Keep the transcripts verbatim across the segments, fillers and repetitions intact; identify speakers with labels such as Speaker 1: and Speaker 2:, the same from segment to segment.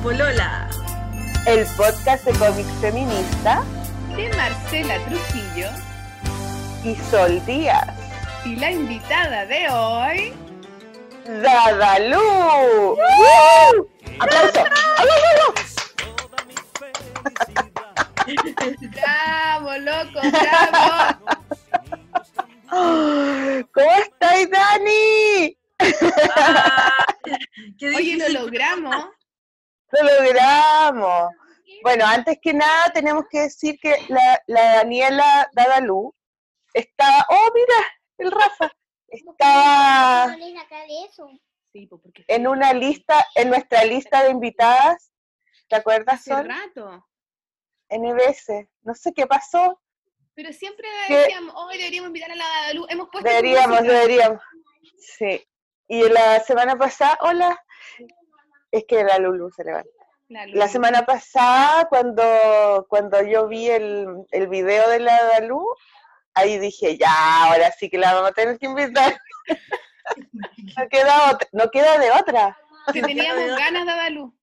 Speaker 1: Polola,
Speaker 2: el podcast de cómics feminista
Speaker 3: de Marcela Trujillo
Speaker 2: y Sol Díaz.
Speaker 3: Y la invitada de hoy,
Speaker 2: Dadalú. ¡Uh! ¡Aplauso!
Speaker 3: ¡bravo, loco, bravo!
Speaker 2: ¿Cómo estáis, Dani?
Speaker 1: ah,
Speaker 3: Oye, lo logramos.
Speaker 2: Lo logramos. Bueno, antes que nada tenemos que decir que la, la Daniela Dadalú estaba... ¡Oh, mira! El Rafa. Estaba en una lista, en nuestra lista de invitadas. ¿Te acuerdas,
Speaker 3: Hace
Speaker 2: Sol?
Speaker 3: rato.
Speaker 2: N B S. No sé qué pasó.
Speaker 3: Pero siempre
Speaker 2: ¿Qué?
Speaker 3: decíamos, hoy deberíamos invitar a la Dadalú. Hemos puesto
Speaker 2: Deberíamos,
Speaker 3: música.
Speaker 2: deberíamos. Sí. Y la semana pasada, hola, es que la Lulu se levanta.
Speaker 3: La,
Speaker 2: La semana pasada, cuando, cuando yo vi el, el video de la Dadalú, ahí dije, ya, ahora sí que la vamos a tener que invitar. No queda otra, no queda de otra.
Speaker 3: que teníamos ganas, Dadalú.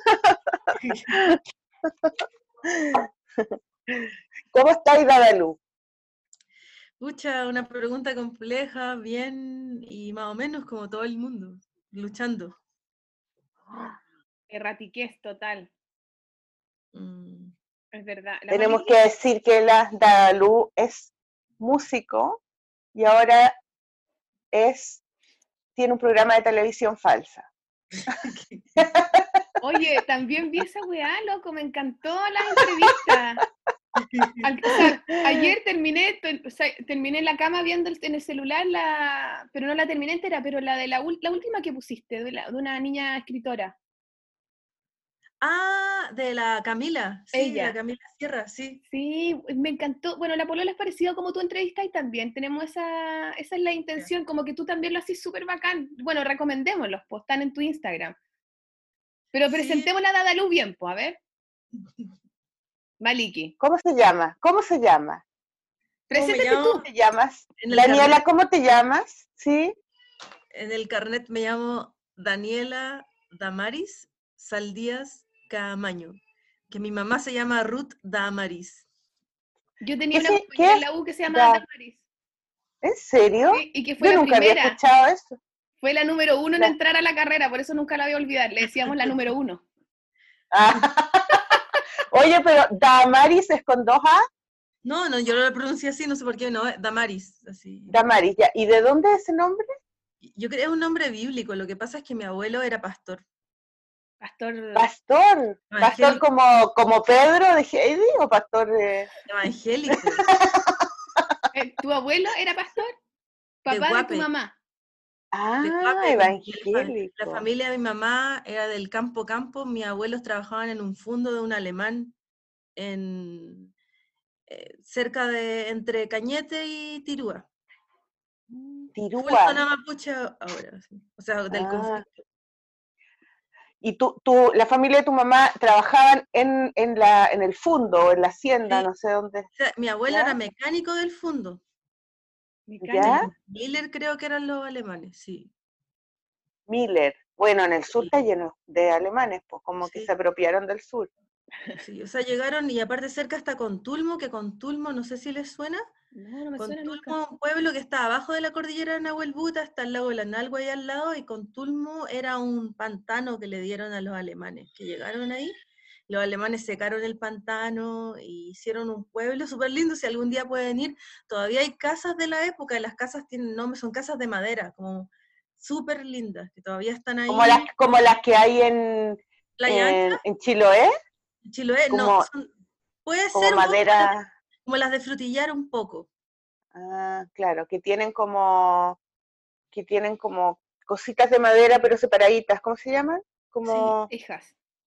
Speaker 2: ¿Cómo estáis, Dadalú?
Speaker 1: Pucha, una pregunta compleja, bien y más o menos como todo el mundo, luchando.
Speaker 3: Erratiquez total,
Speaker 1: Mm.
Speaker 3: es verdad. La
Speaker 2: Tenemos
Speaker 3: Maliki-
Speaker 2: que decir que la Dadalú es músico y ahora es tiene un programa de televisión falsa.
Speaker 3: Oye, también vi esa weá, loco, me encantó las entrevistas. Al- o sea, ayer terminé, ter- o sea, terminé en la cama viendo el- en el celular, la, pero no la terminé entera, pero la de la, ul- la última que pusiste, de, la- de una niña escritora.
Speaker 1: Ah, de la Camila, sí,
Speaker 3: Ella.
Speaker 1: la Camila Sierra, sí.
Speaker 3: Sí, me encantó. Bueno, la polola es parecido como tú entrevistas y también tenemos esa, esa es la intención, como que tú también lo haces súper bacán. Bueno, recomendémoslos, pues están en tu Instagram. Pero
Speaker 1: Sí.
Speaker 3: presentemos la Dadalú bien, pues, a ver. Maliki,
Speaker 2: ¿Cómo se llama? ¿Cómo se llama?
Speaker 1: ¿Cómo me
Speaker 3: preséntate
Speaker 1: llamo?
Speaker 3: tú.
Speaker 2: ¿Cómo te llamas?
Speaker 1: En el
Speaker 2: Daniela,
Speaker 1: carnet.
Speaker 2: ¿cómo te llamas? ¿Sí?
Speaker 1: En el carnet me llamo Daniela Damaris Saldías Camaño, que mi mamá se llama Ruth Damaris.
Speaker 3: Yo tenía
Speaker 2: ¿Qué
Speaker 3: una
Speaker 2: se-
Speaker 3: compañera
Speaker 2: qué
Speaker 3: en la U que se llama
Speaker 2: da-
Speaker 3: Damaris.
Speaker 2: ¿En serio?
Speaker 3: Sí, y que fue
Speaker 2: Yo
Speaker 3: la
Speaker 2: nunca había
Speaker 3: primera,
Speaker 2: escuchado eso.
Speaker 3: fue la número uno en
Speaker 2: La-
Speaker 3: entrar a la carrera, por eso nunca la voy a olvidar, le decíamos la número uno.
Speaker 2: Ah. Oye, pero Damaris es con dos A.
Speaker 1: No, no, yo lo pronuncié así, no sé por qué, no, Damaris, así.
Speaker 2: Damaris, ya. ¿Y de dónde es ese nombre?
Speaker 1: Yo creo que es un nombre bíblico, lo que pasa es que mi abuelo era pastor.
Speaker 3: Pastor,
Speaker 2: Pastor. Pastor
Speaker 1: Evangélico.
Speaker 2: como, como Pedro de Heidi o pastor de...
Speaker 1: Evangélico.
Speaker 3: eh, ¿tu abuelo era pastor?
Speaker 1: De
Speaker 3: Papá de,
Speaker 1: Guape.
Speaker 3: tu mamá.
Speaker 2: Ah,
Speaker 1: de Guape,
Speaker 2: evangélico.
Speaker 1: La familia de mi mamá era del campo campo, mis abuelos trabajaban en un fundo de un alemán en eh, cerca de entre Cañete y Tirúa. Full
Speaker 2: Tirúa.
Speaker 1: zona mapuche ahora, sí. O sea, del
Speaker 2: Ah.
Speaker 1: conflicto.
Speaker 2: Y tú, tú, la familia de tu mamá trabajaban en, en, la, en el fundo, en la hacienda,
Speaker 1: Sí.
Speaker 2: no sé dónde.
Speaker 1: O sea, mi abuela
Speaker 2: ¿Ya?
Speaker 1: era mecánico del fundo.
Speaker 2: ¿Ya?
Speaker 1: Miller creo que eran los alemanes, sí.
Speaker 2: Miller. Bueno, en el sur
Speaker 1: Sí.
Speaker 2: está lleno de alemanes, pues como que
Speaker 1: Sí.
Speaker 2: se apropiaron del sur.
Speaker 1: Sí, o sea, llegaron y aparte cerca hasta Contulmo, que Contulmo, no sé si les suena,
Speaker 3: No, no me suena nunca.
Speaker 1: Contulmo es un pueblo que está abajo de la cordillera de Nahuelbuta, está al lago de la Nalgua ahí al lado, y Contulmo era un pantano que le dieron a los alemanes, que llegaron ahí, los alemanes secaron el pantano y hicieron un pueblo súper lindo, si algún día pueden ir, todavía hay casas de la época, y las casas tienen nombres, son casas de madera, como súper lindas, que todavía están ahí.
Speaker 2: Como las, como las que hay en,
Speaker 1: Playa
Speaker 2: en,
Speaker 1: Ancha,
Speaker 2: en Chiloé,
Speaker 1: Chiloé, no,
Speaker 2: como,
Speaker 1: son, puede
Speaker 2: como
Speaker 1: ser un poco como las,
Speaker 2: madera.
Speaker 1: como las de Frutillar un poco.
Speaker 2: Ah, claro, que tienen como, que tienen como cositas de madera pero separaditas, ¿cómo se llaman? Como
Speaker 3: Texas,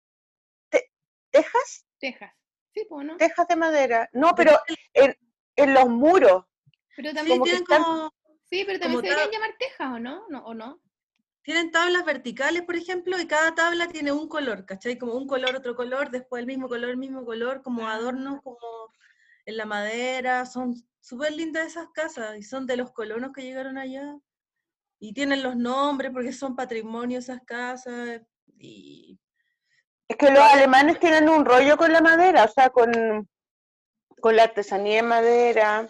Speaker 2: tejas,
Speaker 3: Texas. Sí, pues, ¿no?
Speaker 2: tejas de madera. No, pero en, en los muros.
Speaker 3: Pero
Speaker 1: Sí,
Speaker 3: también,
Speaker 2: como que
Speaker 1: tienen
Speaker 2: están-
Speaker 1: como,
Speaker 3: sí, pero también
Speaker 1: como
Speaker 3: se deberían
Speaker 1: tab-
Speaker 3: llamar Texas, ¿o no? ¿No? ¿O no?
Speaker 1: tienen tablas verticales, por ejemplo, y cada tabla tiene un color, ¿cachai? Como un color, otro color, después el mismo color, el mismo color, como
Speaker 3: Ah.
Speaker 1: adornos, como en la madera, son súper lindas esas casas, y son de los colonos que llegaron allá, y tienen los nombres porque son patrimonio esas casas, y
Speaker 2: Es que los alemanes tienen un rollo con la madera, o sea, con, con la artesanía de madera.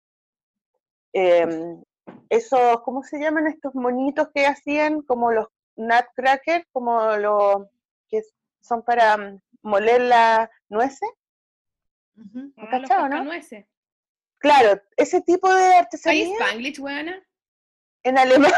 Speaker 2: Eh, esos, ¿cómo se llaman estos monitos que hacían? Como los nutcrackers, como los que son para mm, moler las nueces.
Speaker 1: Ujú.
Speaker 3: Ah, los
Speaker 2: ¿Cachado, no?
Speaker 3: cascanueces.
Speaker 2: Claro, ese tipo de
Speaker 3: ¿Hay
Speaker 2: artesanía
Speaker 3: Spanglish, weona?
Speaker 2: en Alemania,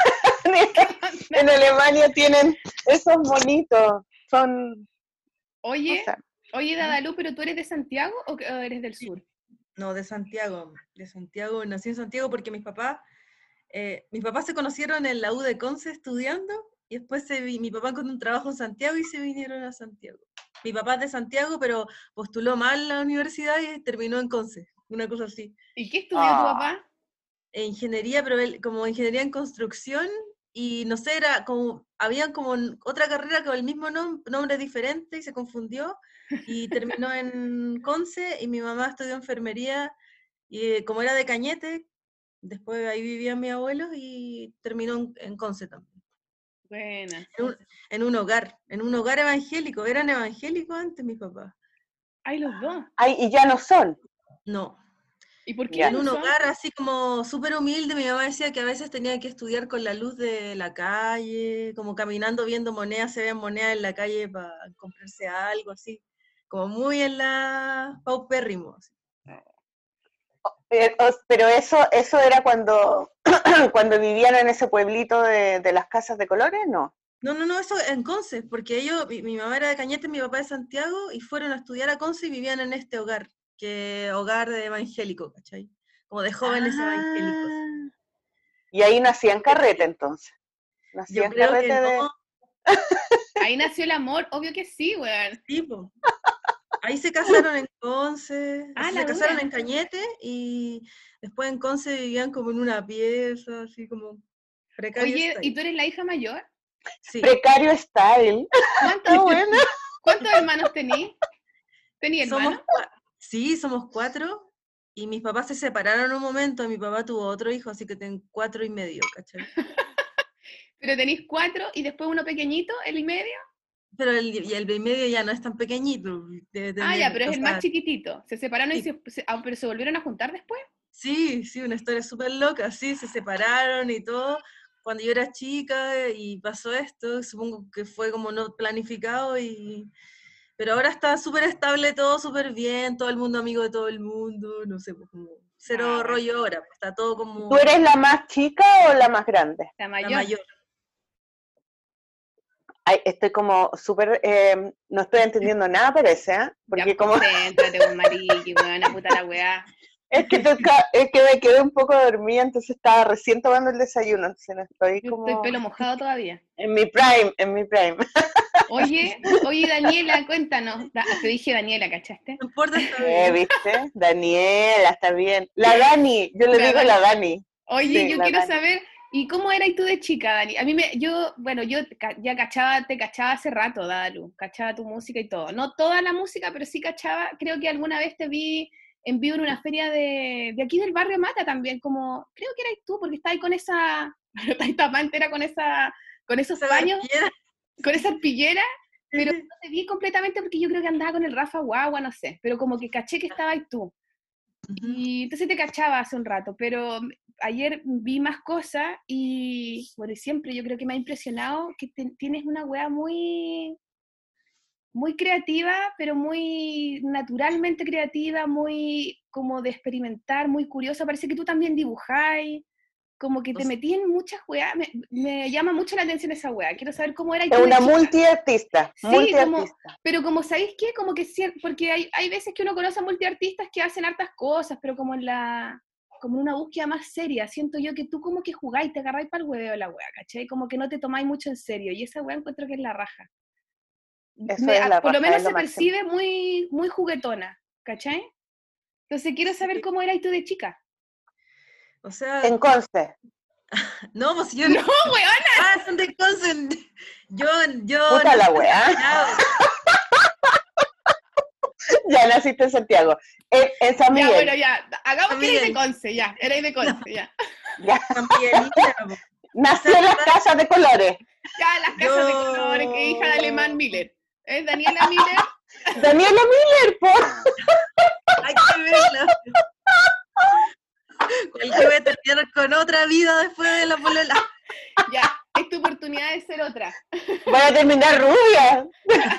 Speaker 2: en Alemania tienen esos monitos, son, no
Speaker 3: Oye,
Speaker 2: sé.
Speaker 3: oye, Dadalú, ¿pero tú eres de Santiago o que- o eres del
Speaker 1: Sí.
Speaker 3: sur?
Speaker 1: No, de Santiago, de Santiago, nací en Santiago porque mis papás, eh, mis papás se conocieron en la U de Conce estudiando, y después se vi, mi papá encontró un trabajo en Santiago y se vinieron a Santiago. Mi papá es de Santiago, pero postuló mal la universidad y terminó en Conce, una cosa así.
Speaker 3: ¿Y qué estudió tu
Speaker 2: Ah,
Speaker 3: papá?
Speaker 1: E ingeniería, pero él, como ingeniería en construcción, y no sé, era como, había como n- otra carrera con el mismo nom- nombre diferente y se confundió, y terminó en Conce, y mi mamá estudió enfermería, y eh, como era de Cañete, después ahí vivían mis abuelos, y terminó en, en Conce también.
Speaker 3: Buena.
Speaker 1: En un, en un hogar, en un hogar evangélico, eran evangélicos antes mis papás.
Speaker 3: Hay los dos.
Speaker 2: ay, y ya no son.
Speaker 1: No.
Speaker 3: ¿Y por qué
Speaker 2: Ya.
Speaker 3: ya
Speaker 1: En
Speaker 3: no
Speaker 1: un
Speaker 3: son?
Speaker 1: hogar así como súper humilde, mi mamá decía que a veces tenía que estudiar con la luz de la calle, como caminando viendo monedas, se ven monedas en la calle para comprarse algo, así, como muy en la paupérrimo. Así.
Speaker 2: Eh, os- Pero eso, eso era cuando, cuando vivían en ese pueblito de, de las casas de colores, ¿no?
Speaker 1: No, no, no, eso en Conce, porque ellos, mi, mi mamá era de Cañete, mi papá de Santiago, y fueron a estudiar a Conce y vivían en este hogar, que hogar de evangélico, ¿cachai? Como de jóvenes evangélicos.
Speaker 2: Ah, y ahí no hacían carrete entonces. No
Speaker 1: Yo
Speaker 2: hacían
Speaker 1: creo que
Speaker 2: carrete
Speaker 1: no,
Speaker 2: de.
Speaker 3: Ahí nació el amor, obvio que sí, weón.
Speaker 1: sí, po. Ahí se casaron en Conce, o
Speaker 3: Ah,
Speaker 1: sea,
Speaker 3: la
Speaker 1: se casaron
Speaker 3: dura.
Speaker 1: en Cañete y después en Conce vivían como en una pieza, así como precario
Speaker 3: Oye, ¿y
Speaker 1: style.
Speaker 3: tú eres la hija mayor?
Speaker 1: Sí,
Speaker 2: Precario style.
Speaker 3: ¿Cuántos,
Speaker 2: Está bueno.
Speaker 3: ¿cuántos hermanos tení? ¿Tení
Speaker 1: somos
Speaker 3: hermanos?
Speaker 1: cua- sí, somos cuatro y mis papás se separaron un momento y mi papá tuvo otro hijo, así que tengo cuatro y medio, ¿cachai?
Speaker 3: Pero tenéis cuatro y después uno pequeñito, el y medio.
Speaker 1: Pero el, y el y medio ya no es tan pequeñito, debe
Speaker 3: Ah, ya,
Speaker 1: tener,
Speaker 3: pero
Speaker 1: o
Speaker 3: es el más
Speaker 1: sea,
Speaker 3: chiquitito. Se separaron y
Speaker 1: sí,
Speaker 3: se, se- ah, pero se volvieron a juntar después.
Speaker 1: sí, sí, una historia súper loca, sí, se separaron y todo. Cuando yo era chica y pasó esto, supongo que fue como no planificado, y pero ahora está súper estable todo, súper bien, todo el mundo amigo de todo el mundo, no sé, pues como
Speaker 3: Ah,
Speaker 1: cero
Speaker 3: bueno,
Speaker 1: rollo ahora, pues está todo
Speaker 2: ¿Tú
Speaker 1: como
Speaker 2: eres la más chica o la más grande?
Speaker 3: la
Speaker 1: la
Speaker 3: mayor.
Speaker 1: mayor.
Speaker 2: Ay, estoy como súper, eh, no estoy entendiendo nada, parece, ¿eh?
Speaker 3: Ya,
Speaker 2: Porque como,
Speaker 3: concéntrate, vos, Mariqui, weona, puta la weá.
Speaker 2: es que, te ca- es que me quedé un poco dormida, entonces estaba recién tomando el desayuno, entonces no estoy
Speaker 3: Yo estoy
Speaker 2: como
Speaker 3: pelo mojado todavía.
Speaker 2: en mi prime, en mi prime.
Speaker 3: Oye, oye, Daniela, cuéntanos. Da- te dije Daniela, ¿cachaste?
Speaker 1: No importa, está
Speaker 2: Eh,
Speaker 1: bien.
Speaker 2: ¿viste? Daniela, está bien. La Dani, yo le
Speaker 3: La
Speaker 2: digo
Speaker 3: Dani.
Speaker 2: la Dani.
Speaker 3: Oye,
Speaker 2: Sí,
Speaker 3: yo
Speaker 2: la
Speaker 3: quiero
Speaker 2: Dani.
Speaker 3: saber, ¿y cómo eras tú de chica, Dani? A mí me, yo, bueno, yo ca- ya cachaba, te cachaba hace rato, Dalu, cachaba tu música y todo. No toda la música, pero sí cachaba, creo que alguna vez te vi en vivo en una feria de, de aquí del barrio Mata también, como, creo que eras tú, porque estabas ahí con esa, bueno, estabas tapada entera con esa, con esos
Speaker 1: Esa
Speaker 3: paños,
Speaker 1: garpiera.
Speaker 3: con esa arpillera, pero no te vi completamente porque yo creo que andaba con el Rafa Guagua, no sé, pero como que caché que estabas tú.
Speaker 1: Ujú.
Speaker 3: Y entonces te cachaba hace un rato, pero ayer vi más cosas y, bueno, y siempre yo creo que me ha impresionado que te- tienes una weá muy, muy creativa, pero muy naturalmente creativa, muy como de experimentar, muy curiosa. Parece que tú también dibujáis, como que te
Speaker 1: O sea,
Speaker 3: metí en muchas weas. Me, me llama mucho la atención esa weá. Quiero saber cómo era y
Speaker 2: Es
Speaker 3: tú de
Speaker 2: una
Speaker 3: chica.
Speaker 2: multiartista,
Speaker 3: Sí, como,
Speaker 2: multiartista.
Speaker 3: pero como sabéis qué, como que sien- porque hay, hay veces que uno conoce a multiartistas que hacen hartas cosas, pero como en la, como en una búsqueda más seria, siento yo que tú como que jugáis, te agarráis para el hueveo de la wea, ¿cachai? Como que no te tomáis mucho en serio, y esa wea encuentro que es la raja.
Speaker 2: Eso
Speaker 3: Me-
Speaker 2: es
Speaker 3: a-
Speaker 2: la
Speaker 3: por lo
Speaker 2: raja,
Speaker 3: menos
Speaker 2: es lo
Speaker 3: se
Speaker 2: máximo.
Speaker 3: percibe muy, muy juguetona, ¿cachai? Entonces quiero saber
Speaker 1: sí,
Speaker 3: cómo eras tú de chica.
Speaker 1: o sea,
Speaker 2: En Conce.
Speaker 1: no, pues yo
Speaker 3: No,
Speaker 1: no.
Speaker 3: weón,
Speaker 1: Ah, son de Conce. Yo, yo
Speaker 2: Puta la
Speaker 1: nací en
Speaker 2: weá.
Speaker 1: Santiago.
Speaker 2: Ya naciste en Santiago. En, en San
Speaker 3: ya,
Speaker 2: Miguel.
Speaker 3: bueno, ya, hagamos
Speaker 1: San
Speaker 3: que erais de
Speaker 1: Miguel.
Speaker 3: Conce, ya, erais de Conce, ya.
Speaker 2: Ya.
Speaker 1: San Miguelina, po.
Speaker 2: Nació en las casas de colores.
Speaker 3: Ya, las casas de colores, que hija de Alemán
Speaker 1: Yo
Speaker 3: Miller. ¿Es Daniela Miller?
Speaker 2: Daniela Miller, po.
Speaker 1: Hay que verla. Cualquier vez terminar con otra vida después de la polola.
Speaker 3: Ya, es tu oportunidad de ser otra.
Speaker 2: Voy a terminar rubia.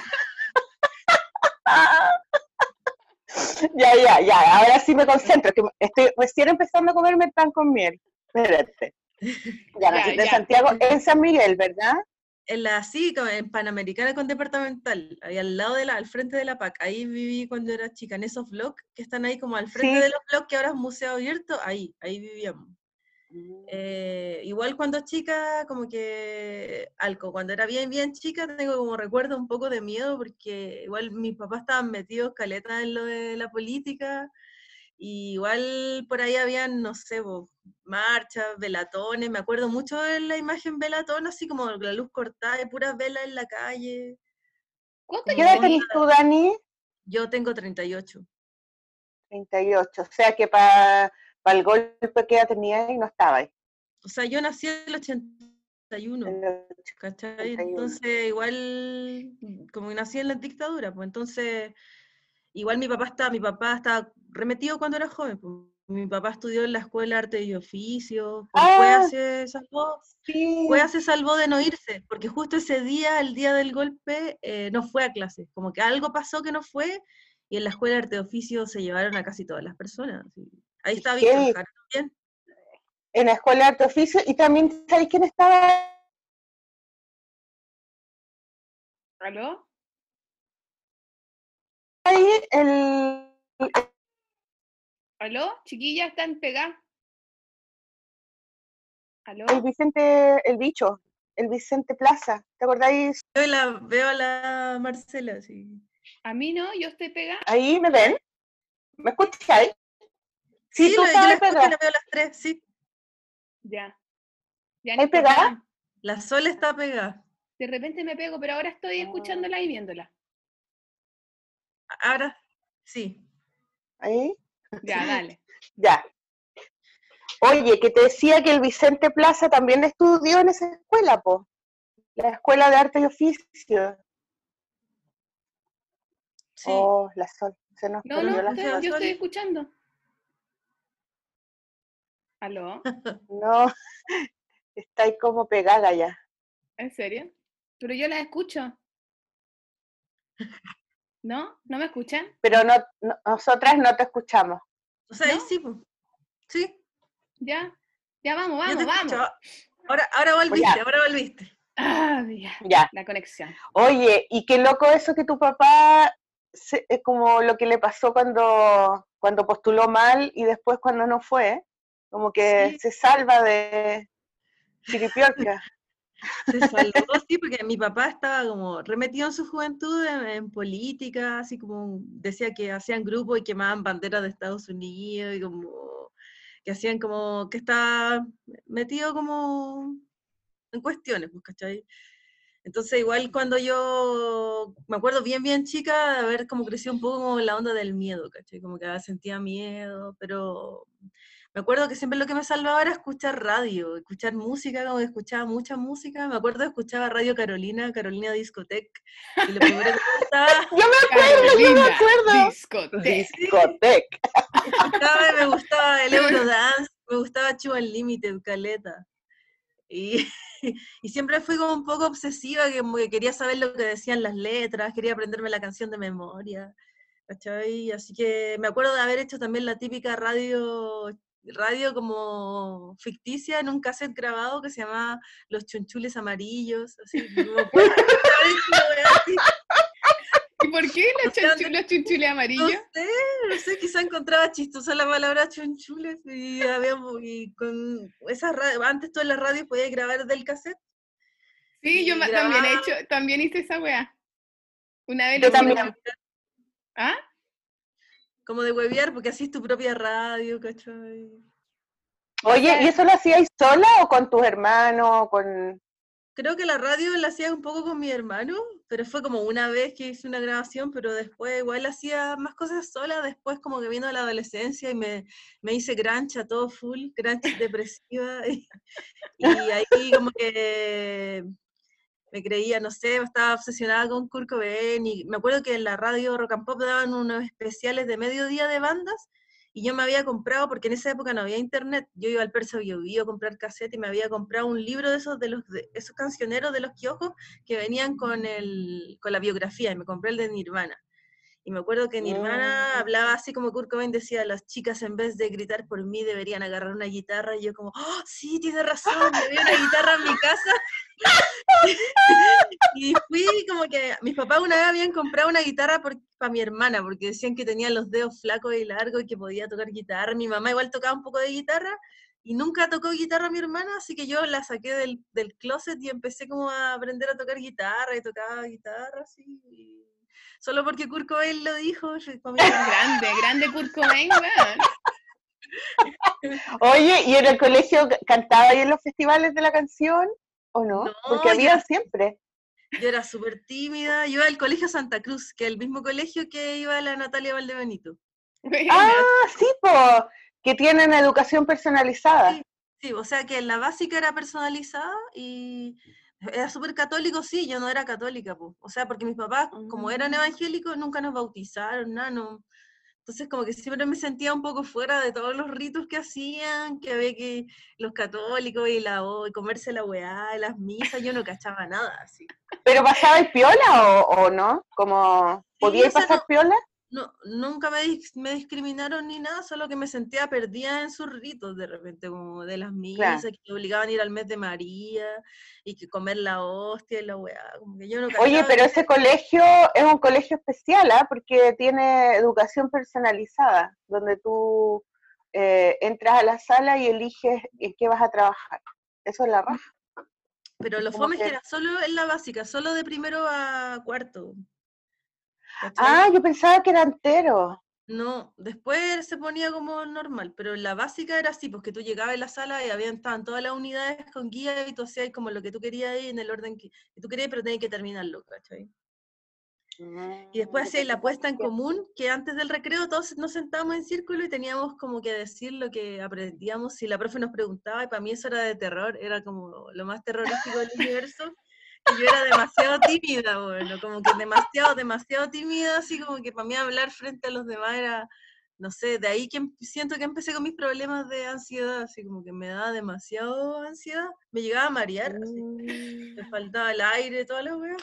Speaker 2: Ya, ya, ya, ahora sí me concentro, que estoy recién empezando a comerme el pan con miel. Espérate. Ya,
Speaker 3: Ya,
Speaker 2: naciste en
Speaker 3: ya.
Speaker 2: Santiago, en San Miguel, ¿verdad?
Speaker 1: En la sí, como en Panamericana con Departamental, ahí al lado de la, al frente de la P A C. Ahí viví cuando era chica, en esos blogs que están ahí como al frente
Speaker 2: Sí.
Speaker 1: de los blogs que ahora es museo abierto, ahí, ahí vivíamos. Eh, igual cuando chica, como que, algo, cuando era bien, bien chica, tengo como recuerdo un poco de miedo, porque igual mis papás estaban metidos caleta en lo de la política, y igual por ahí habían, no sé, bo, marchas, velatones, me acuerdo mucho de la imagen velatón, así como la luz cortada y puras velas en la calle.
Speaker 3: ¿Cuántos
Speaker 2: ¿Qué
Speaker 1: Como
Speaker 2: edad
Speaker 3: años
Speaker 1: onda,
Speaker 3: tenés?
Speaker 2: tenés tú, Dani?
Speaker 1: yo tengo treinta y ocho.
Speaker 2: treinta y ocho, o sea que para pa el golpe que ya tenía y no estaba ahí.
Speaker 1: O sea, yo nací en el ochenta y uno.
Speaker 2: En el
Speaker 1: ¿Cachai?
Speaker 2: ochenta y uno.
Speaker 1: Entonces, igual, como que nací en la dictadura, pues entonces, igual mi papá estaba, mi papá estaba remetido cuando era joven, pues. Mi papá estudió en la Escuela de Arte y Oficio, por cuea
Speaker 2: Ah,
Speaker 1: se salvó,
Speaker 2: sí.
Speaker 1: cuea se salvó de no irse, porque justo ese día, el día del golpe, eh, no fue a clase, como que algo pasó que no fue, y en la Escuela de Arte y Oficio se llevaron a casi todas las personas. ¿Sí? Ahí está Víctor
Speaker 2: Heavy.
Speaker 1: Jara también.
Speaker 2: En la Escuela de Arte Oficio, y también, ¿sabéis quién estaba
Speaker 3: ¿Aló?
Speaker 2: ahí? El,
Speaker 3: ¿Aló? Chiquillas, están pegadas. ¿Aló?
Speaker 2: el Vicente, el bicho, el Vicente Plaza, ¿te acordáis?
Speaker 1: Yo la, veo a la Marcela, sí.
Speaker 3: A mí no, yo estoy pegada.
Speaker 2: Ahí, ¿me ven? ¿Me escucháis? Sí,
Speaker 1: Sí,
Speaker 2: tú
Speaker 1: lo- yo la
Speaker 2: estabas
Speaker 1: escucho y
Speaker 2: pegada.
Speaker 1: la veo a las tres, sí.
Speaker 3: Ya. Ya
Speaker 2: ¿Ahí
Speaker 3: no importa.
Speaker 2: pegada?
Speaker 1: La Sol está pegada.
Speaker 3: De repente me pego, pero ahora estoy escuchándola y viéndola.
Speaker 1: Ahora, sí.
Speaker 2: Ahí,
Speaker 3: Ya, dale.
Speaker 2: ya. Oye, que te decía que el Vicente Plaza también estudió en esa escuela, po. La Escuela de Arte y Oficio.
Speaker 1: Sí.
Speaker 2: Oh, la Sol, se nos
Speaker 3: No,
Speaker 2: perdió
Speaker 3: no,
Speaker 2: la
Speaker 3: estoy-
Speaker 2: Sol.
Speaker 3: yo estoy
Speaker 1: Sol.
Speaker 3: escuchando. ¿Aló?
Speaker 2: No, está ahí como pegada ya.
Speaker 3: ¿En serio? Pero yo la escucho. ¿No? ¿No me escuchan?
Speaker 2: Pero no, no- nosotras no te escuchamos.
Speaker 1: O sea,
Speaker 3: ¿No?
Speaker 1: ahí sí, pues. Sí,
Speaker 3: Ya. Ya vamos,
Speaker 1: yo te
Speaker 3: vamos,
Speaker 1: escucho.
Speaker 3: vamos.
Speaker 1: Ahora, ahora
Speaker 2: Pues
Speaker 1: volviste,
Speaker 2: ya,
Speaker 1: ahora volviste.
Speaker 3: Ah, ya.
Speaker 2: ya.
Speaker 3: La conexión.
Speaker 2: Oye, y qué loco eso que tu papá, se- es como lo que le pasó cuando, cuando postuló mal y después cuando no fue, como que
Speaker 1: Sí,
Speaker 2: se salva de chiripiorca.
Speaker 1: se salvó, sí, porque mi papá estaba como remetido en su juventud en, en política, así como decía que hacían grupos y quemaban banderas de Estados Unidos y como que hacían como que estaba metido como en cuestiones, pues, ¿cachai? Entonces, igual cuando yo me acuerdo bien, bien chica de haber como crecido un poco como en la onda del miedo, ¿cachai? Como que ah, sentía miedo, pero me acuerdo que siempre lo que me salvaba era escuchar radio, escuchar música, como que escuchaba mucha música. Me acuerdo que escuchaba Radio Carolina, Carolina Discotech, y lo primero que me gustaba,
Speaker 2: Yo me acuerdo, yo me
Speaker 3: Carolina,
Speaker 2: acuerdo.
Speaker 3: discoteca.
Speaker 2: Discotec.
Speaker 1: escuchaba y me gustaba el Eurodance, me gustaba Chu Unlimited, caleta. Y, y siempre fui como un poco obsesiva, que como que quería saber lo que decían las letras, quería aprenderme la canción de memoria, ¿cachai? Así que me acuerdo de haber hecho también la típica radio, radio como ficticia en un cassette grabado que se llamaba Los Chunchules Amarillos, así, me acuerdo de haber hecho una weá así.
Speaker 3: ¿Y por qué los,
Speaker 1: O sea,
Speaker 3: chunchu- los chunchules
Speaker 1: No
Speaker 3: amarillos?
Speaker 1: sé, no sé, quizá encontraba chistosa la palabra chunchules y, habíamos, y con esas radios, antes todas las radios podías grabar del cassette.
Speaker 3: Sí, yo
Speaker 1: Y
Speaker 3: ma- también he
Speaker 1: grababa
Speaker 3: hecho, también hice esa weá. Una vez
Speaker 2: Yo
Speaker 3: lo
Speaker 1: como de,
Speaker 2: también.
Speaker 3: hicimos.
Speaker 1: huevear,
Speaker 3: ¿Ah?
Speaker 1: como de huevear, porque así es tu propia radio, ¿cachai?
Speaker 3: O
Speaker 2: Oye,
Speaker 3: sea,
Speaker 2: ¿y eso lo hacíais sola o con tus hermanos? O con...
Speaker 1: Creo que la radio la hacía un poco con mi hermano, pero fue como una vez que hice una grabación, pero después igual hacía más cosas sola, después como que vino la adolescencia y me, me hice grunge a todo full, grunge depresiva, y, y ahí como que me creía, no sé, estaba obsesionada con Kurt Cobain, y me acuerdo que en la radio Rock and Pop daban unos especiales de mediodía de bandas, y yo me había comprado, porque en esa época no había internet, yo iba al Persa Bio Bio a comprar cassette, y me había comprado un libro de esos, de los, de esos cancioneros de los kioscos, que venían con, el, con la biografía, y me compré el de Nirvana. Y me acuerdo que Nirvana
Speaker 2: Mm.
Speaker 1: hablaba así como Kurt Cobain decía, las chicas en vez de gritar por mí deberían agarrar una guitarra, y yo como, oh, sí, tienes razón, y había una guitarra en mi casa. Y fui como que, mis papás una vez habían comprado una guitarra para mi hermana, porque decían que tenía los dedos flacos y largos y que podía tocar guitarra. Mi mamá igual tocaba un poco de guitarra, y nunca tocó guitarra mi hermana, así que yo la saqué del, del closet y empecé como a aprender a tocar guitarra, y tocaba guitarra, así, y solo porque Kurt Cobain lo dijo.
Speaker 3: Grande, grande Kurt Cobain, weón.
Speaker 2: Oye, ¿y en el colegio cantaba ahí en los festivales de la canción o no?
Speaker 1: No,
Speaker 2: Porque había
Speaker 1: yo,
Speaker 2: siempre.
Speaker 1: yo era súper tímida, yo iba al colegio Santa Cruz, que es el mismo colegio que iba la Natalia Valdebenito.
Speaker 2: Ah, sí, po, que tienen educación personalizada.
Speaker 1: Sí, sí, o sea que la básica era personalizada, y era súper católico, sí, yo no era católica, pues. O sea, porque mis papás, como eran evangélicos, nunca nos bautizaron, nada, no. Entonces como que siempre me sentía un poco fuera de todos los ritos que hacían, que había que los católicos y la y comerse la weá, y las misas, yo no cachaba nada, así.
Speaker 2: ¿Pero pasaba el piola o, o no? Como,
Speaker 1: Sí,
Speaker 2: ¿podíais
Speaker 1: o sea,
Speaker 2: pasar
Speaker 1: no,
Speaker 2: piola?
Speaker 1: no, nunca me, dis- me discriminaron ni nada, solo que me sentía perdida en sus ritos de repente, como de las
Speaker 2: Claro.
Speaker 1: misas, que te obligaban a ir al mes de María, y que comer la hostia y la weá, como que yo no
Speaker 2: Oye,
Speaker 1: cachaba.
Speaker 2: pero ese colegio es un colegio especial, ¿ah? Porque tiene educación personalizada, donde tú eh, entras a la sala y eliges en qué vas a trabajar. Eso es la raja.
Speaker 1: Pero lo
Speaker 2: Como
Speaker 1: fome es que
Speaker 2: que...
Speaker 1: era solo en la básica, solo de primero a cuarto, ¿cachai?
Speaker 2: Ah, yo pensaba que era entero.
Speaker 1: No, después se ponía como normal, pero la básica era así, porque tú llegabas a la sala y habían, estaban todas las unidades con guía, y tú hacías como lo que tú querías ahí en el orden que, que tú querías, pero tenías que terminarlo, ¿cachai? Y
Speaker 2: Mm,
Speaker 1: después
Speaker 2: yo
Speaker 1: hacías
Speaker 2: pensé
Speaker 1: la puesta en
Speaker 2: que...
Speaker 1: común, que antes del recreo todos nos sentábamos en círculo y teníamos como que decir lo que aprendíamos, si la profe nos preguntaba, y para mí eso era de terror, era como lo más terrorífico del universo, que yo era demasiado tímida, bueno, como que demasiado, demasiado tímida, así como que para mí hablar frente a los demás era, no sé, de ahí que em- siento que empecé con mis problemas de ansiedad, así como que me daba demasiado ansiedad, me llegaba a marear, así, me
Speaker 2: Mm.
Speaker 1: faltaba el aire, toda la wea.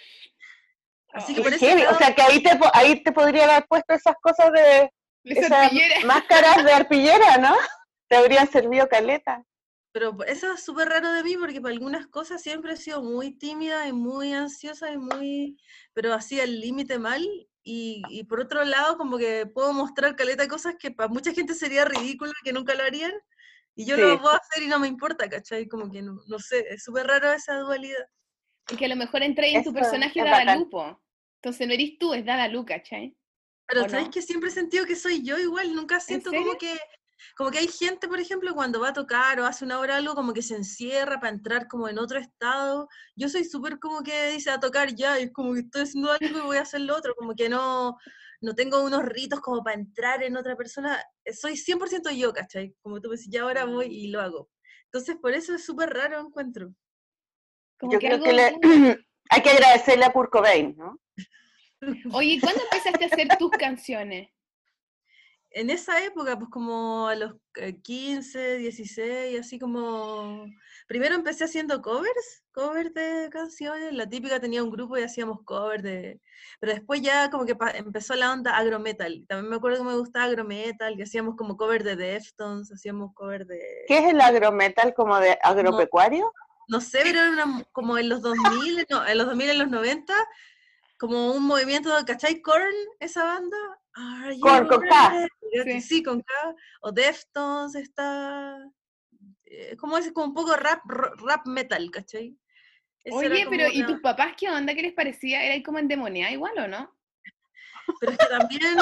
Speaker 1: Así que
Speaker 2: Qué
Speaker 1: por ese
Speaker 2: heavy. O
Speaker 1: lado,
Speaker 2: sea, que ahí te, po- ahí te podrían haber puesto esas cosas de...
Speaker 3: Esa
Speaker 2: esas
Speaker 3: arpillera.
Speaker 2: máscaras de arpillera, ¿no? Te habrían servido caleta.
Speaker 1: pero eso es súper raro de mí, porque para algunas cosas siempre he sido muy tímida y muy ansiosa y muy, pero así al límite mal, y, y por otro lado como que puedo mostrar caleta de cosas que para mucha gente sería ridículo, que nunca lo harían, y yo lo
Speaker 2: Sí,
Speaker 1: puedo hacer y no me importa, ¿cachai? Como que no, no sé, es súper raro esa dualidad.
Speaker 3: Y que a lo mejor entra en tu
Speaker 2: eso
Speaker 3: personaje
Speaker 2: es bacán.
Speaker 3: Dadalu, po. Entonces no eres tú, es Dadalu, ¿cachai?
Speaker 1: Pero
Speaker 3: ¿O
Speaker 1: ¿sabéis
Speaker 3: no?
Speaker 1: que siempre he sentido que soy yo igual? Nunca
Speaker 3: ¿En
Speaker 1: siento
Speaker 3: serio?
Speaker 1: como que, como que hay gente, por ejemplo, cuando va a tocar o hace una hora algo, como que se encierra para entrar como en otro estado. Yo soy súper como que dice a tocar ya, y es como que estoy haciendo algo y voy a hacer lo otro, como que no, no tengo unos ritos como para entrar en otra persona. Soy cien por ciento yo, ¿cachai? Como tú me decís, ya ahora voy y lo hago. Entonces, por eso es súper raro, encuentro.
Speaker 3: Como
Speaker 2: Yo
Speaker 3: que
Speaker 2: creo
Speaker 3: algo...
Speaker 2: que le, hay que agradecerle a Kurt Cobain, ¿no?
Speaker 3: Oye, ¿cuándo empezaste a hacer tus canciones?
Speaker 1: En esa época, pues como a los eh, quince, dieciséis, así como... Primero empecé haciendo covers, covers de canciones, la típica tenía un grupo y hacíamos covers de... Pero después ya como que pa- empezó la onda agrometal. También me acuerdo que me gustaba agrometal, que hacíamos como cover de Deftones, hacíamos cover de...
Speaker 2: ¿Qué es el agrometal como de
Speaker 1: Como,
Speaker 2: agropecuario?
Speaker 1: no sé, pero era una- como en los dos mil, no, en los dos mil, en los noventa, como un movimiento, ¿cachai? Korn, esa banda. Are
Speaker 2: Con,
Speaker 1: you
Speaker 2: con K.
Speaker 1: ready?
Speaker 3: Sí.
Speaker 1: Sí, con K. O Deftones está. Eh, como es como un poco rap, ro- rap metal, ¿cachai? Esa era
Speaker 3: Oye, pero
Speaker 1: como
Speaker 3: ¿y
Speaker 1: la.
Speaker 3: tus papás qué onda? ¿Qué les parecía? ¿Era ahí como endemoniada igual o no?
Speaker 1: Pero es que también.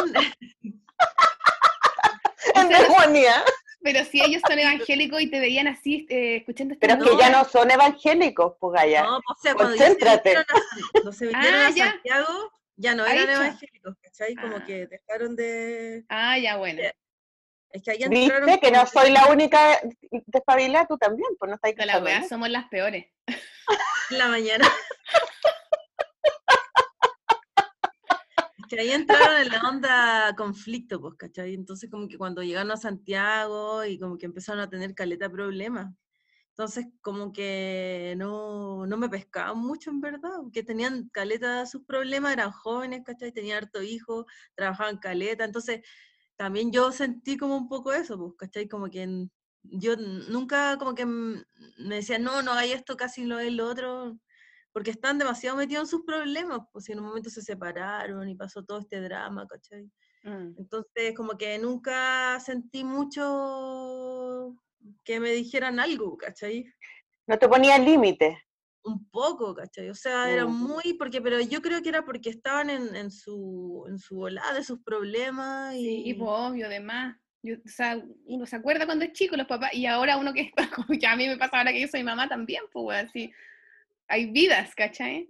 Speaker 3: O
Speaker 2: En
Speaker 3: sea, no,
Speaker 2: demonía.
Speaker 3: pero si ellos son evangélicos y te veían así, eh, escuchando esta
Speaker 2: Pero es que
Speaker 1: No,
Speaker 2: ya
Speaker 3: música.
Speaker 2: no son evangélicos, pues Gaya.
Speaker 1: no, o sea, cuando ya se vinieron
Speaker 2: Concéntrate.
Speaker 1: a, San- cuando se vinieron
Speaker 3: Ah,
Speaker 1: a
Speaker 3: ya,
Speaker 1: Santiago, ya no
Speaker 3: ha
Speaker 1: eran
Speaker 3: dicho.
Speaker 1: evangélicos, ¿cachai? Como
Speaker 3: Ah,
Speaker 1: que dejaron de.
Speaker 3: ah, ya, bueno.
Speaker 1: Es que ahí entraron
Speaker 2: ¿Viste que
Speaker 1: como.
Speaker 2: no soy la única despabilada? Tú también, pues no estáis
Speaker 3: No, la
Speaker 2: cachando
Speaker 3: weá,
Speaker 2: nada.
Speaker 3: somos las peores.
Speaker 1: En la mañana. que ahí entraron en la onda conflicto, pues, ¿cachai? Entonces como que cuando llegaron a Santiago y como que empezaron a tener caleta de problemas. Entonces como que no, no me pescaban mucho en verdad, que tenían caleta de sus problemas, eran jóvenes, ¿cachai? Tenían harto hijos, trabajaban caleta, entonces también yo sentí como un poco eso, pues, ¿cachai? Como que en- yo n- nunca como que m- me decían, no, no hay esto, casi lo es lo otro, porque están demasiado metidos en sus problemas, pues si en un momento se separaron y pasó todo este drama, ¿cachai?
Speaker 3: Mm.
Speaker 1: Entonces como que nunca sentí mucho que me dijeran algo, ¿cachai?
Speaker 2: No te ponía límites.
Speaker 1: Un poco, ¿cachai? O sea, era
Speaker 2: Mm.
Speaker 1: muy, porque, pero yo creo que era porque estaban en, en su, en su volada de sus problemas
Speaker 3: Sí, y
Speaker 1: y
Speaker 3: pues obvio, además. Yo, o sea, uno se acuerda cuando es chico, los papás, y ahora uno que está, como que a mí me pasa ahora que yo soy mamá también, pues, weón, así. Hay vidas, ¿cachai?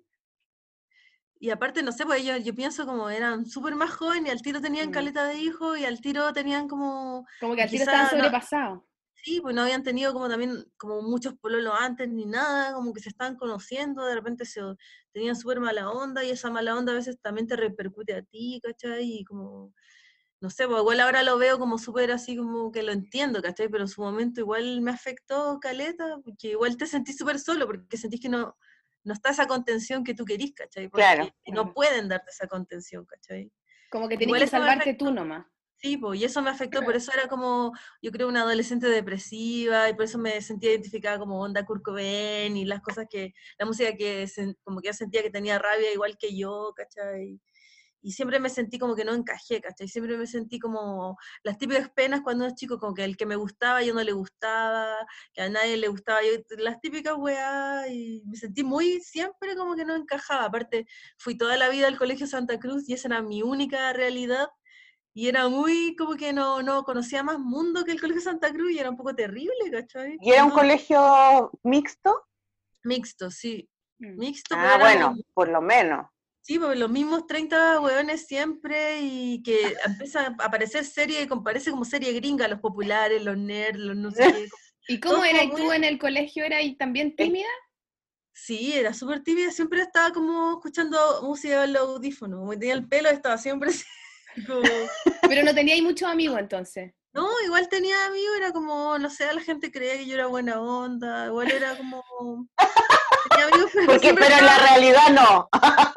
Speaker 1: Y aparte, no sé, pues ellos, yo pienso como eran súper más jóvenes y al tiro tenían
Speaker 3: Mm.
Speaker 1: caleta de hijos y al tiro tenían como,
Speaker 3: Como que
Speaker 1: y
Speaker 3: al tiro estaban
Speaker 1: quizá, no,
Speaker 3: sobrepasados.
Speaker 1: sí, pues no habían tenido como también como muchos pololos antes ni nada, como que se estaban conociendo, de repente se tenían súper mala onda y esa mala onda a veces también te repercute a ti, ¿cachai? Y como, no sé, pues igual ahora lo veo como súper así como que lo entiendo, ¿cachai? Pero en su momento igual me afectó caleta, porque igual te sentís súper solo, porque sentís que no, no está esa contención que tú querís, ¿cachai?
Speaker 2: Claro.
Speaker 1: Porque no pueden darte esa contención, ¿cachai?
Speaker 3: Como que tenés
Speaker 1: Igual
Speaker 3: que
Speaker 1: eso me
Speaker 3: salvarte
Speaker 1: afectó,
Speaker 3: tú nomás.
Speaker 1: sí, pues, y eso me afectó, por eso era como, yo creo, una adolescente depresiva, y por eso me sentía identificada como onda Kurt Cobain, y las cosas que, la música que sen- como que yo sentía que tenía rabia igual que yo, ¿cachai? Y siempre me sentí como que no encajé, ¿cachai? Siempre me sentí como las típicas penas cuando era chico, como que el que me gustaba yo no le gustaba, que a nadie le gustaba yo, las típicas weá, y me sentí muy, siempre como que no encajaba. Aparte, fui toda la vida al Colegio Santa Cruz y esa era mi única realidad, y era muy como que no, no conocía más mundo que el Colegio Santa Cruz y era un poco terrible, ¿cachai?
Speaker 2: ¿Y era un
Speaker 1: No,
Speaker 2: colegio mixto?
Speaker 1: mixto, sí.
Speaker 3: Mm.
Speaker 1: Mixto, pero
Speaker 2: Ah,
Speaker 1: éramos.
Speaker 2: bueno, por lo menos.
Speaker 1: Sí, porque los mismos treinta hueones siempre y que empieza a aparecer serie, y parece como serie gringa, los populares, los nerds, los no sé qué.
Speaker 3: ¿Y cómo
Speaker 1: Todos como
Speaker 3: eras
Speaker 1: muy.
Speaker 3: tú en el colegio? ¿Eras también
Speaker 2: El-
Speaker 3: tímida?
Speaker 1: Sí, era súper tímida, siempre estaba como escuchando música en los audífonos, como que tenía el pelo, estaba siempre así, como.
Speaker 3: Pero no teníais muchos amigos entonces.
Speaker 1: No, igual tenía amigos, era como, no sé, la gente creía que yo era buena onda, igual era como. Tenía amigos, pero
Speaker 2: Porque,
Speaker 1: siempre
Speaker 2: pero en la
Speaker 1: estaba.
Speaker 2: realidad no.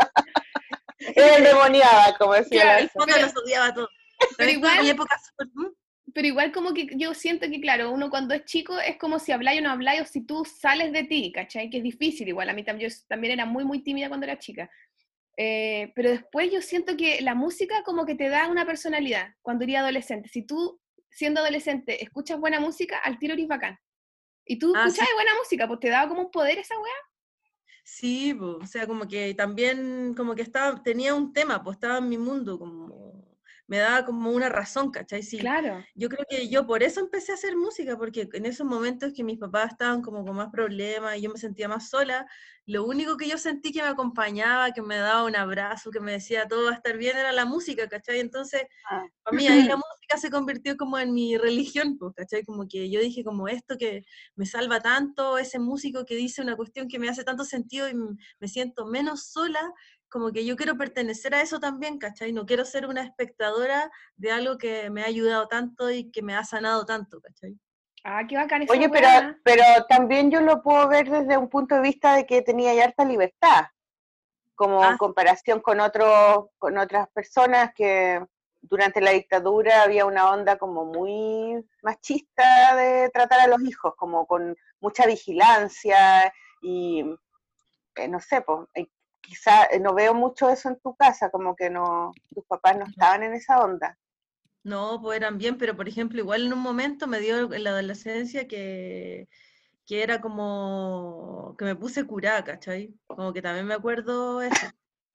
Speaker 2: Era endemoniada, como decía
Speaker 1: En
Speaker 2: la
Speaker 1: el
Speaker 3: Claro,
Speaker 2: esa.
Speaker 1: fondo
Speaker 3: pero,
Speaker 1: los odiaba a todos.
Speaker 3: pero
Speaker 1: También tuve
Speaker 3: igual,
Speaker 1: mi época súper. ¿Mm?
Speaker 3: pero igual como que yo siento que, claro, uno cuando es chico es como si habláis o no habláis, o si tú sales de ti, ¿cachai? Que es difícil, igual a mí también, yo también era muy, muy tímida cuando era chica. Eh, pero después yo siento que la música como que te da una personalidad cuando eres adolescente. Si tú, siendo adolescente, escuchas buena música, al tiro eres bacán. Y tú
Speaker 1: Ah, sí.
Speaker 3: escuchabas buena música, pues te daba como un poder esa weá.
Speaker 1: Sí, po, o sea, como que también, como que estaba, tenía un tema, pues estaba en mi mundo, como, me daba como una razón, ¿cachai? Sí,
Speaker 3: Claro.
Speaker 1: yo creo que yo por eso empecé a hacer música, porque en esos momentos que mis papás estaban como con más problemas y yo me sentía más sola, lo único que yo sentí que me acompañaba, que me daba un abrazo, que me decía todo va a estar bien, era la música, ¿cachai? Entonces,
Speaker 2: Ah.
Speaker 1: para mí ahí la música se convirtió como en mi religión, pues, ¿cachai? Como que yo dije como esto que me salva tanto, ese músico que dice una cuestión que me hace tanto sentido y m- me siento menos sola, como que yo quiero pertenecer a eso también, ¿cachai? No quiero ser una espectadora de algo que me ha ayudado tanto y que me ha sanado tanto, ¿cachai?
Speaker 3: Ah, qué bacán esa
Speaker 2: Oye, pero,
Speaker 3: weá.
Speaker 2: pero también yo lo puedo ver desde un punto de vista de que tenía ya harta libertad, como en
Speaker 1: Ah,
Speaker 2: comparación con otros, con otras personas que durante la dictadura había una onda como muy machista de tratar a los hijos, como con mucha vigilancia y eh, no sé, pues quizá eh, no veo mucho eso en tu casa, como que no, tus papás no
Speaker 1: no,
Speaker 2: estaban en esa onda.
Speaker 1: no, pues eran bien, pero por ejemplo, igual en un momento me dio en la adolescencia que, que era como que me puse curada, ¿cachai? Como que también me acuerdo eso,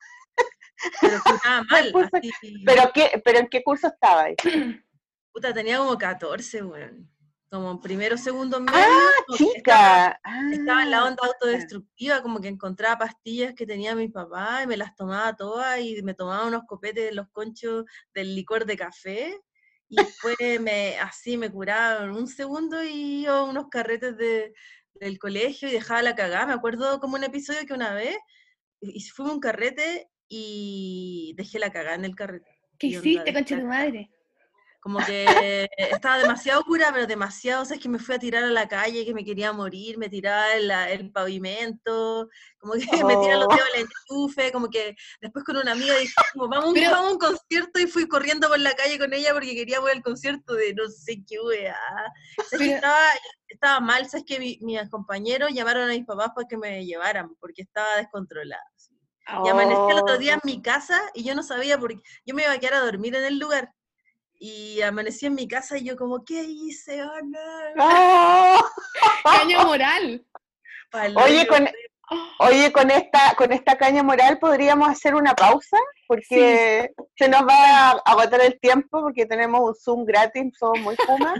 Speaker 1: pero curada
Speaker 2: Me
Speaker 1: mal,
Speaker 2: puse,
Speaker 1: así.
Speaker 2: pero qué, pero ¿en qué curso estaba ahí?
Speaker 1: Puta, tenía como catorce, weón. Como en primero, segundo medio,
Speaker 2: Ah,
Speaker 1: como que estaba,
Speaker 2: chica.
Speaker 1: estaba en la
Speaker 2: Ah,
Speaker 1: onda autodestructiva, como que encontraba pastillas que tenía mi papá y me las tomaba todas y me tomaba unos copetes de los conchos del licor de café y después me, así me curaba en un segundo y iba a unos carretes de, del colegio y dejaba la cagada. Me acuerdo como un episodio que una vez y fuimos a un carrete y dejé la cagada en el carrete.
Speaker 3: ¿Qué
Speaker 1: Y onda,
Speaker 3: hiciste,
Speaker 1: dejé
Speaker 3: concha
Speaker 1: la
Speaker 3: tu
Speaker 1: cagada.
Speaker 3: madre?
Speaker 1: Como que estaba demasiado cura, pero demasiado, o sea, es que me fui a tirar a la calle, que me quería morir, me tiraba en la- el pavimento, como que me tiran los
Speaker 2: Oh.
Speaker 1: dedos en el enchufe, como que después con una amiga dije, como, vamos, a un-
Speaker 3: Pero-
Speaker 1: vamos a un concierto, y fui corriendo por la calle con ella porque quería ver el concierto de no sé qué weá. O sea, es que
Speaker 3: Pero-
Speaker 1: estaba, estaba mal, sabes que mi- mis compañeros llamaron a mis papás para que me llevaran, porque estaba descontrolada. así. Y amanecí el otro día en mi casa y yo no sabía por qué, yo me iba a quedar a dormir en el lugar. Y amanecí en mi casa y yo como, ¿qué hice? Oh, no.
Speaker 2: Oh.
Speaker 3: Caña moral.
Speaker 1: Pa'l
Speaker 2: Oye,
Speaker 1: hoyo.
Speaker 2: con, oye, con esta, con esta caña moral podríamos hacer una pausa, porque se nos va a agotar el tiempo, porque tenemos un Zoom gratis, somos muy fumas.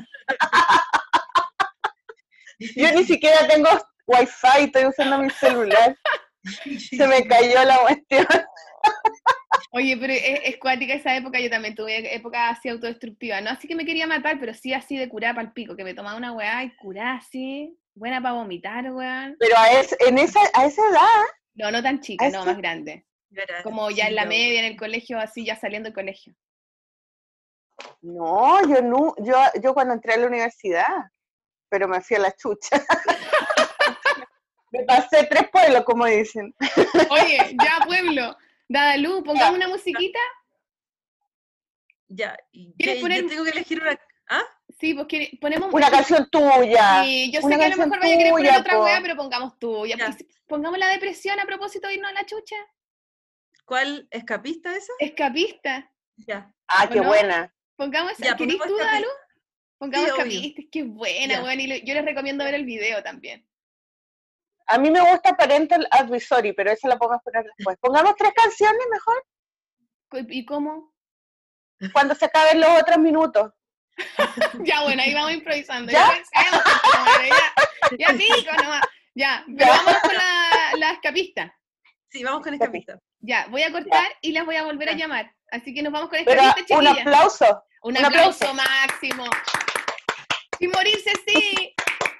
Speaker 2: Yo ni siquiera tengo wifi, estoy usando mi celular. Se me cayó la cuestión.
Speaker 3: Oye, pero es, es cuática esa época, yo también tuve época así autodestructiva, no así que me quería matar, pero sí así de curar para el pico, que me tomaba una weá y curá así, buena para vomitar, weón.
Speaker 2: Pero a, es, en esa, a esa edad,
Speaker 3: No, no tan chica, no,
Speaker 2: Eso-
Speaker 3: más grande.
Speaker 1: Era
Speaker 3: Como ya en la
Speaker 1: chica,
Speaker 3: media, en el colegio, así ya saliendo del colegio.
Speaker 2: no, yo no, yo, yo cuando entré a la universidad, pero me fui a la chucha. Me pasé tres pueblos, como dicen.
Speaker 3: Oye, ya pueblo, Dadalú, pongamos una musiquita.
Speaker 1: Ya, y
Speaker 3: ¿Quieres
Speaker 1: ¿qué?
Speaker 3: poner-
Speaker 1: Yo tengo que elegir una... ¿Ah?
Speaker 3: Sí, pues que ponemos
Speaker 2: Una canción tuya.
Speaker 3: Sí, yo sé
Speaker 2: una
Speaker 3: que a lo
Speaker 2: canción
Speaker 3: mejor vaya a querer poner
Speaker 2: tuya,
Speaker 3: otra
Speaker 2: po.
Speaker 3: weá, pero pongamos tuya.
Speaker 1: Ya.
Speaker 3: Pues, pongamos la depresión a propósito de irnos a la chucha.
Speaker 1: ¿Cuál? ¿Escapista esa?
Speaker 3: Escapista.
Speaker 1: Ya.
Speaker 2: Ah, qué
Speaker 3: ¿O no?
Speaker 2: buena.
Speaker 3: Pongamos esa.
Speaker 1: Ya,
Speaker 3: ¿Querís
Speaker 1: pongamos
Speaker 3: tú,
Speaker 1: Escapista.
Speaker 3: Dalu? Pongamos
Speaker 1: Sí, obvio.
Speaker 3: Escapista, es que es buena,
Speaker 1: Ya.
Speaker 3: weón. Y le- yo les recomiendo ver el video también.
Speaker 2: A mí me gusta Parental Advisory, pero esa la podemos poner después. Pongamos tres canciones mejor,
Speaker 3: ¿Y cómo?
Speaker 2: cuando se acaben los otros minutos.
Speaker 3: Ya, bueno, ahí vamos improvisando.
Speaker 2: ¿Ya?
Speaker 3: Ya, pensemos, compadre, ya, ya pico nomás. Ya, pero
Speaker 2: Ya.
Speaker 3: vamos con la, la escapista.
Speaker 1: Sí, vamos con Escapista.
Speaker 3: Ya, voy a cortar y las voy a volver a
Speaker 1: Ya.
Speaker 3: llamar. Así que nos vamos con
Speaker 2: Pero
Speaker 3: escapista,
Speaker 2: un
Speaker 3: chiquillas.
Speaker 2: aplauso.
Speaker 3: Un
Speaker 2: un
Speaker 3: aplauso
Speaker 2: aplauso.
Speaker 3: máximo. Sin morirse, sí.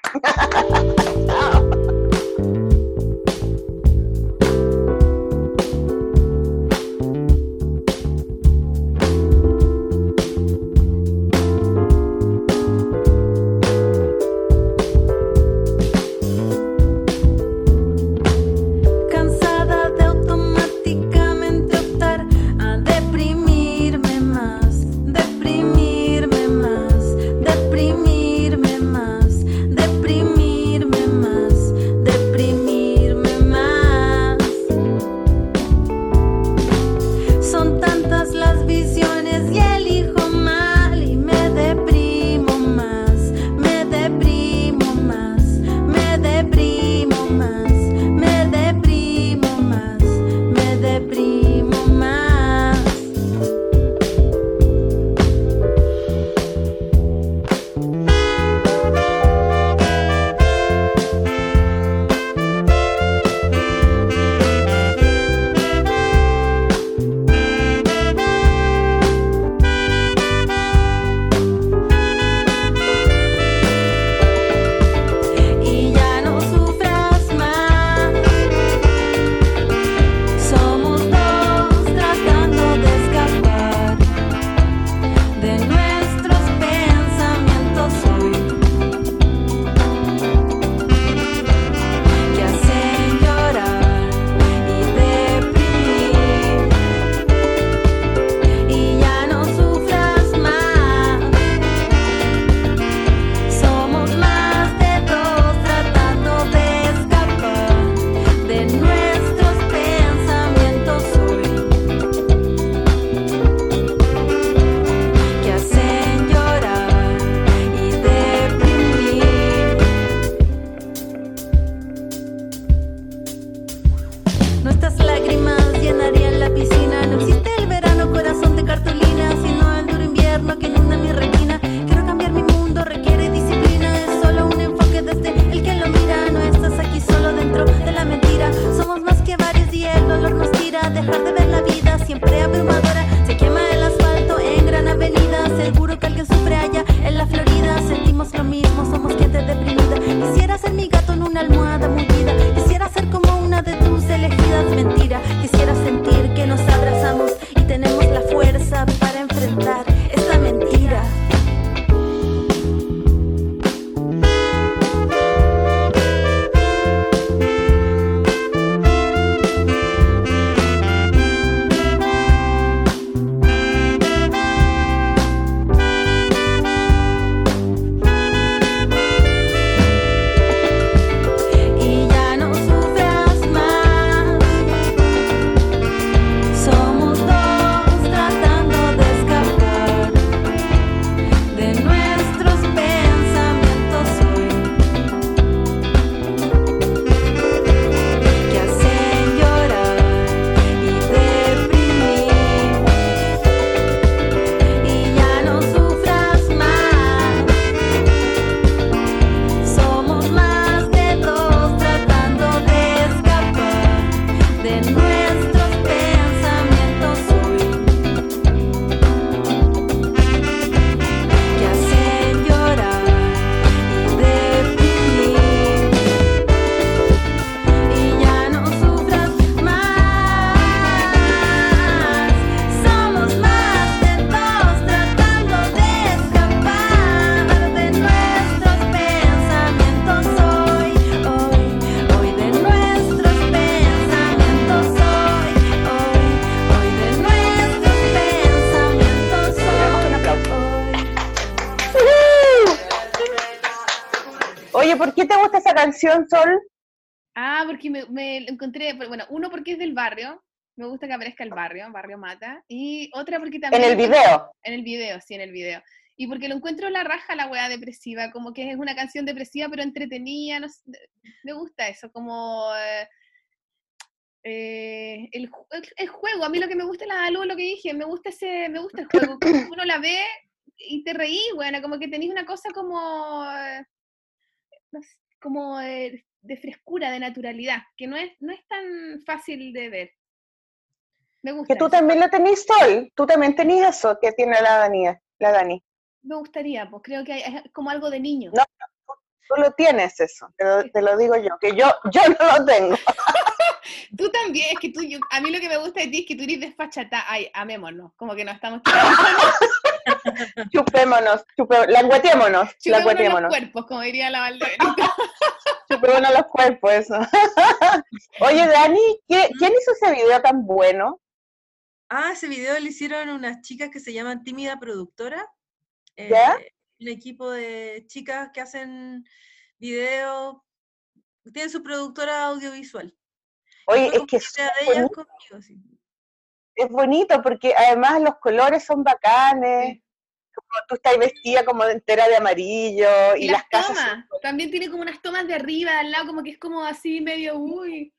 Speaker 4: Cansada de automáticamente optar a deprimirme más, deprimirme más, deprimirme más, deprimirme más.
Speaker 2: esa canción, Sol?
Speaker 3: Ah, porque me, me lo encontré, bueno, uno porque es del barrio, me gusta que aparezca el barrio, Barrio Mata, y otra porque también...
Speaker 2: En el
Speaker 3: lo encuentro-
Speaker 2: video.
Speaker 3: En el video, sí, en el video. Y porque lo encuentro la raja la weá depresiva, como que es una canción depresiva pero entretenida, no sé, me gusta eso, como... eh, eh, el, ju- el, el juego, a mí lo que me gusta es la luz, lo que dije, me gusta ese, me gusta el juego, como que uno la ve y te reí, bueno, como que tenés una cosa como, eh, no sé, como eh, de frescura, de naturalidad, que no es, no es tan fácil de ver. Me
Speaker 2: Que
Speaker 3: gusta
Speaker 2: tú
Speaker 3: eso.
Speaker 2: también lo tenés, Sol. Tú también tenés eso que tiene la Dani. La Dani.
Speaker 3: Me gustaría, pues creo que hay, es como algo de niño.
Speaker 2: No, tú lo tienes eso, te lo, te lo digo yo, que yo, yo no lo tengo.
Speaker 3: Tú también, es que tú, yo- a mí lo que me gusta de ti es que tú eres desfachata. Ay, amémonos, como que nos estamos tirando.
Speaker 2: Chupémonos, chupe, langueteémonos,
Speaker 3: Chupémonos los
Speaker 2: langueteémonos.
Speaker 3: cuerpos, como diría la Valdebenito.
Speaker 2: Chupémonos los cuerpos, eso. Oye, Dani, ¿qué- ¿quién hizo ese video tan bueno?
Speaker 1: Ah, ese video lo hicieron unas chicas que se llaman Tímida Productora. eh,
Speaker 2: ¿Ya?
Speaker 1: Un equipo de chicas que hacen videos, tienen su productora audiovisual. Y
Speaker 2: Oye,
Speaker 1: fue
Speaker 2: es
Speaker 1: como
Speaker 2: que
Speaker 1: una
Speaker 2: es
Speaker 1: idea de
Speaker 2: súper
Speaker 1: ellas
Speaker 2: bonito,
Speaker 1: conmigo, sí.
Speaker 2: es bonito porque además los colores son bacanes,
Speaker 3: Sí.
Speaker 2: como tú estás vestida como entera de amarillo
Speaker 3: Y
Speaker 2: y
Speaker 3: las
Speaker 2: las casas son...
Speaker 3: tomas, también tiene como unas tomas de arriba, de al lado, como que es como así medio, uy.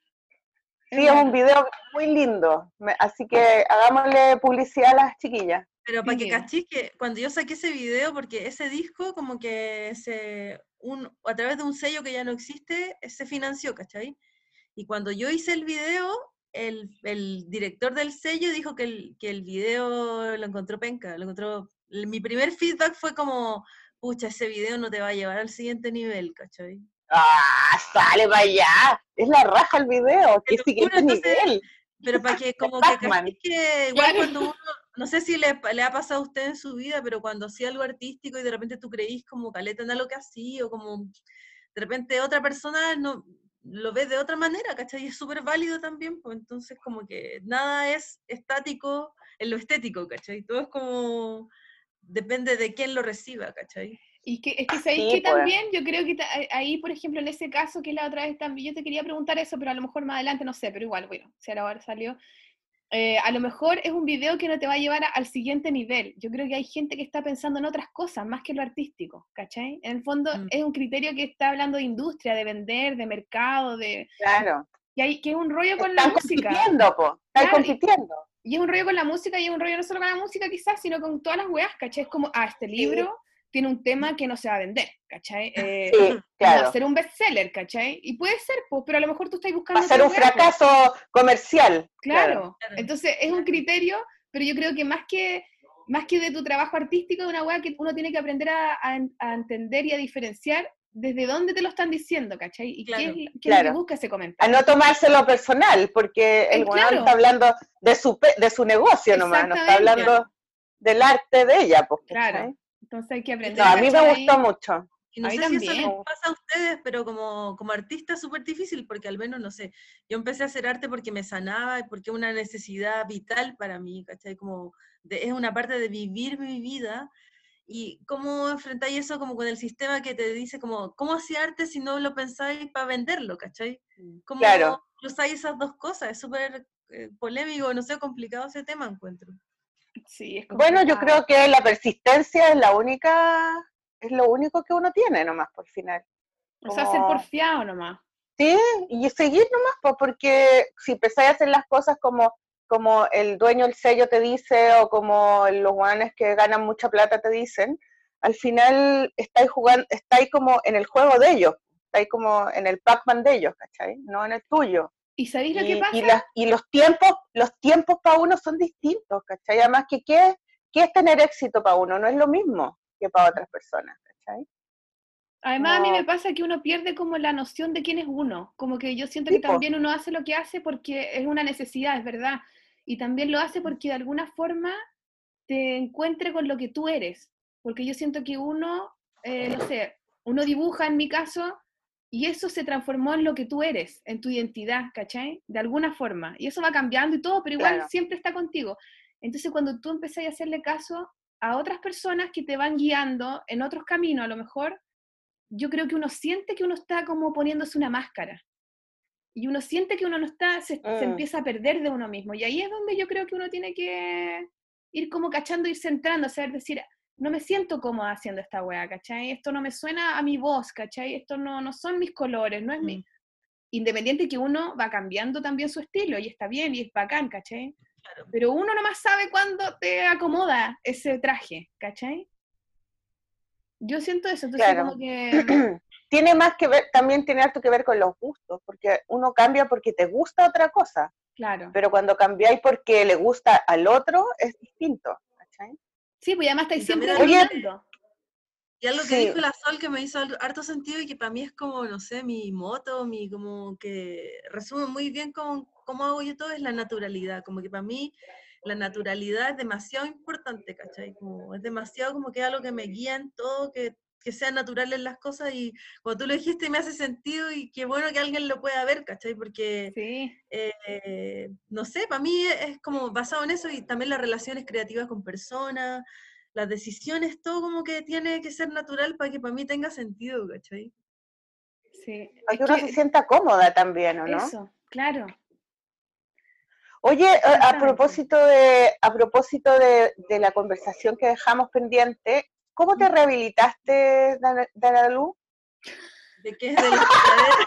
Speaker 3: Es
Speaker 2: Sí, es un
Speaker 3: bueno,
Speaker 2: video muy lindo, me- así que hagámosle publicidad a las chiquillas.
Speaker 1: Pero para que
Speaker 3: tímido.
Speaker 1: cachis que cuando yo saqué ese video, porque ese disco como que se, un, a través de un sello que ya no existe, eh, se financió, ¿cachai? Y cuando yo hice el video, el, el director del sello dijo que el, que el video lo encontró penca, lo encontró, el- mi primer feedback fue como, pucha, ese video no te va a llevar al siguiente nivel, ¿cachai?
Speaker 2: ¡Ah, sale para allá! Es la raja el video,
Speaker 1: Te
Speaker 2: qué
Speaker 1: lo juro,
Speaker 2: siguiente
Speaker 1: entonces,
Speaker 2: nivel.
Speaker 1: pero para que como que
Speaker 2: Pac-Man.
Speaker 1: cachis que igual
Speaker 3: Claro.
Speaker 1: cuando uno, no sé si le, le ha pasado a usted en su vida, pero cuando hacía algo artístico y de repente tú creís como caleta en algo que hacía, o como de repente otra persona no lo ves de otra manera, ¿cachai? Y es súper válido también, pues entonces como que nada es estático en lo estético, ¿cachai? Todo es como, depende de quién lo reciba, ¿cachai?
Speaker 3: Y que, es que sabéis
Speaker 2: Sí,
Speaker 3: que
Speaker 2: pues.
Speaker 3: también, yo creo que ta- ahí, por ejemplo, en ese caso, que la otra vez también, yo te quería preguntar eso, pero a lo mejor más adelante, no sé, pero igual, bueno, si ahora salió. Eh, a lo mejor es un video que no te va a llevar a- al siguiente nivel. Yo creo que hay gente que está pensando en otras cosas, más que lo artístico, ¿cachai? En el fondo
Speaker 1: Mm.
Speaker 3: es un criterio que está hablando de industria, de vender, de mercado, de...
Speaker 2: Claro.
Speaker 3: Y hay, que es un rollo con la
Speaker 2: Están
Speaker 3: música.
Speaker 2: compitiendo, po. Están
Speaker 3: Claro, y-
Speaker 2: compitiendo.
Speaker 3: Y es un rollo con la música, y es un rollo no solo con la música quizás, sino con todas las weas, ¿cachai? Es como, ah, este libro tiene un tema que no se va a vender, ¿cachai? Eh,
Speaker 2: Sí,
Speaker 3: no va
Speaker 2: claro.
Speaker 3: a ser un bestseller, ¿cachai? Y puede ser, pues, pero a lo mejor tú estás
Speaker 2: Va
Speaker 3: buscando
Speaker 2: a ser
Speaker 3: otra
Speaker 2: un
Speaker 3: wea, pues.
Speaker 2: fracaso comercial.
Speaker 3: Claro.
Speaker 1: Claro.
Speaker 3: Entonces es un criterio, pero yo creo que más que más que de tu trabajo artístico, es una wea que uno tiene que aprender a, a- a entender y a diferenciar desde dónde te lo están diciendo, ¿cachai? Y
Speaker 1: Claro,
Speaker 3: qué, es, qué es lo que
Speaker 2: claro.
Speaker 3: busca ese
Speaker 2: A
Speaker 3: comentario.
Speaker 2: no tomárselo personal, porque el
Speaker 3: Eh,
Speaker 2: weón
Speaker 3: claro.
Speaker 2: está hablando de su, pe- de su negocio nomás, no está
Speaker 3: Exactamente.
Speaker 2: hablando del arte de ella, pues,
Speaker 3: Claro.
Speaker 2: ¿cachai?
Speaker 3: Entonces hay que
Speaker 1: Y
Speaker 3: aprender
Speaker 2: No,
Speaker 3: a
Speaker 2: a mí me
Speaker 3: cachar ahí.
Speaker 2: gustó mucho.
Speaker 1: Y no
Speaker 3: A mí
Speaker 1: sé si eso les
Speaker 3: también.
Speaker 1: pasa a ustedes, pero como, como artista es súper difícil, porque al menos, no sé, yo empecé a hacer arte porque me sanaba y porque es una necesidad vital para mí, ¿cachai? Como de- es una parte de vivir mi vida. ¿Y cómo enfrentáis eso como con el sistema que te dice como, ¿cómo hacía arte si no lo pensáis para venderlo, ¿cachai? ¿Cómo
Speaker 2: Claro.
Speaker 1: cruzáis esas dos cosas? Es súper eh, polémico, no sé, complicado ese tema, encuentro.
Speaker 3: Sí, es
Speaker 2: Bueno, yo
Speaker 3: complicado.
Speaker 2: creo que la persistencia es la única, es lo único que uno tiene nomás por final.
Speaker 3: O sea, ser
Speaker 2: Como-
Speaker 3: porfiado nomás.
Speaker 2: Sí, y seguir nomás, pues, porque si empezáis a hacer las cosas como, como el dueño del sello te dice, o como los guanes que ganan mucha plata te dicen, al final estáis jugando, estáis como en el juego de ellos, estáis como en el Pac-Man de ellos, ¿cachai? No en el tuyo.
Speaker 3: ¿Y sabéis lo que
Speaker 2: Y,
Speaker 3: pasa?
Speaker 2: y, las, y los tiempos, los tiempos para uno son distintos, ¿cachai? Además que ¿qué, es- qué es tener éxito para uno? No es lo mismo que para otras personas, ¿cachai?
Speaker 3: Además, a mí me
Speaker 2: Como,
Speaker 3: pasa que uno pierde como la noción de quién es uno. Como que yo siento
Speaker 2: sí,
Speaker 3: que
Speaker 2: po,
Speaker 3: también uno hace lo que hace porque es una necesidad, es verdad. Y también lo hace porque de alguna forma te encuentre con lo que tú eres. Porque yo siento que uno, eh, no sé, uno dibuja en mi caso y eso se transformó en lo que tú eres, en tu identidad, ¿cachai? De alguna forma. Y eso va cambiando y todo, pero igual
Speaker 2: claro.
Speaker 3: siempre está contigo. Entonces cuando tú empezás a hacerle caso a otras personas que te van guiando en otros caminos, a lo mejor, yo creo que uno siente que uno está como poniéndose una máscara. Y uno siente que uno no está, se,
Speaker 2: Mm.
Speaker 3: se empieza a perder de uno mismo. Y ahí es donde yo creo que uno tiene que ir como cachando, ir centrando, o sea, decir, no me siento cómoda haciendo esta weá, ¿cachai? Esto no me suena a mi voz, ¿cachai? Esto no, no son mis colores, no es
Speaker 1: Mm.
Speaker 3: mi... Independiente que uno va cambiando también su estilo, y está bien, y es bacán, ¿cachai?
Speaker 1: Claro.
Speaker 3: Pero uno nomás sabe cuándo te acomoda ese traje, ¿cachai? Yo siento eso, entonces
Speaker 2: Claro.
Speaker 3: como que...
Speaker 2: Tiene más que ver, también tiene harto que ver con los gustos, porque uno cambia porque te gusta otra cosa,
Speaker 3: Claro.
Speaker 2: pero cuando cambiáis porque le gusta al otro, es distinto, ¿cachai?
Speaker 3: Sí, pues además estáis
Speaker 1: Y
Speaker 3: siempre
Speaker 1: también algo-
Speaker 3: dominando.
Speaker 1: Y algo que
Speaker 2: Sí.
Speaker 1: dijo la Sol que me hizo algo- harto sentido y que para mí es como, no sé, mi moto, mi como que resume muy bien cómo, cómo hago yo todo, es la naturalidad. Como que para mí la naturalidad es demasiado importante, ¿cachai? Como, es demasiado como que es algo que me guía en todo, que, que sean naturales las cosas y cuando tú lo dijiste me hace sentido y qué bueno que alguien lo pueda ver, ¿cachai? Porque,
Speaker 3: Sí,
Speaker 1: eh, no sé, para mí es como basado en eso y también las relaciones creativas con personas, las decisiones, todo como que tiene que ser natural para que para mí tenga sentido, ¿cachai?
Speaker 3: sí.
Speaker 2: Para
Speaker 3: Es
Speaker 2: que uno se
Speaker 3: que
Speaker 2: sienta cómoda también, ¿o no?
Speaker 3: eso, claro.
Speaker 2: Oye, a, a
Speaker 3: Exactamente.
Speaker 2: propósito de, a propósito de, de la conversación que dejamos pendiente, ¿cómo te rehabilitaste, Dana- Danalu?
Speaker 1: ¿De qué es de las picaderas?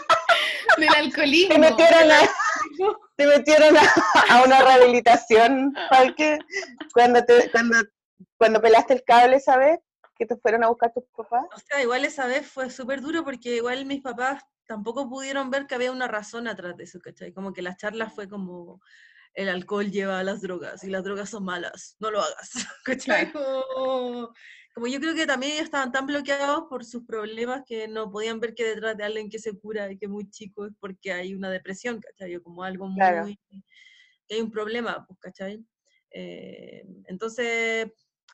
Speaker 3: Del alcoholismo.
Speaker 2: Te metieron a, te metieron a, a una rehabilitación, Falke, cuando te, cuando, cuando pelaste el cable, ¿sabes? Que te fueron a buscar tus papás.
Speaker 1: O sea, igual esa vez fue súper duro porque igual mis papás tampoco pudieron ver que había una razón atrás de eso, ¿cachai? Como que la charla fue como, el alcohol lleva a las drogas y las drogas son malas, no lo hagas, ¿cachai? Como, como yo creo que también ellos estaban tan bloqueados por sus problemas que no podían ver que detrás de alguien que se cura y que es muy chico es porque hay una depresión, ¿cachai? O como algo muy,
Speaker 2: Claro.
Speaker 1: que hay un problema, pues, ¿cachai? Eh, entonces...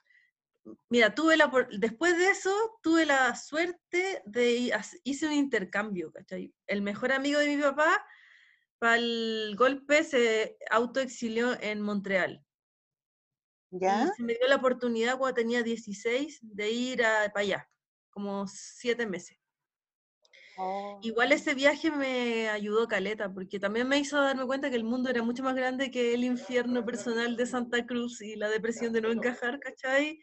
Speaker 1: Mira, tuve la, por- después de eso, tuve la suerte de, ir- hac- hice un intercambio, ¿cachai? El mejor amigo de mi papá, para el golpe, se autoexilió en Montreal.
Speaker 2: ¿Ya?
Speaker 1: Y se me dio la oportunidad cuando tenía dieciséis de ir a, para allá, como siete meses.
Speaker 2: Oh.
Speaker 1: Igual ese viaje me ayudó caleta, porque también me hizo darme cuenta que el mundo era mucho más grande que el infierno personal de Santa Cruz y la depresión de no encajar, ¿cachai?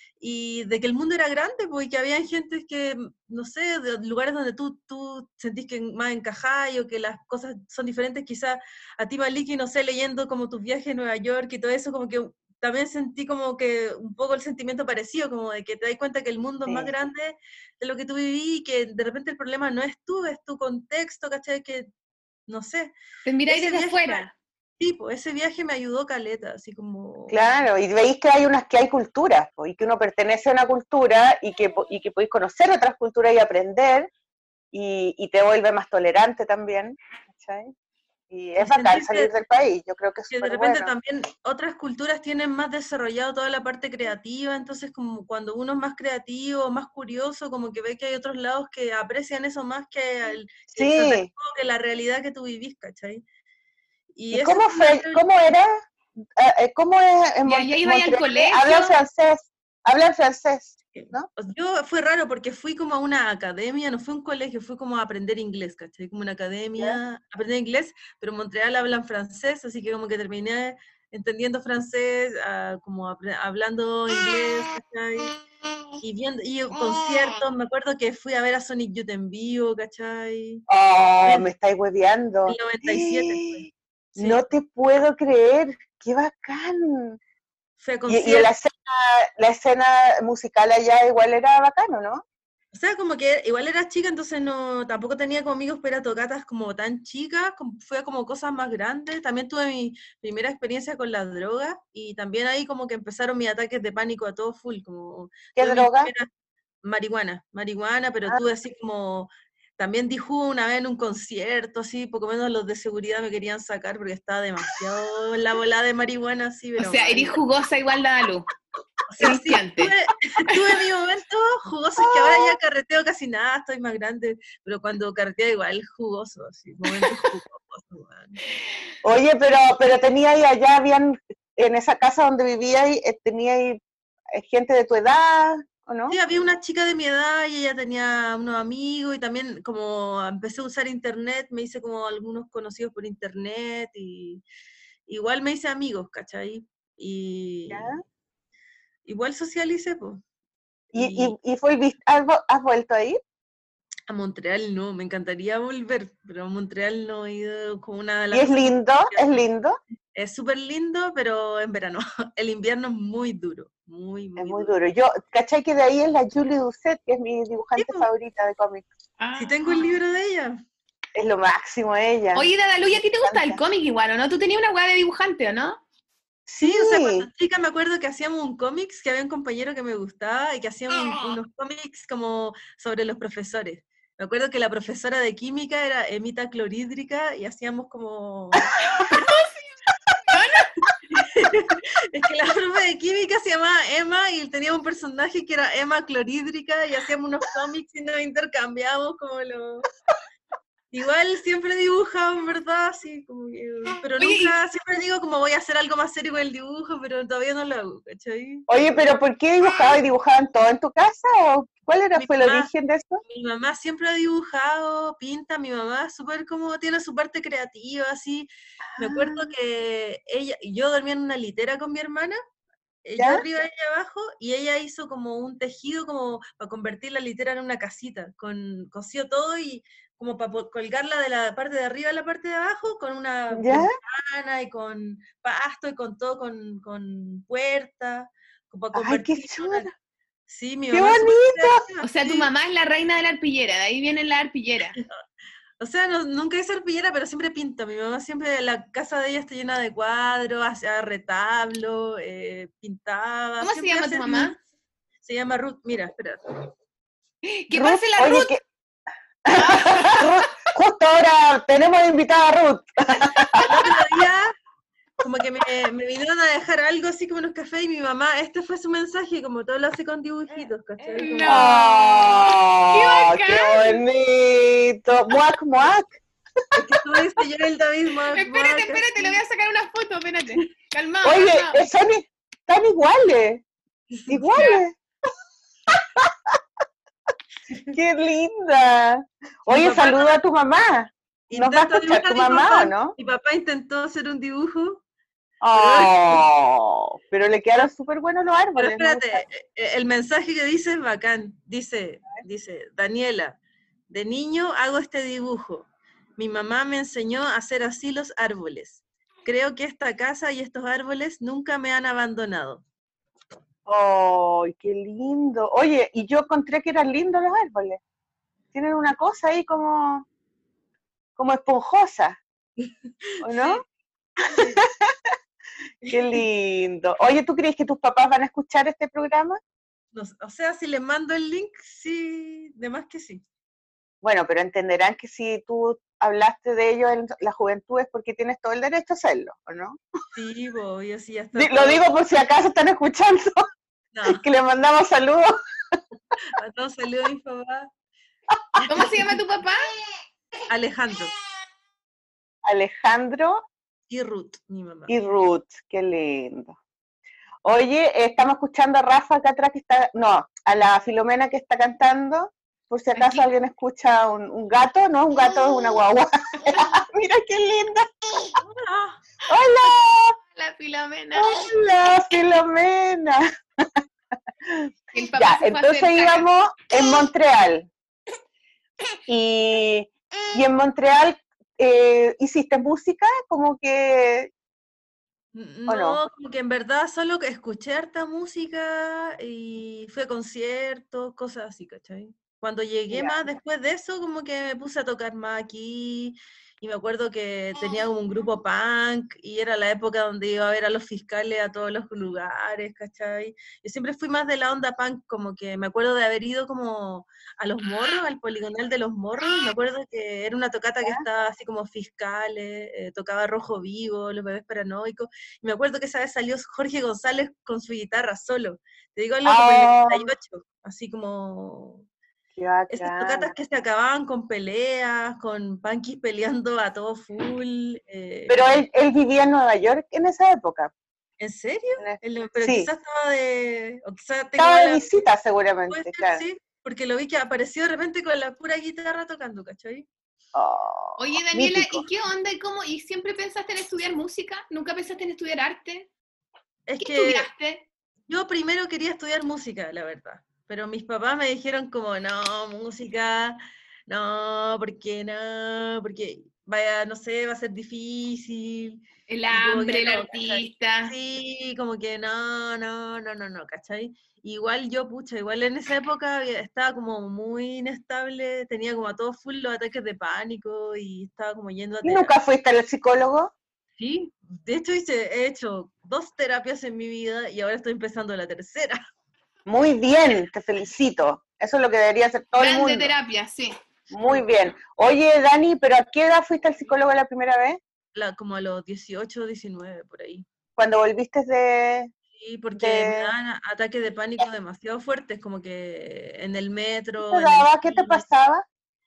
Speaker 1: Y de que el mundo era grande, pues, y que había gente que, no sé, de lugares donde tú, tú sentís que más encajás o que las cosas son diferentes, quizás a ti, Maliki, no sé, leyendo como tus viajes en Nueva York y todo eso, como que también sentí como que un poco el sentimiento parecido, como de que te das cuenta que el mundo es más
Speaker 2: Sí.
Speaker 1: grande de lo que tú viví y que de repente el problema no es tú, es tu contexto, ¿cachai? Que, no sé.
Speaker 3: Te miráis
Speaker 1: Ese
Speaker 3: desde
Speaker 1: viaje
Speaker 3: afuera.
Speaker 1: Sí, pues ese viaje me ayudó caleta, así como...
Speaker 2: Claro, y veis que hay unas que hay culturas, po, y que uno pertenece a una cultura y que, po- y que podéis conocer otras culturas y aprender, y, y te vuelve más tolerante también, ¿cachai? Y es
Speaker 1: Y
Speaker 2: bacán
Speaker 1: sentir
Speaker 2: salir
Speaker 1: que-
Speaker 2: del país, yo creo que es
Speaker 1: que de
Speaker 2: súper
Speaker 1: repente
Speaker 2: bueno.
Speaker 1: también otras culturas tienen más desarrollado toda la parte creativa, entonces como cuando uno es más creativo, más curioso, como que ve que hay otros lados que aprecian eso más que el, que el status
Speaker 2: Sí,
Speaker 1: quo, que la realidad que tú vivís, ¿cachai? Y
Speaker 2: ¿y
Speaker 1: eso
Speaker 2: cómo
Speaker 1: fue
Speaker 2: fue,
Speaker 1: una-
Speaker 2: cómo era? Eh, eh, ¿Cómo es en
Speaker 3: Y allá
Speaker 2: Mont-
Speaker 3: iba al
Speaker 2: Montreal?
Speaker 3: colegio.
Speaker 2: Hablan francés, hablan francés, ¿no?
Speaker 1: Yo fue raro porque fui como a una academia, no fue un colegio, fue como a aprender inglés, ¿cachai? Como una academia, aprender inglés, pero en Montreal hablan francés, así que como que terminé entendiendo francés, ah, como apre- hablando inglés, ¿cachai? Y viendo, y conciertos, me acuerdo que fui a ver a Sonic Youth en vivo, ¿cachai?
Speaker 2: Oh,
Speaker 1: En
Speaker 2: me estáis hueveando.
Speaker 1: el noventa y siete fue. Sí,
Speaker 2: No te puedo creer, qué bacán.
Speaker 1: fue a
Speaker 2: Y, y
Speaker 1: conciertos.
Speaker 2: la escena, la escena musical allá igual era bacano, ¿no?
Speaker 1: O sea, como que igual era chica, entonces no, tampoco tenía como amigos para tocatas como tan chicas, como, fue como cosas más grandes. También tuve mi primera experiencia con las drogas y también ahí como que empezaron mis ataques de pánico a todo full, como
Speaker 2: ¿Qué
Speaker 1: tuve mi
Speaker 2: droga?
Speaker 1: primera marihuana, marihuana, pero
Speaker 2: Ah.
Speaker 1: tuve así como, también dijo una vez en un concierto, así, poco menos los de seguridad me querían sacar porque estaba demasiado en la volada de marihuana, así, pero
Speaker 3: O sea,
Speaker 1: mal.
Speaker 3: eres jugosa igual, Dalu.
Speaker 1: O sea,
Speaker 3: eres
Speaker 1: sí,
Speaker 3: piante.
Speaker 1: tuve, tuve mi momento jugoso, es que ahora ya carreteo casi nada, estoy más grande, pero cuando carreteo igual jugoso, así, momentos jugosos, man.
Speaker 2: Oye, pero, pero tenía ahí allá, habían, en esa casa donde vivía ahí, tenía ahí gente de tu edad, ¿o no?
Speaker 1: Sí, había una chica de mi edad y ella tenía unos amigos y también como empecé a usar internet, me hice como algunos conocidos por internet y igual me hice amigos, ¿cachai? Y
Speaker 2: ¿Ya?
Speaker 1: igual socialicé, pues.
Speaker 2: ¿Y,
Speaker 1: Y
Speaker 2: y, y fue, vis- has, vo- has vuelto a ir?
Speaker 1: a Montreal no, me encantaría volver, pero a Montreal no he ido como una de
Speaker 2: ¿Y
Speaker 1: las
Speaker 2: es
Speaker 1: cosas que
Speaker 2: lindo? ¿Es lindo?
Speaker 1: es súper lindo, pero en verano. El invierno es muy duro, muy,
Speaker 2: Es
Speaker 1: muy
Speaker 2: muy
Speaker 1: duro.
Speaker 2: duro. Yo, ¿cachai que de ahí es la Julie Doucet, que es mi
Speaker 1: Sí,
Speaker 2: dibujante
Speaker 1: po,
Speaker 2: favorita de cómics?
Speaker 1: sí tengo el libro de ella.
Speaker 2: Es lo máximo ella.
Speaker 3: Oye, Dadalu, ¿y a ti te
Speaker 2: Me
Speaker 3: gusta el
Speaker 2: encanta.
Speaker 3: cómic igual, o no? Tú tenías una weá de dibujante, ¿o no?
Speaker 1: Sí, o sea, cuando
Speaker 2: Sí,
Speaker 1: chica me acuerdo que hacíamos un cómics, que había un compañero que me gustaba y que hacíamos un- unos cómics como sobre los profesores. Me acuerdo que la profesora de química era Emita Clorhídrica y hacíamos como... Es que la profe de química se llamaba Emma y tenía un personaje que era Emma Clorhídrica y hacíamos unos cómics y nos intercambiábamos como los... Igual siempre he dibujado, en verdad, sí, como que... Pero
Speaker 3: Oye, y-
Speaker 1: nunca, siempre digo como voy a hacer algo más serio con el dibujo, pero todavía no lo hago, ¿cachai?
Speaker 2: oye, pero ¿por qué dibujaba y dibujaban todo en tu casa? ¿O cuál era,
Speaker 1: Mi
Speaker 2: fue el
Speaker 1: mamá,
Speaker 2: origen de esto?
Speaker 1: mi mamá siempre ha dibujado, pinta, mi mamá súper como tiene su parte creativa, así. Me acuerdo
Speaker 2: Ah,
Speaker 1: que ella, yo dormía en una litera con mi hermana, eh, yo
Speaker 2: ¿ya?
Speaker 1: arriba, ella abajo, y ella hizo como un tejido como para convertir la litera en una casita, con, cosió todo y como para colgarla de la parte de arriba a la parte de abajo, con una
Speaker 2: ¿Ya?
Speaker 1: ventana y con pasto y con todo, con, con puerta, como para
Speaker 2: Ay, qué
Speaker 1: convertirla en una...
Speaker 2: chula.
Speaker 1: Sí, mi
Speaker 2: ¡Qué
Speaker 1: mamá es súper
Speaker 2: bonito!
Speaker 1: creativa,
Speaker 3: o sea, tu
Speaker 1: sí.
Speaker 3: mamá es la reina de la arpillera, de ahí viene la arpillera.
Speaker 1: O sea, no- nunca hice arpillera, pero siempre pinta. Mi mamá siempre, la casa de ella está llena de cuadros, hacía retablo, eh, pintaba,
Speaker 3: ¿Cómo se
Speaker 1: siempre
Speaker 3: llama tu
Speaker 1: hace...
Speaker 3: mamá?
Speaker 1: Se llama Ruth, mira, espera.
Speaker 3: ¡Que
Speaker 2: Ruth,
Speaker 3: pase la
Speaker 2: oye,
Speaker 3: Ruth!
Speaker 2: que Ruth, justo ahora tenemos invitada a Ruth.
Speaker 1: El otro día, como que me, me vinieron a dejar algo así como unos cafés y mi mamá, este fue su mensaje, como todo lo hace con dibujitos, ¿cachai? Como,
Speaker 3: No.
Speaker 2: ¡Oh,
Speaker 3: ¡Qué
Speaker 2: qué bonito! ¡Muac, muac!
Speaker 1: es que tú dices yo el David Mac,
Speaker 3: Espérate,
Speaker 1: Mac,
Speaker 3: espérate,
Speaker 1: así.
Speaker 3: le voy a sacar una foto, espérate. Calmado,
Speaker 2: Oye,
Speaker 3: calmado.
Speaker 2: eh, son, i- están iguales, iguales. ¡Qué linda!
Speaker 1: Mi
Speaker 2: Oye,
Speaker 1: papá
Speaker 2: saluda a tu mamá. ¿Nos va a
Speaker 1: intenta
Speaker 2: escuchar
Speaker 1: dibujar
Speaker 2: tu
Speaker 1: mi
Speaker 2: mamá
Speaker 1: papá,
Speaker 2: o no?
Speaker 1: mi papá intentó hacer un dibujo, pero...
Speaker 2: Oh, pero le quedaron súper buenos los
Speaker 1: Pero
Speaker 2: árboles, me
Speaker 1: espérate,
Speaker 2: gusta.
Speaker 1: eh, el mensaje que dice es bacán. Dice, dice, Daniela, de niño hago este dibujo. Mi mamá me enseñó a hacer así los árboles. Creo que esta casa y estos árboles nunca me han abandonado.
Speaker 2: ¡Oh, qué lindo! Oye, y yo encontré que eran lindos los árboles. Tienen una cosa ahí como, como esponjosa, ¿o no?
Speaker 1: Sí,
Speaker 2: ¡Qué lindo! Oye, ¿tú crees que tus papás van a escuchar este programa?
Speaker 1: no sé, o sea, si les mando el link, sí, de más que sí.
Speaker 2: Bueno, pero entenderán que si tú hablaste de ellos en la juventud es porque tienes todo el derecho a hacerlo, ¿o no?
Speaker 1: Sí, voy, yo sí, ya está
Speaker 2: Di- Lo
Speaker 1: todo.
Speaker 2: digo por si acaso están escuchando,
Speaker 1: No,
Speaker 2: que les mandamos saludos.
Speaker 1: a todos saludos a mi papá.
Speaker 3: ¿Cómo se llama tu papá?
Speaker 1: Alejandro
Speaker 2: Alejandro
Speaker 1: y Ruth, mi mamá.
Speaker 2: y Ruth, qué lindo. Oye, eh, estamos escuchando a Rafa acá atrás que está, no, a la Filomena que está cantando, por si acaso
Speaker 3: Aquí.
Speaker 2: alguien escucha un, un gato, no es un gato, es una guagua. Mira qué linda.
Speaker 1: Ah,
Speaker 2: Hola,
Speaker 3: La Filomena.
Speaker 2: hola, Filomena.
Speaker 3: El papá
Speaker 2: Ya,
Speaker 3: se fue a
Speaker 2: entonces
Speaker 3: hacer caca.
Speaker 2: íbamos en Montreal. Y, y en Montreal eh, hiciste música, como que, ¿o no?
Speaker 1: no, como que en verdad solo que escuché harta música y fui a conciertos, cosas así, ¿cachai? Cuando llegué
Speaker 2: Ya.
Speaker 1: más después de eso, como que me puse a tocar más aquí y me acuerdo que tenía como un grupo punk y era la época donde iba a ver a los fiscales a todos los lugares, ¿cachai? Yo siempre fui más de la onda punk, como que me acuerdo de haber ido como a Los Morros, al Poligonal de Los Morros, y me acuerdo que era una tocata que estaba así como fiscales, eh, tocaba Rojo Vivo, Los Bebés Paranoicos, y me acuerdo que esa vez salió Jorge González con su guitarra solo, te digo algo como el
Speaker 2: Ah,
Speaker 1: noventa y ocho, así como
Speaker 2: qué
Speaker 1: esas
Speaker 2: bacán.
Speaker 1: tocatas que se acababan con peleas, con punkis peleando a todo full. eh,
Speaker 2: Pero él, él vivía en Nueva York en esa época.
Speaker 1: ¿En serio?
Speaker 2: En el-
Speaker 1: El- pero
Speaker 2: Sí.
Speaker 1: quizás estaba de... O quizás tengo
Speaker 2: Estaba de
Speaker 1: la...
Speaker 2: visita
Speaker 1: Puede
Speaker 2: seguramente,
Speaker 1: ser,
Speaker 2: claro.
Speaker 1: sí, porque lo vi que apareció de repente con la pura guitarra tocando, ¿cachai?
Speaker 2: Oh,
Speaker 3: Oye, Daniela,
Speaker 2: mítico.
Speaker 3: ¿y qué onda? ¿Y cómo? ¿Y siempre pensaste en estudiar música? ¿Nunca pensaste en estudiar arte?
Speaker 1: Es
Speaker 3: ¿Qué
Speaker 1: que
Speaker 3: estudiaste?
Speaker 1: yo primero quería estudiar música, la verdad, pero mis papás me dijeron como, no, música, no, ¿por qué no? Porque vaya, no sé, va a ser difícil,
Speaker 3: El
Speaker 1: y como que
Speaker 3: hambre, el
Speaker 1: no, ¿cachai?
Speaker 3: artista.
Speaker 1: Sí, como que no, no, no, no, no, ¿cachai? Igual yo, pucha, igual en esa época había- estaba como muy inestable, tenía como a todos full los ataques de pánico y estaba como yendo a
Speaker 2: ¿Y nunca
Speaker 1: terapia.
Speaker 2: fuiste al psicólogo?
Speaker 1: Sí, de hecho hice, he hecho dos terapias en mi vida y ahora estoy empezando la tercera.
Speaker 2: Muy bien, te felicito. Eso es lo que debería hacer todo el
Speaker 3: Grande
Speaker 2: mundo.
Speaker 3: terapia, sí.
Speaker 2: Muy bien. Oye, Dani, ¿pero a qué edad fuiste al psicólogo la primera vez?
Speaker 1: La- como a los dieciocho, diecinueve, por ahí.
Speaker 2: Cuando volviste de...
Speaker 1: Sí, porque me
Speaker 2: de...
Speaker 1: dan ataques de pánico demasiado fuertes, como que en el
Speaker 2: ¿Qué
Speaker 1: metro,
Speaker 2: te
Speaker 1: en el
Speaker 2: daba? ¿Qué te
Speaker 1: cine.
Speaker 2: pasaba?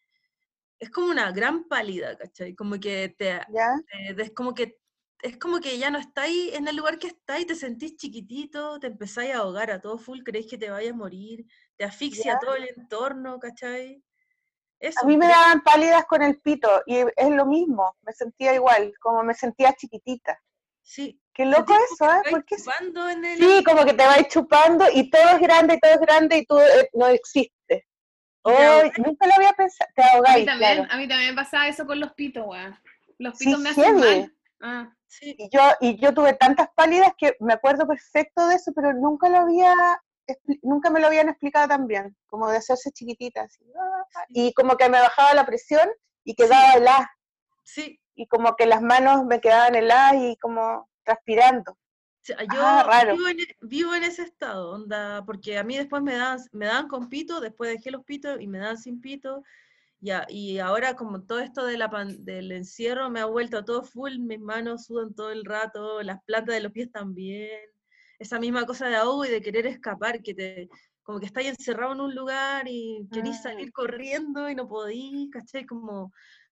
Speaker 1: Es como una gran pálida, ¿cachai? Como que te,
Speaker 2: ¿Ya?
Speaker 1: te- es como que es como que ya no estáis en el lugar que estáis, te sentís chiquitito, te empezáis a ahogar a todo full, creéis que te vayas a morir, te asfixia
Speaker 2: ¿Ya?
Speaker 1: todo el entorno, ¿cachai?
Speaker 2: A
Speaker 1: Eso,
Speaker 2: mí me
Speaker 1: pero
Speaker 2: daban pálidas con el pito y es lo mismo, me sentía igual, como me sentía chiquitita.
Speaker 1: sí,
Speaker 2: Qué loco
Speaker 1: sentís como
Speaker 2: eso,
Speaker 1: que
Speaker 2: ¿eh?
Speaker 1: te vais
Speaker 2: ¿Por qué?
Speaker 1: chupando en el
Speaker 2: Sí, como que te vas chupando y todo es grande y todo es grande y tú eh, no existes.
Speaker 1: y te
Speaker 2: Oh,
Speaker 1: ahogáis.
Speaker 2: nunca lo había pensado, te
Speaker 3: A mí
Speaker 2: ahogáis,
Speaker 3: también,
Speaker 2: claro.
Speaker 3: a mí también me pasaba eso con los pitos, weón. Los
Speaker 2: Sí,
Speaker 3: pitos me hacen
Speaker 2: heavy.
Speaker 3: mal. Ah.
Speaker 1: Sí,
Speaker 2: Y yo, y yo tuve tantas pálidas que me acuerdo perfecto de eso, pero nunca lo había, expli- nunca me lo habían explicado tan bien, como de hacerse chiquitita, así, ah,
Speaker 1: sí,
Speaker 2: y como que me bajaba la presión y
Speaker 1: sí,
Speaker 2: quedaba helada,
Speaker 1: sí.
Speaker 2: y como que las manos me quedaban heladas y como transpirando.
Speaker 1: O sea,
Speaker 2: Ah,
Speaker 1: yo
Speaker 2: raro.
Speaker 1: vivo en, e- vivo en ese estado, onda, porque a mí después me dan, me dan con pito, después dejé los pitos y me dan sin pito, ya, y ahora como todo esto de la pan- del encierro me ha vuelto todo full, mis manos sudan todo el rato, las plantas de los pies también, esa misma cosa de ahogo y de querer escapar, que te, como que estáis encerrado en un lugar y querís
Speaker 2: Mm.
Speaker 1: salir corriendo y no podís, ¿cachai? Como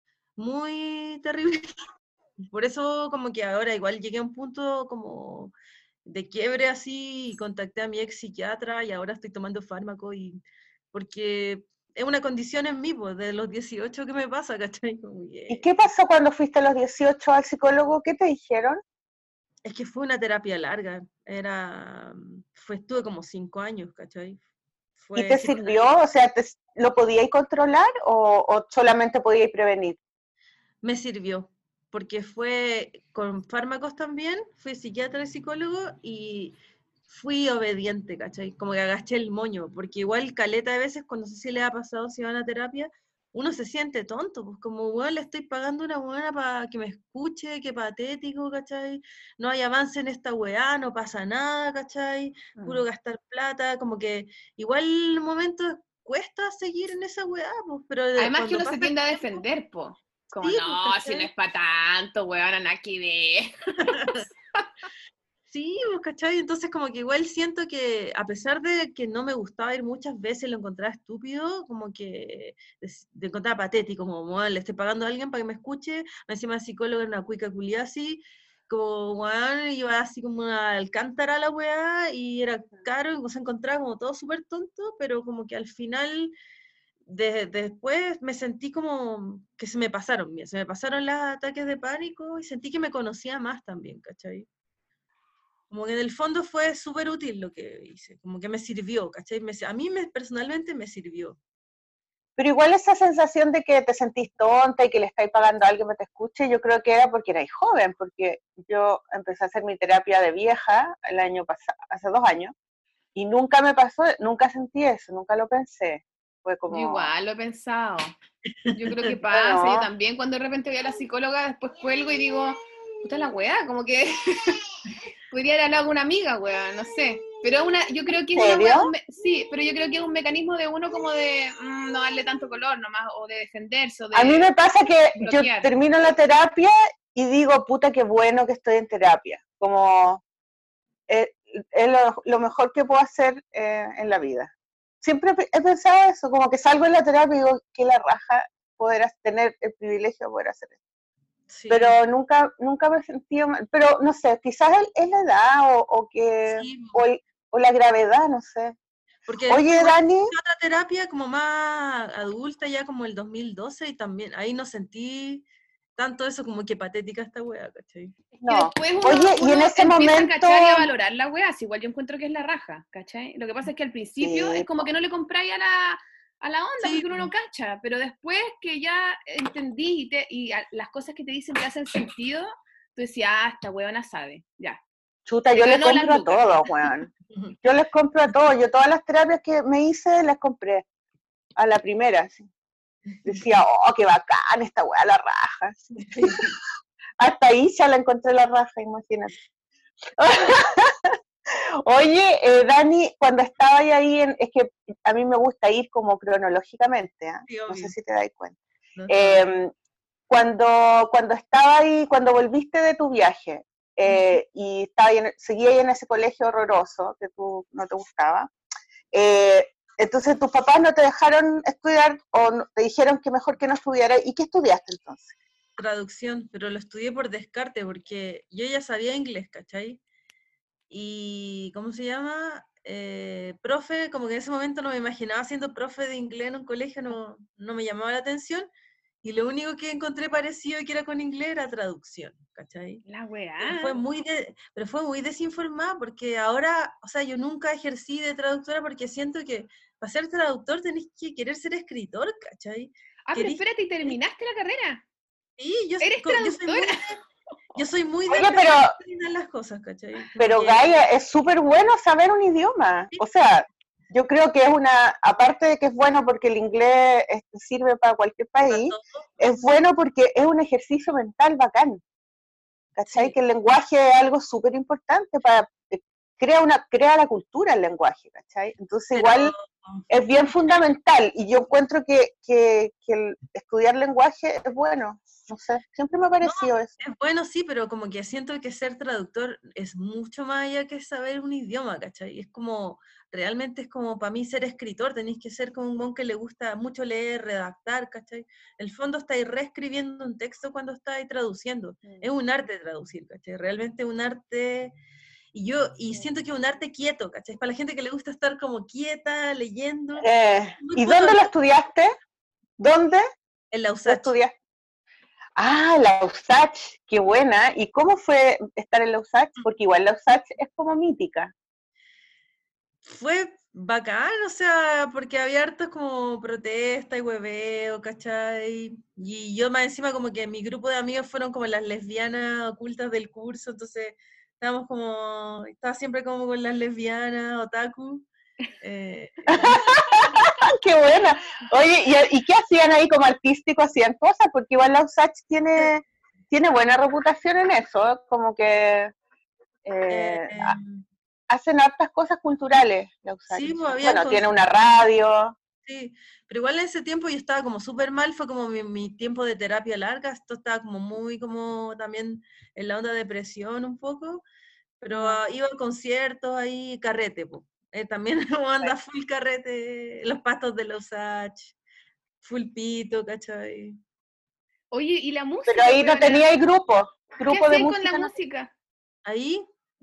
Speaker 1: muy terrible. Por eso como que ahora igual llegué a un punto como de quiebre así y contacté a mi ex psiquiatra y ahora estoy tomando fármaco y porque es una condición en mí, pues, de los dieciocho que me pasa, ¿cachai? Como
Speaker 2: ¿Y
Speaker 1: que-
Speaker 2: qué pasó cuando fuiste a los dieciocho al psicólogo? ¿Qué te dijeron?
Speaker 1: es que fue una terapia larga, era, fue, estuve como cinco años, ¿cachai?
Speaker 2: ¿Y
Speaker 1: Fue
Speaker 2: te sirvió? O sea, te- ¿lo podíais controlar o, o solamente podíais prevenir?
Speaker 1: me sirvió, porque fue con fármacos también, fui psiquiatra y psicólogo y fui obediente, ¿cachai? Como que agaché el moño, porque igual caleta de veces, cuando no sé si le ha pasado, si van a terapia, uno se siente tonto, pues como, weón, le estoy pagando a una buena para que me escuche, qué patético, ¿cachai? No hay avance en esta weá, no pasa nada, ¿cachai? Puro gastar plata, como que igual en momentos cuesta seguir en esa weá, pues, pero
Speaker 3: Además que
Speaker 1: cuando
Speaker 3: uno se
Speaker 1: pasa el
Speaker 3: tiende a
Speaker 1: tiempo,
Speaker 3: defender, po. Como,
Speaker 1: sí, pues,
Speaker 3: no, si no
Speaker 1: ¿cachai?
Speaker 3: es para tanto, weón, nada que ver.
Speaker 1: Sí, pues, ¿cachai? Entonces como que igual siento que a pesar de que no me gustaba ir muchas veces, lo encontraba estúpido, como que es- lo encontraba patético, como, "Weón, le estoy pagando a alguien para que me escuche, encima psicóloga era una cuica culiada así, como, weón, iba así como una alcántara la weá, y era caro, y se encontraba como todo súper tonto, pero como que al final, de- después me sentí como que se me pasaron, mira, se me pasaron los ataques de pánico, y sentí que me conocía más también, ¿cachai? Como que en el fondo fue súper útil lo que hice, como que me sirvió, ¿cachai? Me- a mí me, personalmente me sirvió.
Speaker 2: Pero igual esa sensación de que te sentís tonta y que le estáis pagando a alguien que te escuche, yo creo que era porque erais joven, porque yo empecé a hacer mi terapia de vieja el año pasado, hace dos años, y nunca me pasó, nunca sentí eso, nunca lo pensé. Fue
Speaker 3: Yo
Speaker 2: como,
Speaker 3: igual lo he pensado. Yo creo que pasa, yo
Speaker 2: bueno,
Speaker 3: también cuando de repente voy a la psicóloga, después cuelgo y digo, puta la weá, como que podría haber hablado con una amiga, weá, no sé. Pero es una, yo creo que es
Speaker 2: ¿en
Speaker 3: una weá,
Speaker 2: serio?
Speaker 3: un me- sí, pero yo creo que es un mecanismo de uno como de mm, no darle tanto color nomás, o de defenderse, o
Speaker 2: A mí
Speaker 3: de
Speaker 2: me pasa que yo
Speaker 3: bloquear.
Speaker 2: termino la terapia y digo, puta, qué bueno que estoy en terapia. Como eh, es lo, lo mejor que puedo hacer eh, en la vida. Siempre he pe- he pensado eso, como que salgo en la terapia y digo, qué la raja poder ha- tener el privilegio de poder hacer eso.
Speaker 1: Sí,
Speaker 2: pero nunca nunca me he sentido mal. Pero no sé, quizás es, es la edad o, o que
Speaker 1: sí,
Speaker 2: o, el- o la gravedad, no sé.
Speaker 1: porque
Speaker 2: Oye,
Speaker 1: después igual
Speaker 2: Dani,
Speaker 1: hice otra terapia como más adulta, ya como el dos mil doce, y también ahí no sentí tanto eso, como que patética esta wea, ¿cachai?
Speaker 3: Y
Speaker 2: no.
Speaker 3: después uno,
Speaker 2: Oye, y en
Speaker 3: uno
Speaker 2: ese
Speaker 3: empieza a
Speaker 2: momento,
Speaker 3: cachar y a valorar la weá, si igual yo encuentro que es la raja, ¿cachai? Lo que pasa es que al principio
Speaker 2: sí,
Speaker 3: es como
Speaker 2: po,
Speaker 3: que no le compráis a la, a la onda
Speaker 1: Sí,
Speaker 3: porque uno no cacha, pero después que ya entendí y, te, y a- las cosas que te dicen te hacen sentido, tú decías, ah, esta weona sabe, ya.
Speaker 2: chuta,
Speaker 3: Se
Speaker 2: yo le
Speaker 3: ganó las
Speaker 2: compro a
Speaker 3: lucas.
Speaker 2: todos, weón. Yo les compro a todos. Yo todas las terapias que me hice las compré a la primera. Sí. Decía, oh, qué bacán esta weá, la raja. Sí. Hasta ahí ya la encontré la raja, imagínate. Oye, eh, Dani, cuando estaba ahí, en, es que a mí me gusta ir como cronológicamente, ¿eh?
Speaker 1: Sí,
Speaker 2: No sé
Speaker 1: obvio.
Speaker 2: si te das cuenta.
Speaker 1: No, está bien.
Speaker 2: Eh, cuando, cuando estaba ahí, cuando volviste de tu viaje, eh, y estaba ahí en, seguía ahí en ese colegio horroroso que tú no te gustaba, eh, entonces tus papás no te dejaron estudiar o no, te dijeron que mejor que no estudiaras. ¿Y qué estudiaste entonces?
Speaker 1: Traducción, pero lo estudié por descarte, porque yo ya sabía inglés, ¿cachai? Y, ¿cómo se llama? Eh, profe, como que en ese momento no me imaginaba siendo profe de inglés en un colegio, no, no me llamaba la atención, y lo único que encontré parecido que era con inglés era traducción, ¿cachai?
Speaker 3: La
Speaker 1: Pero
Speaker 3: weá.
Speaker 1: fue muy de- pero fue muy desinformada, porque ahora, o sea, yo nunca ejercí de traductora porque siento que para ser traductor tenés que querer ser escritor, ¿cachai?
Speaker 3: Ah, pero
Speaker 1: Querís-
Speaker 3: espérate, ¿y terminaste la carrera?
Speaker 1: Sí, yo,
Speaker 3: ¿Eres
Speaker 1: co- yo soy muy
Speaker 3: traductora?
Speaker 1: de, yo soy muy de
Speaker 2: Oye,
Speaker 1: empezar
Speaker 2: pero,
Speaker 1: a terminar las cosas, ¿cachai? Como
Speaker 2: pero
Speaker 1: que
Speaker 2: Gaia, es súper bueno saber un idioma. O sea, yo creo que es una, aparte de que es bueno porque el inglés este, sirve para cualquier
Speaker 1: para
Speaker 2: país,
Speaker 1: todo,
Speaker 2: es bueno porque es un ejercicio mental bacán. ¿Cachai?
Speaker 1: sí,
Speaker 2: Que el lenguaje es algo súper importante para, eh, crea, una, crea la cultura el lenguaje, ¿cachai? Entonces
Speaker 1: pero
Speaker 2: igual es bien fundamental y yo encuentro que, que, que el estudiar lenguaje es bueno, no sé, siempre me ha
Speaker 1: no,
Speaker 2: parecido eso.
Speaker 1: es bueno, sí, pero como que siento que ser traductor es mucho más allá que saber un idioma, ¿cachai? Es como, realmente es como para mí ser escritor, tenéis que ser como un mon que le gusta mucho leer, redactar, ¿cachai? El fondo estáis reescribiendo un texto cuando estáis traduciendo. Es un arte traducir, ¿cachai? Realmente es un arte. Y yo, y siento que es un arte quieto, ¿cachai? Para la gente que le gusta estar como quieta, leyendo,
Speaker 2: Eh,
Speaker 1: muy
Speaker 2: ¿Y dónde lo
Speaker 1: fotográfico.
Speaker 2: estudiaste? ¿Dónde
Speaker 1: En la
Speaker 2: lo
Speaker 1: U S A Ch.
Speaker 2: estudiaste? Ah, la U S A Ch, qué buena. ¿Y cómo fue estar en la U S A Ch? Porque igual la U S A Ch es como mítica.
Speaker 1: Fue bacán, o sea, porque había hartos como protesta y hueveo, ¿cachai? Y yo más encima como que mi grupo de amigos fueron como las lesbianas ocultas del curso, entonces estábamos como, estaba siempre como con las lesbianas, otaku. eh,
Speaker 2: Qué buena. Oye, ¿y, y qué hacían ahí como artístico? ¿Hacían cosas? Porque igual la U S A Ch tiene, tiene buena reputación en eso, ¿eh? Como que
Speaker 1: eh,
Speaker 2: eh,
Speaker 1: eh,
Speaker 2: hacen hartas cosas culturales la U S A Ch.
Speaker 1: sí, pues habían
Speaker 2: Bueno, tiene una
Speaker 1: conciertos.
Speaker 2: radio.
Speaker 1: Sí, pero igual en ese tiempo yo estaba como súper mal, fue como mi, mi tiempo de terapia larga, esto estaba como muy como también en la onda de depresión un poco, pero
Speaker 2: Mm,
Speaker 1: ah, iba a conciertos ahí, carrete, pues. También como anda full carrete, los pastos de los H, full pito, ¿cachai?
Speaker 3: Oye, ¿y la
Speaker 2: pero
Speaker 3: música,
Speaker 2: ahí no
Speaker 3: weona?
Speaker 2: tenía el grupo,
Speaker 3: ¿Qué
Speaker 2: grupo de
Speaker 3: hacías con la
Speaker 2: música, ¿no?
Speaker 3: música?
Speaker 1: Ahí,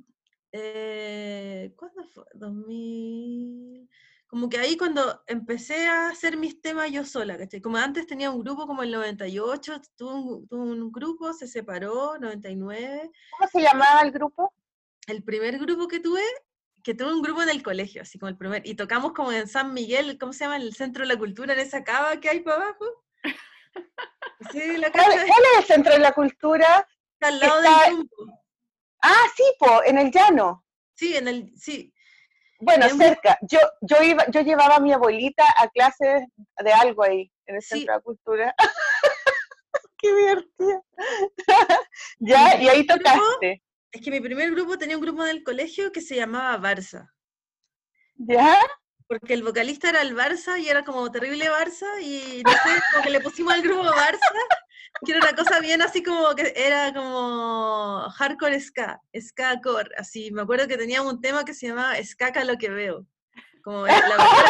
Speaker 1: eh, ¿cuándo fue? dos mil. Como que ahí cuando empecé a hacer mis temas yo sola, ¿cachai? Como antes tenía un grupo como el noventa y ocho, tuve un, tuve un grupo, se separó, noventa y nueve.
Speaker 2: ¿Cómo se llamaba el grupo?
Speaker 1: El primer grupo que tuve, que tuve un grupo en el colegio, así como el primer, y tocamos como en San Miguel, ¿cómo se llama? En el Centro de la Cultura, en esa cava que hay para abajo. Sí, la
Speaker 2: ¿Cuál,
Speaker 1: cacha
Speaker 2: cuál es el Centro de la Cultura?
Speaker 1: está al
Speaker 2: Que
Speaker 1: lado del
Speaker 2: está,
Speaker 1: Jumbo.
Speaker 2: ah, sí, po, en el llano.
Speaker 1: Sí, en el, sí.
Speaker 2: Bueno,
Speaker 1: Es muy,
Speaker 2: cerca. Yo, yo iba, yo llevaba a mi abuelita a clases de algo ahí, en el
Speaker 1: sí,
Speaker 2: Centro de la Cultura. Qué divertido.
Speaker 1: mi
Speaker 2: Ya, y
Speaker 1: primer
Speaker 2: ahí
Speaker 1: grupo,
Speaker 2: tocaste.
Speaker 1: es que mi primer grupo tenía un grupo del colegio que se llamaba Barça,
Speaker 2: ¿Ya?
Speaker 1: porque el vocalista era el Barça y era como terrible Barça, y no sé, como que le pusimos al grupo Barça, que era una cosa bien así como que era como hardcore ska, ska core, así, me acuerdo que teníamos un tema que se llamaba Escaca lo que veo, como eh, la verdad,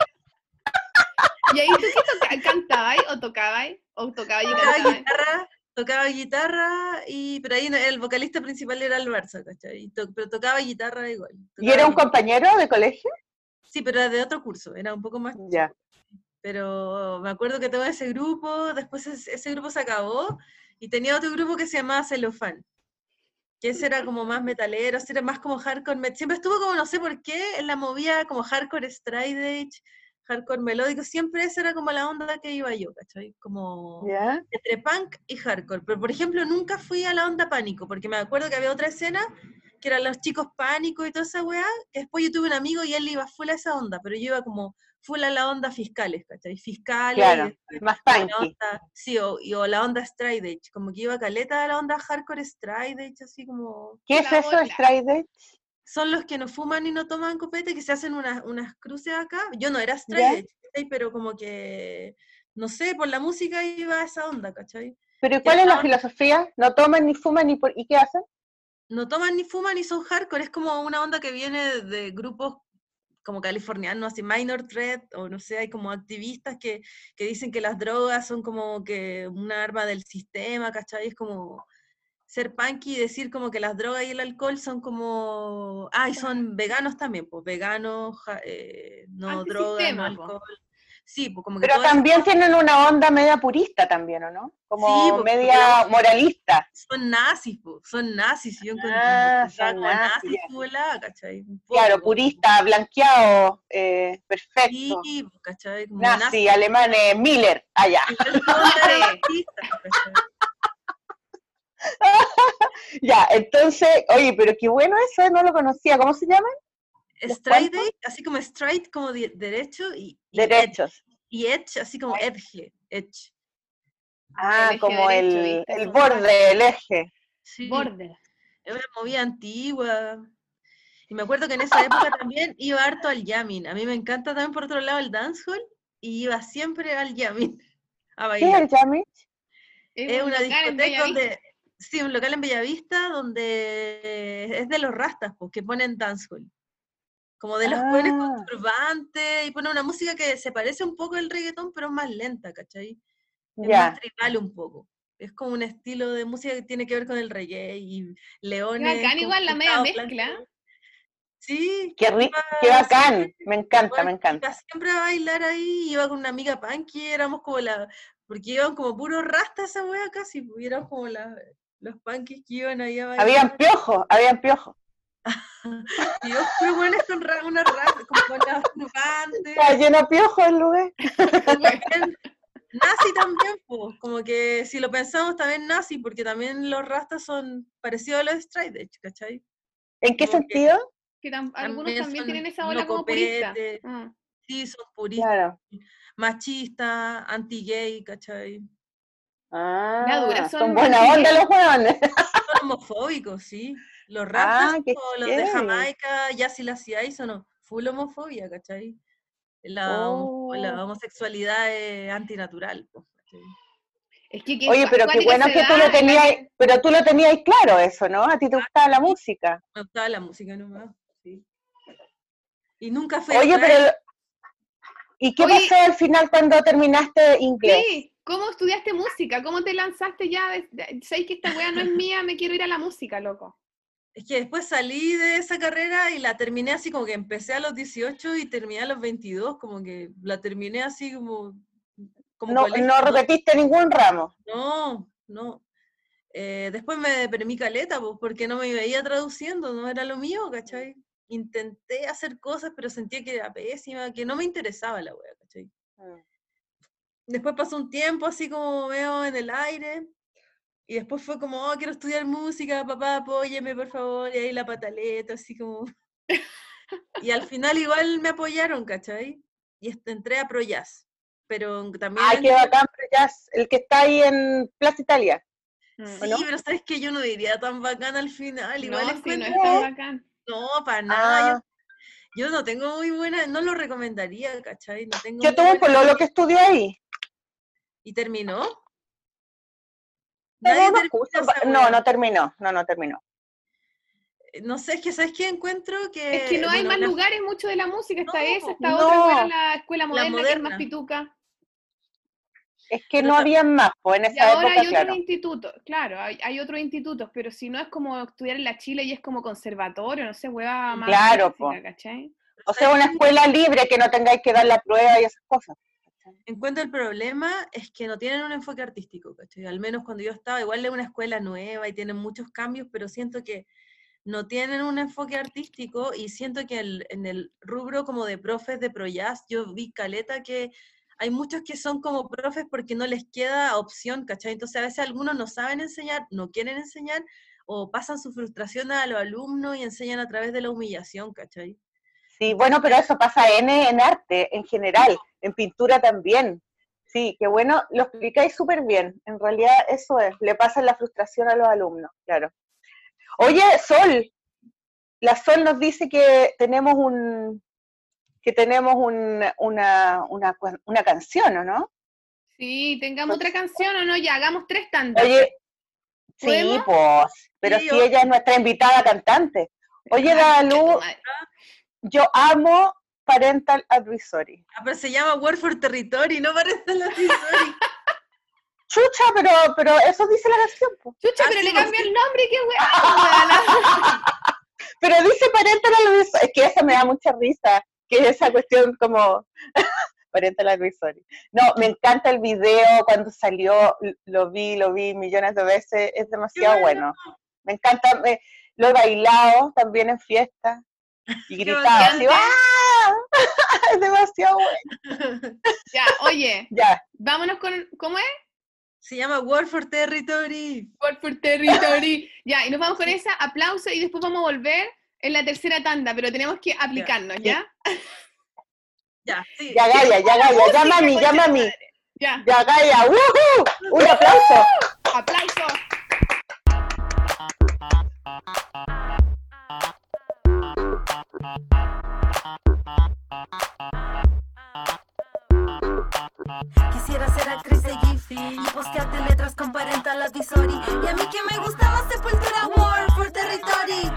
Speaker 3: ¿Y ahí tú qué tocabas? ¿Cantabas o tocabas? ¿O tocabas y
Speaker 1: tocaba
Speaker 3: cantabas?
Speaker 1: guitarra, tocaba guitarra, y pero ahí el vocalista principal era el Barça, ¿cachai? Y to- pero tocaba guitarra igual.
Speaker 2: ¿Y era un
Speaker 1: tocaba-
Speaker 2: compañero de colegio?
Speaker 1: Sí, pero era de otro curso, era un poco más
Speaker 2: Ya.
Speaker 1: chico. Pero me acuerdo que tuve ese grupo, después ese, ese grupo se acabó, y tenía otro grupo que se llamaba Celofán, que ese era como más metalero, ese era más como hardcore, met- siempre estuvo como, no sé por qué, en la movida como hardcore stride edge, hardcore melódico, siempre esa era como la onda que iba yo, ¿cachai? Como
Speaker 2: ¿Ya?
Speaker 1: entre punk y hardcore, pero por ejemplo nunca fui a la onda pánico, porque me acuerdo que había otra escena, que eran los chicos pánico y toda esa weá, que después yo tuve un amigo y él iba full a esa onda, pero yo iba como full a la onda fiscales, ¿cachai? Fiscales, y
Speaker 2: Claro,
Speaker 1: después
Speaker 2: más
Speaker 1: la
Speaker 2: punky.
Speaker 1: onda, sí, o, y- o la onda stride edge, como que iba caleta a la onda hardcore stride edge, así como...
Speaker 2: ¿Qué es
Speaker 3: La
Speaker 2: eso,
Speaker 3: bola.
Speaker 2: Stride Edge?
Speaker 1: Son los que no fuman y no toman copete, que se hacen unas, unas cruces acá. Yo no era
Speaker 2: ¿Ya?
Speaker 1: stride edge, ¿cachai? Pero como que, no sé, por la música iba a esa onda, ¿cachai?
Speaker 2: ¿Pero
Speaker 1: Que
Speaker 2: cuál es la
Speaker 1: estaban-
Speaker 2: filosofía? ¿No toman ni fuman ni por... ¿Y qué hacen?
Speaker 1: no toman ni fuman ni son hardcore, es como una onda que viene de grupos como californianos, así Minor Threat, o no sé, hay como activistas que, que dicen que las drogas son como que un arma del sistema, ¿cachai? Es como ser punky y decir como que las drogas y el alcohol son como... Ah, y son veganos también, pues veganos, ja- eh, no drogas, no
Speaker 3: Antisistema, po.
Speaker 1: alcohol. Sí, pues como que
Speaker 2: Pero
Speaker 1: todas esas
Speaker 2: también
Speaker 1: cosas-
Speaker 2: tienen una onda media purista también, ¿o no? Como
Speaker 1: Sí, porque
Speaker 2: media
Speaker 1: la-
Speaker 2: moralista.
Speaker 1: son nazis, pues, son nazis, y yo encontré
Speaker 2: Ah,
Speaker 1: encontraba
Speaker 2: son
Speaker 1: como
Speaker 2: nazis,
Speaker 1: nazis
Speaker 2: ya.
Speaker 1: su volada, ¿cachai? Un poco,
Speaker 2: Claro,
Speaker 1: como-
Speaker 2: purista, blanqueado, eh, perfecto.
Speaker 1: Sí, pues, ¿cachai? Como
Speaker 2: Nazi,
Speaker 1: nazi.
Speaker 2: alemanes, Miller, allá.
Speaker 1: Igual su onda era racista, ¿cachai?
Speaker 2: Ya, entonces, oye, pero qué bueno eso, eh, no lo conocía. ¿Cómo se llaman? ¿Los
Speaker 1: Straight
Speaker 2: cuantos?
Speaker 1: edge, así como straight, como de- derecho, y, y
Speaker 2: Derechos.
Speaker 1: edge, y edge, así como edge, edge.
Speaker 2: Ah,
Speaker 3: El eje
Speaker 2: como
Speaker 3: derecho,
Speaker 2: el,
Speaker 3: ¿viste?
Speaker 2: el
Speaker 3: Son
Speaker 2: borde, el eje.
Speaker 1: Sí,
Speaker 3: Border.
Speaker 1: es una movida antigua. Y me acuerdo que en esa época también iba harto al jamming. A mí me encanta también, por otro lado, el dancehall, y iba siempre al jamming a
Speaker 2: ¿Qué es
Speaker 1: bailar.
Speaker 2: el jamming?
Speaker 3: Es,
Speaker 1: Es
Speaker 3: un
Speaker 1: una
Speaker 3: local en
Speaker 1: discoteca
Speaker 3: Bellavista.
Speaker 1: donde, sí, un local en Bellavista donde es de los rastas, pues, que ponen dancehall. Como de los jóvenes con
Speaker 2: Ah,
Speaker 1: turbante, y ponen una música que se parece un poco al reggaetón, pero es más lenta, ¿cachai? Es más
Speaker 2: ya.
Speaker 1: tribal un poco. Es como un estilo de música que tiene que ver con el reggae y
Speaker 3: Qué
Speaker 1: leones.
Speaker 3: bacán,
Speaker 1: con
Speaker 3: igual la media
Speaker 1: pintados
Speaker 3: mezcla.
Speaker 1: blancos. Sí,
Speaker 2: Qué, ri-
Speaker 1: iba
Speaker 2: qué bacán.
Speaker 1: siempre-
Speaker 2: Me encanta,
Speaker 1: iba-
Speaker 2: me encanta.
Speaker 1: iba siempre a bailar ahí, iba con una amiga punky, éramos como la, porque iban como puros rastas esa wea casi, pues, y éramos como la, los punkies que iban ahí a bailar.
Speaker 2: Habían piojos, habían piojos.
Speaker 1: Y yo puros buenos con ra- una rastas, como con las turbantes.
Speaker 2: Está lleno de piojos el lugar.
Speaker 1: También nazi también, pues, como que si lo pensamos también nazi, porque también los rastas son parecidos a los straight edge, ¿cachai?
Speaker 2: ¿En qué
Speaker 1: Como que
Speaker 2: sentido?
Speaker 3: Que tam- algunos
Speaker 1: También
Speaker 3: también
Speaker 1: son
Speaker 3: tienen esa ola como purista.
Speaker 1: locopete.
Speaker 3: Ah.
Speaker 1: Sí, son puristas,
Speaker 2: Claro.
Speaker 1: machistas, anti-gay, ¿cachai?
Speaker 3: La dura,
Speaker 2: Ah,
Speaker 3: son
Speaker 2: son buena
Speaker 3: anti-gay.
Speaker 2: onda los hueones.
Speaker 1: Son homofóbicos, sí. Los rastas,
Speaker 2: Ah, qué
Speaker 1: o los de
Speaker 2: heavy.
Speaker 1: Jamaica, ya si las hay, son full homofobia, ¿cachai? La, homo- la
Speaker 2: Oh.
Speaker 1: homosexualidad es antinatural, pues, ¿cachai?
Speaker 3: Es que, que
Speaker 2: Oye, pero qué
Speaker 3: acuática
Speaker 2: bueno
Speaker 3: se
Speaker 2: que tú
Speaker 3: da
Speaker 2: lo
Speaker 3: en la
Speaker 2: tenías,
Speaker 3: que-
Speaker 2: pero tú lo tenías claro eso, ¿no? A ti te gustaba la música.
Speaker 1: Me gustaba la música nomás, sí. Y nunca fui a
Speaker 2: Oye,
Speaker 1: strike.
Speaker 2: pero ¿y qué
Speaker 3: Oye.
Speaker 2: pasó al final cuando terminaste inglés?
Speaker 3: Sí, ¿cómo estudiaste música? ¿Cómo te lanzaste ya? de- de- ¿Sabes que esta wea no es mía? Me quiero ir a la música, loco.
Speaker 1: Es que después salí de esa carrera y la terminé así como que empecé a los dieciocho y terminé a los veintidós, como que la terminé así como... como
Speaker 2: No,
Speaker 1: colegio,
Speaker 2: no repetiste ningún ramo.
Speaker 1: No, no. Eh, después me deprimí caleta, pues, porque no me veía traduciendo, no era lo mío, ¿cachai? Intenté hacer cosas, pero sentía que era pésima, que no me interesaba la wea, ¿cachai? Después pasó un tiempo así como veo en el aire, y después fue como, oh, quiero estudiar música, papá, apóyeme, por favor, y ahí la pataleta, así como... Y al final igual me apoyaron, ¿cachai? Y est- entré a Pro Jazz, pero también...
Speaker 2: Ay, qué
Speaker 1: entré-
Speaker 2: bacán, pero ya es el que está ahí en Plaza Italia.
Speaker 3: Mm.
Speaker 1: Sí,
Speaker 2: ¿no?
Speaker 1: pero sabes que yo no diría tan bacán al final, igual
Speaker 3: No, sí, no
Speaker 1: encuentro...
Speaker 3: es tan bacán.
Speaker 1: No, para nada,
Speaker 2: Ah,
Speaker 1: yo, yo no tengo muy buena, no lo recomendaría, ¿cachai? No tengo
Speaker 2: yo
Speaker 1: muy
Speaker 2: tuve un
Speaker 1: buena-
Speaker 2: pololo que estudió ahí.
Speaker 1: ¿Y terminó?
Speaker 2: Pero
Speaker 1: Nadie
Speaker 2: unos
Speaker 1: termina
Speaker 2: cursos,
Speaker 1: esa
Speaker 2: no,
Speaker 1: wea.
Speaker 2: no terminó, no, no terminó.
Speaker 1: No sé, es que ¿sabes qué encuentro? Que,
Speaker 3: Es que no hay
Speaker 1: bueno,
Speaker 3: más
Speaker 1: la-
Speaker 3: lugares mucho de la música. Está
Speaker 1: No,
Speaker 3: esa, está
Speaker 2: no.
Speaker 3: otra, bueno, la escuela moderna, que es
Speaker 1: moderna.
Speaker 3: más pituca.
Speaker 2: Es que
Speaker 1: Pero
Speaker 2: no
Speaker 1: ta-
Speaker 2: había más, pues en
Speaker 3: Y
Speaker 2: esa
Speaker 3: ahora
Speaker 2: época,
Speaker 3: hay otros
Speaker 2: claro.
Speaker 3: institutos, claro, hay, hay otros institutos, pero si no es como estudiar en la Chile y es como conservatorio, no sé, hueva más
Speaker 2: Claro,
Speaker 3: clásica, ¿cachai?
Speaker 2: O sea, una escuela libre que no tengáis que dar la prueba y esas cosas.
Speaker 1: Encuentro el problema es que no tienen un enfoque artístico, ¿cachai? Al menos cuando yo estaba, igual es una escuela nueva y tienen muchos cambios, pero siento que no tienen un enfoque artístico y siento que el- en el rubro como de profes de ProJazz, yo vi caleta que hay muchos que son como profes porque no les queda opción, ¿cachai? Entonces a veces algunos no saben enseñar, no quieren enseñar, o pasan su frustración a los alumnos y enseñan a través de la humillación, ¿cachai?
Speaker 2: Sí, bueno, pero eso pasa en, en arte, en general, en pintura también. Sí, qué bueno, lo explicáis súper bien. En realidad eso es, le pasa la frustración a los alumnos, claro. Oye, Sol, la Sol nos dice que tenemos un que tenemos un, una, una, una canción, ¿o no?
Speaker 3: Sí, tengamos otra canción o no, ya, hagamos tres tandas.
Speaker 2: Oye, sí,
Speaker 3: ¿Podemos?
Speaker 2: pues, pero
Speaker 1: Sí,
Speaker 2: si
Speaker 1: yo-
Speaker 2: ella es nuestra invitada cantante. Oye,
Speaker 3: Ah,
Speaker 2: Dalu,
Speaker 3: concha tu madre.
Speaker 2: yo amo Parental Advisory.
Speaker 1: Ah, pero se llama Word for Territory, no parece la Advisory.
Speaker 2: Chucha, pero, pero eso dice la canción, po.
Speaker 3: Chucha,
Speaker 1: Ah,
Speaker 3: pero
Speaker 1: sí,
Speaker 3: le
Speaker 1: pues,
Speaker 3: cambió
Speaker 1: sí.
Speaker 3: el nombre, qué weá.
Speaker 2: Pero dice Parental Advisory, es que eso me da mucha risa, que es esa cuestión como Parental Advisory. No, me encanta el video, cuando salió, lo vi, lo vi millones de veces, es demasiado bueno. Me encanta, me- lo he bailado también en fiestas y
Speaker 1: Qué
Speaker 2: gritado
Speaker 1: bacán.
Speaker 2: así, ¡ah! Es demasiado bueno.
Speaker 3: Ya, oye,
Speaker 2: Ya,
Speaker 3: vámonos con, ¿cómo es?
Speaker 1: Se llama Word for Territory.
Speaker 3: Word for Territory. Ya, y nos vamos con esa, aplauso, y después vamos a volver en la tercera tanda, pero tenemos que aplicarnos, ¿ya?
Speaker 1: Ya, sí.
Speaker 2: ya Gaia, ya Gaia, ya mami, ya mami,
Speaker 3: Ya,
Speaker 2: ya Gaia, ¡woohoo! Un aplauso.
Speaker 3: aplauso.
Speaker 4: Quisiera ser actriz de GIF y postearte letras con Parental Advisory. Y a mí que me gustaba Sepultura, Word for Territory.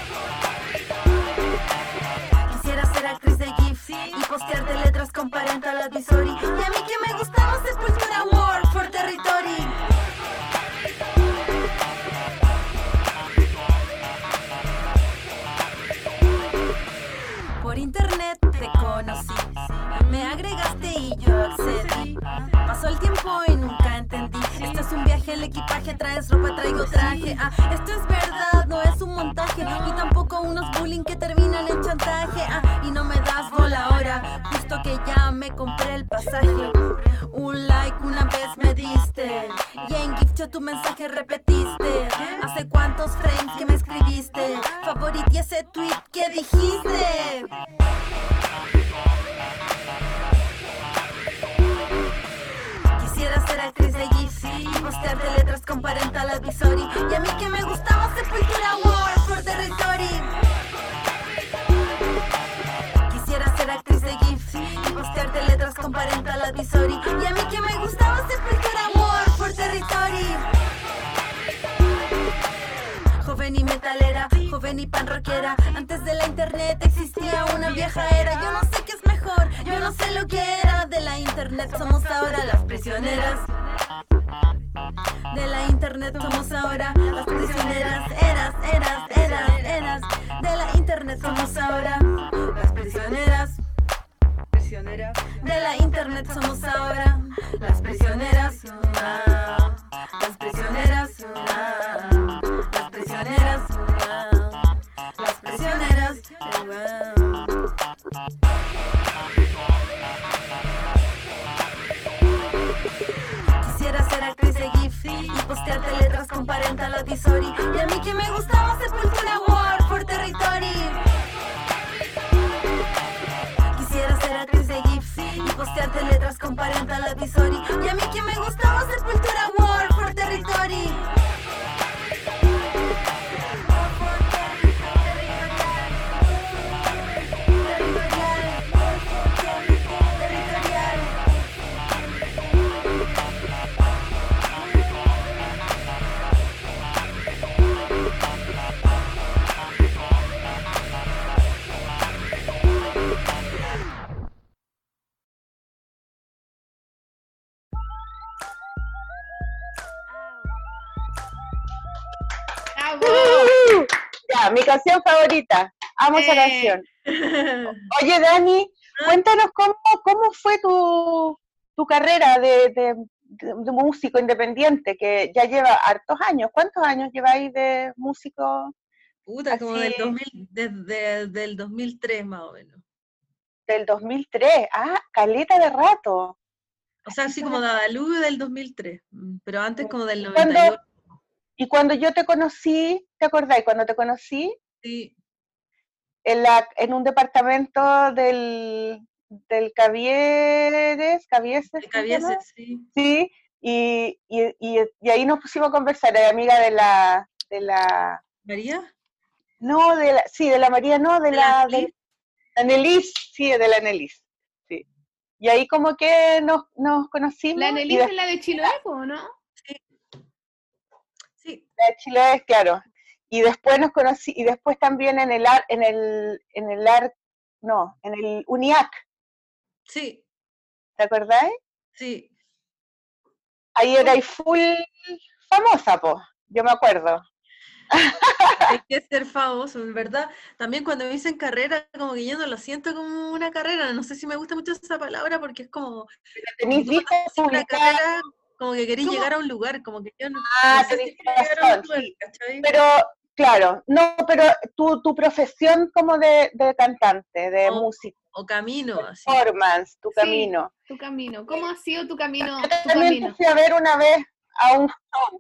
Speaker 4: Quisiera ser actriz de GIF y postearte letras con Parental Advisory. Y a mí que me gustaba Sepultura, Word for Territory. Por internet te conocí, me agregaste y yo accedí. Pasó el tiempo y nunca entendí. Esto es un viaje, el equipaje, traes ropa, traigo traje. Ah, esto es verdad, no es un montaje. Y tampoco unos bullying que terminan en chantaje. Ah, y no me das bola ahora, justo que ya me compré el pasaje. Un like una vez me diste y en GIF tu mensaje repetiste. ¿Hace cuántos frames que me escribiste? Favorité ese tweet que dijiste. Quisiera ser actriz de GIF y postearte letras con Parental Advisory. Y a mí que me gustaba Sepultura, Word for Territory. Quisiera ser actriz de GIF y postearte letras con Parental Advisory. Y a mí que me gustaba Sepultura, Word for Territory. Joven y metalera, joven y pan rockera. Antes de la internet existía una vieja era. Yo no sé qué es mejor, yo no sé lo que era. De la internet somos ahora las prisioneras. De la internet somos ahora las prisioneras. Eras, eras, eras, eras. De la internet somos ahora las prisioneras. Prisioneras. De la internet somos ahora las prisioneras. Ah, las prisioneras. Ah, las prisioneras. Ah, las prisioneras. Ah. Quisiera ser actriz de GIF y postearte letras con Parental Advisory. Y a mí que me gustaba Sepultura, Word for Territory. Quisiera ser actriz de GIF y postearte letras con Parental Advisory. Y a mí que me gustaba Sepultura, Word for Territory.
Speaker 3: ¡Bravo!
Speaker 2: Uh, ya, mi canción favorita. Amo esa
Speaker 3: Eh.
Speaker 2: canción. Oye, Dani, cuéntanos cómo, cómo fue tu, tu carrera de, de, de- de músico independiente, que ya lleva hartos años. ¿Cuántos años lleváis de músico
Speaker 1: Puta, como del
Speaker 2: así
Speaker 1: dos mil, desde del dos mil tres más o menos.
Speaker 2: del dos mil tres? Ah, caleta de rato.
Speaker 1: O sea, así como Dadalú del dos mil tres, mm, pero antes como del
Speaker 2: ¿Y
Speaker 1: noventa y ocho.
Speaker 2: cuando, y cuando yo te conocí, ¿te acordáis? Cuando te conocí
Speaker 1: Sí,
Speaker 2: en, la, en un departamento del, del Cavieres, Cavieses,
Speaker 1: de
Speaker 2: ¿cómo se
Speaker 1: Cabiese,
Speaker 2: llama?
Speaker 1: sí.
Speaker 2: Sí, y, y, y, y ahí nos pusimos a conversar, era amiga de la, de la,
Speaker 1: ¿María?
Speaker 2: no, de la, sí, de la María, no, de
Speaker 1: ¿De la
Speaker 2: la, de
Speaker 1: Annelies?
Speaker 2: la Nelis, sí, de la Nelis, sí. Y ahí como que nos, nos conocimos,
Speaker 3: La
Speaker 2: y
Speaker 3: Annelies
Speaker 2: después
Speaker 3: es la de Chiloé, po, ¿no?
Speaker 1: Sí, sí,
Speaker 2: de Chile, es claro. Y después nos conocí, y después también en el ar, en el, en el ar, no, en el UNIAC,
Speaker 1: sí,
Speaker 2: ¿te acordáis?
Speaker 1: sí.
Speaker 2: Ahí era full famosa, po, yo me acuerdo.
Speaker 1: Hay que ser famoso, en verdad. También cuando me dicen carrera, como que yo no lo siento como una carrera. No sé si me gusta mucho esa palabra porque es como, como que
Speaker 2: ¿Tenéis
Speaker 1: tú cuando
Speaker 2: discos
Speaker 1: haces una
Speaker 2: publicados?
Speaker 1: carrera, como que querés
Speaker 3: ¿Cómo?
Speaker 1: llegar a un lugar, como que yo no,
Speaker 2: Ah,
Speaker 1: no sé
Speaker 2: tenéis
Speaker 1: si quiero llegar a un
Speaker 2: razón,
Speaker 1: lugar,
Speaker 2: sí.
Speaker 1: ¿cachai?
Speaker 2: Pero, claro, no, pero tu, tu profesión como de, de cantante, de
Speaker 1: O,
Speaker 2: músico,
Speaker 1: o camino, así.
Speaker 2: performance, tu
Speaker 3: Sí,
Speaker 2: camino.
Speaker 3: tu camino. ¿Cómo ha sido tu camino?
Speaker 2: Yo
Speaker 3: Tu
Speaker 2: también te
Speaker 3: camino.
Speaker 2: fui a ver una vez a un show.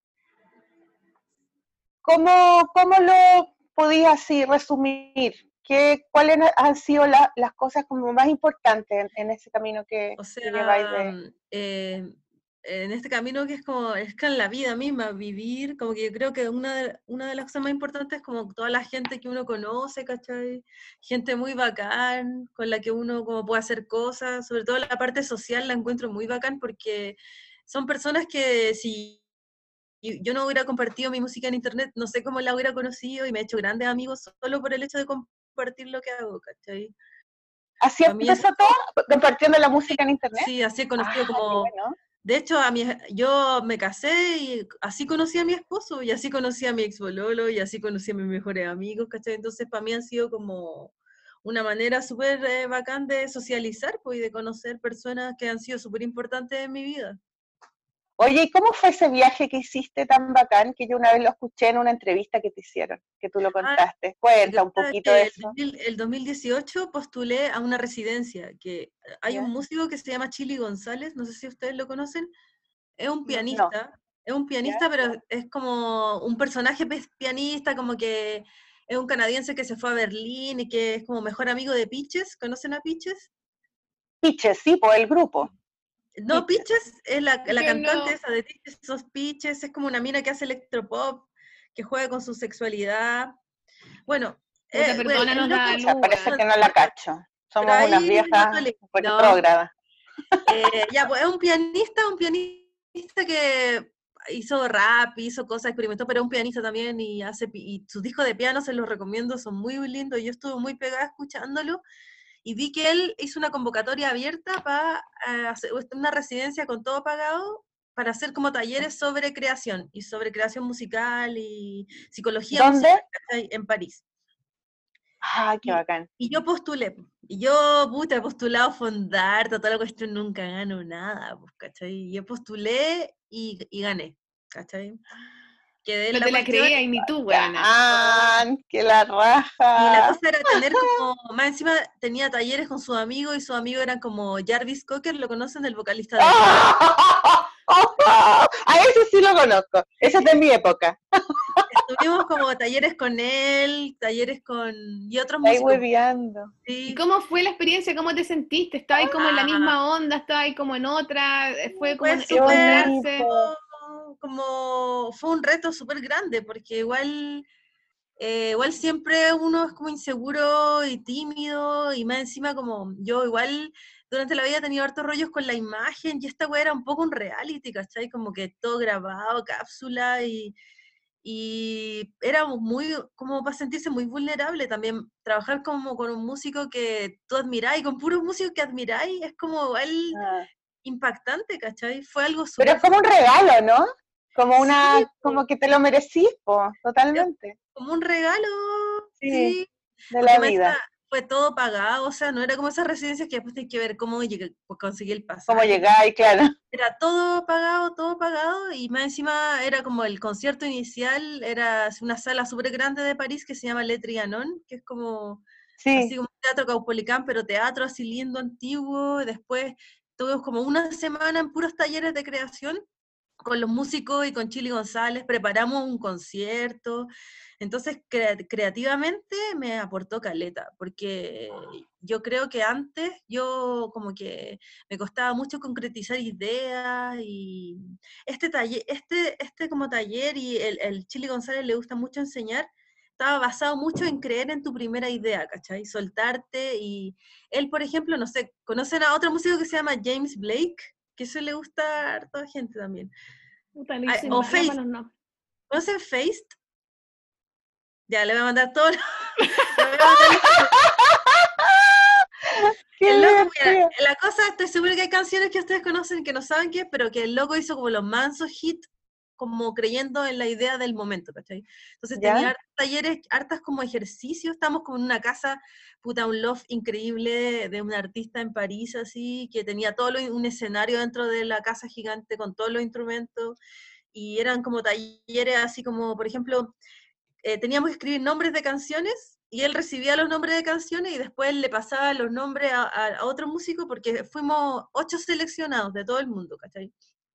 Speaker 2: ¿Cómo, cómo lo podías así resumir? ¿Qué, ¿Cuáles han sido la- las cosas como más importantes en, en ese camino que,
Speaker 1: O
Speaker 2: que lleváis
Speaker 1: sea,
Speaker 2: de...
Speaker 1: mm, eh, en este camino que es como, es que en la vida misma, vivir, como que yo creo que una de, una de las cosas más importantes es como toda la gente que uno conoce, ¿cachai? Gente muy bacán, con la que uno como puede hacer cosas, sobre todo la parte social la encuentro muy bacán porque son personas que si y yo no hubiera compartido mi música en internet, no sé cómo la hubiera conocido y me he hecho grandes amigos solo por el hecho de compartir lo que hago, ¿cachai?
Speaker 2: ¿Así
Speaker 1: Para mí eso,
Speaker 2: empezó todo? ¿Compartiendo la música en internet?
Speaker 1: sí, así he conocido
Speaker 2: Ah, qué
Speaker 1: como,
Speaker 2: bueno.
Speaker 1: de hecho, a mi, yo me casé y así conocí a mi esposo, y así conocí a mi ex bololo, y así conocí a mis mejores amigos, ¿cachai? Entonces, para mí han sido como una manera súper eh, bacán de socializar, pues, y de conocer personas que han sido súper importantes en mi vida.
Speaker 2: Oye, ¿y cómo fue ese viaje que hiciste tan bacán que yo una vez lo escuché en una entrevista que te hicieron, que tú lo
Speaker 1: Ah,
Speaker 2: contaste?
Speaker 1: lo que
Speaker 2: Cuenta un
Speaker 1: pasa es
Speaker 2: poquito de
Speaker 1: que el,
Speaker 2: eso.
Speaker 1: 2000 el dos mil dieciocho postulé a una residencia, que hay un
Speaker 2: ¿Ya?
Speaker 1: músico que se llama Chili González, no sé si ustedes lo conocen, es un
Speaker 2: No, no,
Speaker 1: pianista, es un
Speaker 2: ¿ya?
Speaker 1: pianista, pero es como un personaje pe- pianista, como que es un canadiense que se fue a Berlín y que es como mejor amigo de Peaches, ¿conocen a Peaches?
Speaker 2: Pitches, sí, por el grupo.
Speaker 1: No,
Speaker 2: Pitches.
Speaker 1: Peaches es la, la
Speaker 3: Yo
Speaker 1: cantante
Speaker 3: no.
Speaker 1: esa de Peaches, sos Peaches, es como una mina que hace electropop, que juega con su sexualidad. Bueno,
Speaker 3: Puta,
Speaker 1: eh, el, el
Speaker 3: perdónanos,
Speaker 1: loco,
Speaker 2: Pucha,
Speaker 3: Dalu,
Speaker 2: parece
Speaker 3: weón.
Speaker 2: que no la cacho.
Speaker 1: pero
Speaker 2: Somos unas
Speaker 1: ahí no,
Speaker 2: viejas
Speaker 1: le- no,
Speaker 2: retrógradas.
Speaker 1: Eh, ya, pues es un pianista, un pianista que hizo rap, hizo cosas, experimentó, pero es un pianista también y hace pi- y sus discos de piano se los recomiendo, son muy lindos. Yo estuve muy pegada escuchándolo y vi que él hizo una convocatoria abierta para hacer una residencia con todo pagado para hacer como talleres sobre creación y sobre creación musical y psicología
Speaker 2: ¿Dónde?
Speaker 1: musical, ¿cachai? En París.
Speaker 2: Ah, qué
Speaker 1: Y,
Speaker 2: bacán.
Speaker 1: y yo postulé, po. Y yo, puta, he postulado Fondar, toda la cuestión, nunca gano nada, pues, ¿cachai? Y yo postulé y, y gané, ¿cachai? Quedé en
Speaker 3: No
Speaker 1: la
Speaker 3: te la
Speaker 1: cuestión
Speaker 3: creía y ni tú, weona.
Speaker 2: Bacán, que la
Speaker 1: y la
Speaker 2: raja.
Speaker 1: cosa era tener como, más encima tenía talleres con sus amigos y sus amigos eran como Jarvis Cocker, ¿lo conocen? El vocalista de Queen.
Speaker 2: A ese sí lo conozco. Ese es de mi época.
Speaker 1: Estuvimos como talleres con él, talleres con, y otros
Speaker 2: Ahí
Speaker 1: músicos,
Speaker 2: hueveando.
Speaker 3: ¿Y
Speaker 1: sí.
Speaker 3: cómo fue la experiencia? ¿Cómo te sentiste? ¿Estabas ahí como en la
Speaker 1: Ah,
Speaker 3: misma onda? ¿Estabas ahí como en otra? ¿Fue como
Speaker 1: fue
Speaker 3: un
Speaker 2: Qué
Speaker 1: súper,
Speaker 3: encontrarse?
Speaker 2: bonito.
Speaker 1: como, fue un reto súper grande, porque igual, eh, igual siempre uno es como inseguro y tímido, y más encima como, yo igual durante la vida he tenido hartos rollos con la imagen, y esta weá era un poco un reality, ¿cachai? Como que todo grabado, cápsula, y, y era muy, como para sentirse muy vulnerable también, trabajar como con un músico que tú admiráis, con puros músicos que admiráis, es como igual
Speaker 2: Ah.
Speaker 1: impactante, ¿cachai? Fue algo
Speaker 2: Pero
Speaker 1: súper
Speaker 2: es como un regalo, ¿no? Como una,
Speaker 1: Sí,
Speaker 2: como que te lo merecís, po, totalmente.
Speaker 1: como un regalo,
Speaker 2: Sí,
Speaker 1: sí.
Speaker 2: de
Speaker 1: Porque
Speaker 2: la
Speaker 1: me
Speaker 2: vida.
Speaker 1: fue todo pagado, o sea, no era como esas residencias que después tienes que ver cómo llegué, pues, conseguí el
Speaker 2: Cómo
Speaker 1: pasaje.
Speaker 2: llegáis, claro.
Speaker 1: Era todo pagado, todo pagado, y más encima era como el concierto inicial, era una sala súper grande de París que se llama Le Trianon, que es como, así
Speaker 2: Sí,
Speaker 1: como un teatro caupolicán, pero teatro así lindo, antiguo, y después tuvimos como una semana en puros talleres de creación, con los músicos y con Chili González, preparamos un concierto, entonces crea- creativamente me aportó caleta, porque yo creo que antes yo como que me costaba mucho concretizar ideas, y este taller, este, este como taller, y el, el Chili González le gusta mucho enseñar, estaba basado mucho en creer en tu primera idea, ¿cachai? Soltarte, y él, por ejemplo, no sé, ¿conocen a otro músico que se llama James Blake? Que eso le gusta a toda gente también.
Speaker 3: Puta, lo
Speaker 1: Ay,
Speaker 3: hice
Speaker 1: o
Speaker 3: mala para
Speaker 1: Feist,
Speaker 3: los nombres.
Speaker 1: ¿conocen Feist? Ya, le voy a mandar todo. Le voy a mandar los-
Speaker 2: qué
Speaker 1: el loco, mira,
Speaker 2: divertido.
Speaker 1: la cosa, estoy segura que hay canciones que ustedes conocen que no saben qué es, pero que el loco hizo como los mansos hits, como creyendo en la idea del momento, ¿cachai? Entonces
Speaker 2: ¿Ya?
Speaker 1: tenía hartos talleres, hartas como ejercicios, estamos como en una casa, puta, un loft increíble de un artista en París, así, que tenía todo lo, un escenario dentro de la casa gigante con todos los instrumentos, y eran como talleres así como, por ejemplo, eh, teníamos que escribir nombres de canciones, y él recibía los nombres de canciones y después le pasaba los nombres a, a, a otro músico, porque fuimos ocho seleccionados de todo el mundo, ¿cachai?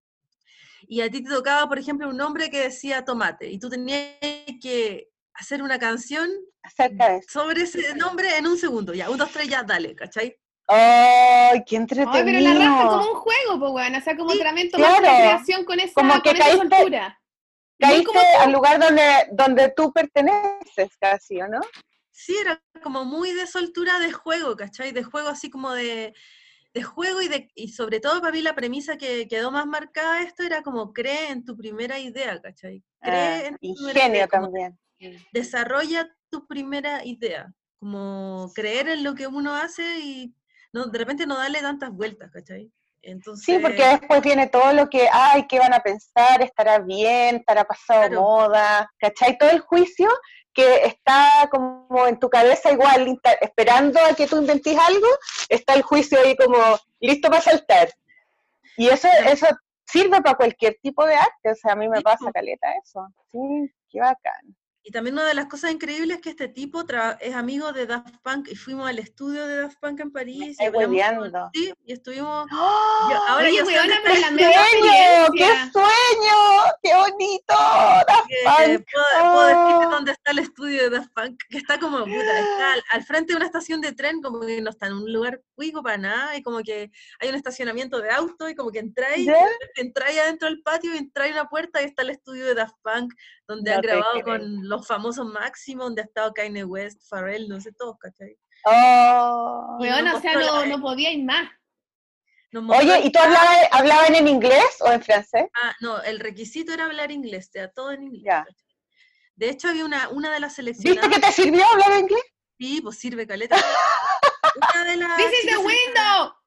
Speaker 1: Y a ti te tocaba, por ejemplo, un nombre que decía tomate, y tú tenías que hacer una canción
Speaker 2: Acerca de eso.
Speaker 1: sobre ese nombre en un segundo, ya, un, dos, tres, ya, dale, ¿cachai?
Speaker 2: ¡Ay, qué
Speaker 3: Ay, pero la raja como
Speaker 2: entretenido!
Speaker 3: un juego, pues, weón. O sea, como
Speaker 1: Sí,
Speaker 3: también tomaste la
Speaker 2: Claro,
Speaker 3: creación con esa,
Speaker 2: como que
Speaker 3: con esa
Speaker 2: caíste,
Speaker 3: soltura. Muy
Speaker 2: caíste
Speaker 3: como
Speaker 2: al
Speaker 3: tú.
Speaker 2: lugar donde, donde tú perteneces, casi, ¿o no?
Speaker 1: sí, era como muy de soltura de juego, ¿cachai? De juego así como de, de juego, y, de, y sobre todo para mí la premisa que quedó más marcada de esto era como cree en tu primera idea, ¿cachai?
Speaker 2: Ah,
Speaker 1: Cree en tu primera idea,
Speaker 2: ingenio
Speaker 1: como
Speaker 2: también.
Speaker 1: desarrolla tu primera idea, como creer en lo que uno hace, y no, de repente no darle tantas vueltas, ¿cachai?
Speaker 2: Sí, porque
Speaker 1: Entonces,
Speaker 2: después viene todo lo que, ay, ¿qué van a pensar? ¿Estará bien? ¿Estará pasado
Speaker 1: claro,
Speaker 2: moda? ¿Cachai? Todo el juicio que está como en tu cabeza igual, insta- esperando a que tú inventís algo, está el juicio ahí como listo para saltar. Y eso, eso sirve para cualquier tipo de arte, o sea, a mí me pasa caleta eso. Sí, qué bacán.
Speaker 1: y también una de las cosas increíbles es que este tipo es amigo de Daft Punk, y fuimos al estudio de Daft Punk en
Speaker 2: Me
Speaker 1: París y
Speaker 2: estáis
Speaker 1: hablamos con,
Speaker 2: hueveando.
Speaker 1: sí, y estuvimos, yo,
Speaker 2: ¡Oh!
Speaker 1: ahora
Speaker 3: Oye,
Speaker 1: yo sé dónde
Speaker 3: weona,
Speaker 1: está
Speaker 3: pero
Speaker 1: el
Speaker 3: la
Speaker 2: ¡Qué
Speaker 3: media
Speaker 2: sueño! ¡Qué
Speaker 3: experiencia.
Speaker 2: sueño! ¡Qué bonito! Daft
Speaker 1: que
Speaker 2: Punk.
Speaker 1: puedo, puedo decirte
Speaker 2: ¡Oh!
Speaker 1: dónde está el estudio de Daft Punk, que está como, puta, está al, al frente de una estación de tren, como que no está en un lugar cuico para nada, y como que hay un estacionamiento de auto, y como que entráis,
Speaker 2: ¿Ya?
Speaker 1: y de repente entráis adentro del patio, y entráis a una puerta, y está el estudio de Daft Punk, donde han
Speaker 2: No te
Speaker 1: grabado
Speaker 2: creo.
Speaker 1: con los famosos Máximo, donde ha estado Kanye West, Pharrell, no sé, todos, ¿cachai?
Speaker 2: Oh.
Speaker 1: Y nos
Speaker 3: Weona, o sea,
Speaker 1: mostró, la,
Speaker 3: no,
Speaker 1: eh,
Speaker 3: no podía ir más.
Speaker 1: nos mostró
Speaker 2: Oye,
Speaker 1: el
Speaker 2: ¿y tú
Speaker 1: plan.
Speaker 2: hablabas, hablaban en inglés o en francés?
Speaker 1: Ah, no, el requisito era hablar inglés, era todo en inglés,
Speaker 2: Ya.
Speaker 1: ¿cachai? De hecho, había una, una de las
Speaker 2: ¿Viste
Speaker 1: seleccionadas,
Speaker 2: que te sirvió hablar inglés?
Speaker 1: sí, pues sirve caleta. Una de
Speaker 3: This
Speaker 1: las
Speaker 3: is the
Speaker 1: chicas seleccionadas,
Speaker 3: window.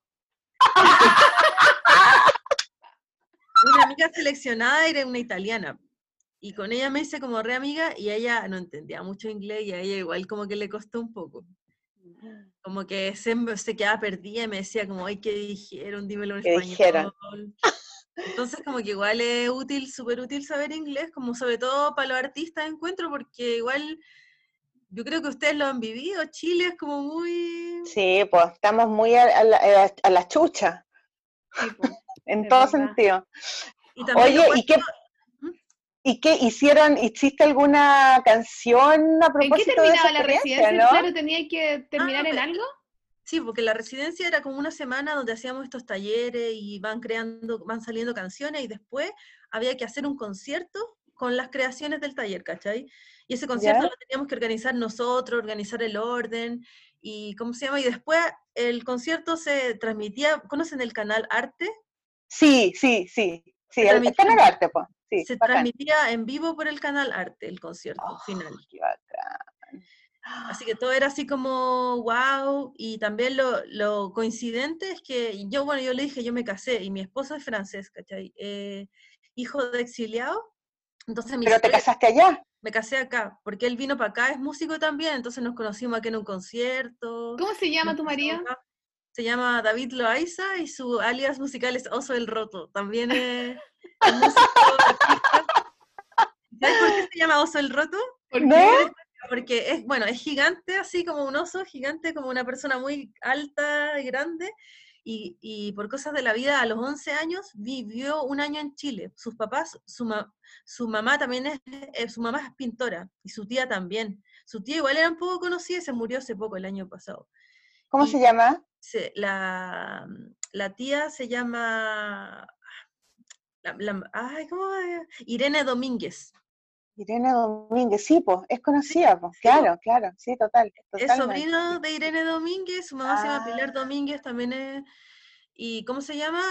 Speaker 1: una amiga seleccionada era una italiana, y con ella me hice como re amiga, y ella no entendía mucho inglés, y a ella igual como que le costó un poco. Como que se, se quedaba perdida y me decía como, ay, ¿qué dijeron? Dímelo en
Speaker 2: ¿Qué
Speaker 1: español.
Speaker 2: dijeron?
Speaker 1: Entonces como que igual es útil, súper útil saber inglés, como sobre todo para los artistas encuentro, porque igual yo creo que ustedes lo han vivido, Chile es como muy...
Speaker 2: Sí, pues estamos muy a, a la, a la chucha,
Speaker 3: Sí, po,
Speaker 2: en
Speaker 3: es
Speaker 2: todo
Speaker 3: verdad.
Speaker 2: sentido.
Speaker 1: Y también lo
Speaker 2: Oye, ¿y
Speaker 1: cuento...
Speaker 2: qué, ¿y qué hicieron? ¿Hiciste alguna canción a
Speaker 3: ¿En qué
Speaker 2: propósito de esa
Speaker 3: terminaba la
Speaker 2: experiencia,
Speaker 3: residencia?
Speaker 2: no?
Speaker 3: Claro, tenía que terminar
Speaker 1: Ah,
Speaker 3: en
Speaker 1: pe-
Speaker 3: algo.
Speaker 1: sí, porque la residencia era como una semana donde hacíamos estos talleres y van creando, van saliendo canciones, y después había que hacer un concierto con las creaciones del taller, ¿cachai? Y ese concierto
Speaker 2: ¿Ya?
Speaker 1: lo teníamos que organizar nosotros, organizar el orden, y ¿cómo se llama? Y después el concierto se transmitía, ¿conocen el canal Arte?
Speaker 2: Sí, sí, sí, sí,
Speaker 1: Se
Speaker 2: el, el
Speaker 1: transmitía,
Speaker 2: canal arte, pues, sí,
Speaker 1: se
Speaker 2: bacán.
Speaker 1: transmitía en vivo por el canal Arte, el concierto
Speaker 2: Oh,
Speaker 1: final.
Speaker 2: qué bacán.
Speaker 1: Así que todo era así como wow, y también lo, lo coincidente es que yo, bueno, yo le dije, yo me casé, y mi esposo es francés, ¿cachai? Eh, hijo de exiliado. Entonces mi
Speaker 2: ¿Pero te
Speaker 1: suegra-
Speaker 2: casaste allá?
Speaker 1: me casé acá, porque él vino para acá, es músico también, entonces nos conocimos aquí en un concierto.
Speaker 3: ¿Cómo se llama
Speaker 1: nos
Speaker 3: tu marido?
Speaker 1: casamos acá. Se llama David Loaiza y su alias musical es Oso el Roto. También es, es músico, artista. ¿Sabes por qué se llama Oso el Roto?
Speaker 3: ¿Por
Speaker 2: ¿No?
Speaker 3: qué?
Speaker 1: Porque es, bueno, es gigante, así como un oso, gigante, como una persona muy alta y grande, y, y por cosas de la vida, a los once años, vivió un año en Chile. Sus papás, su, ma- su mamá también es, eh, su mamá es pintora, y su tía también. Su tía igual era un poco conocida y se murió hace poco, el año pasado.
Speaker 2: ¿Cómo
Speaker 1: Y
Speaker 2: se llama?
Speaker 1: se- la, la tía se llama, la- la- ay, ¿cómo es? Irene Domínguez.
Speaker 2: Irene Domínguez, sí, pues, es
Speaker 1: Sí,
Speaker 2: conocida, pues,
Speaker 1: sí,
Speaker 2: claro, claro, sí, total,
Speaker 1: es
Speaker 2: totalmente.
Speaker 1: sobrino de Irene Domínguez, su mamá se llama Pilar
Speaker 2: Ah,
Speaker 1: Domínguez, también es, y ¿cómo se llama?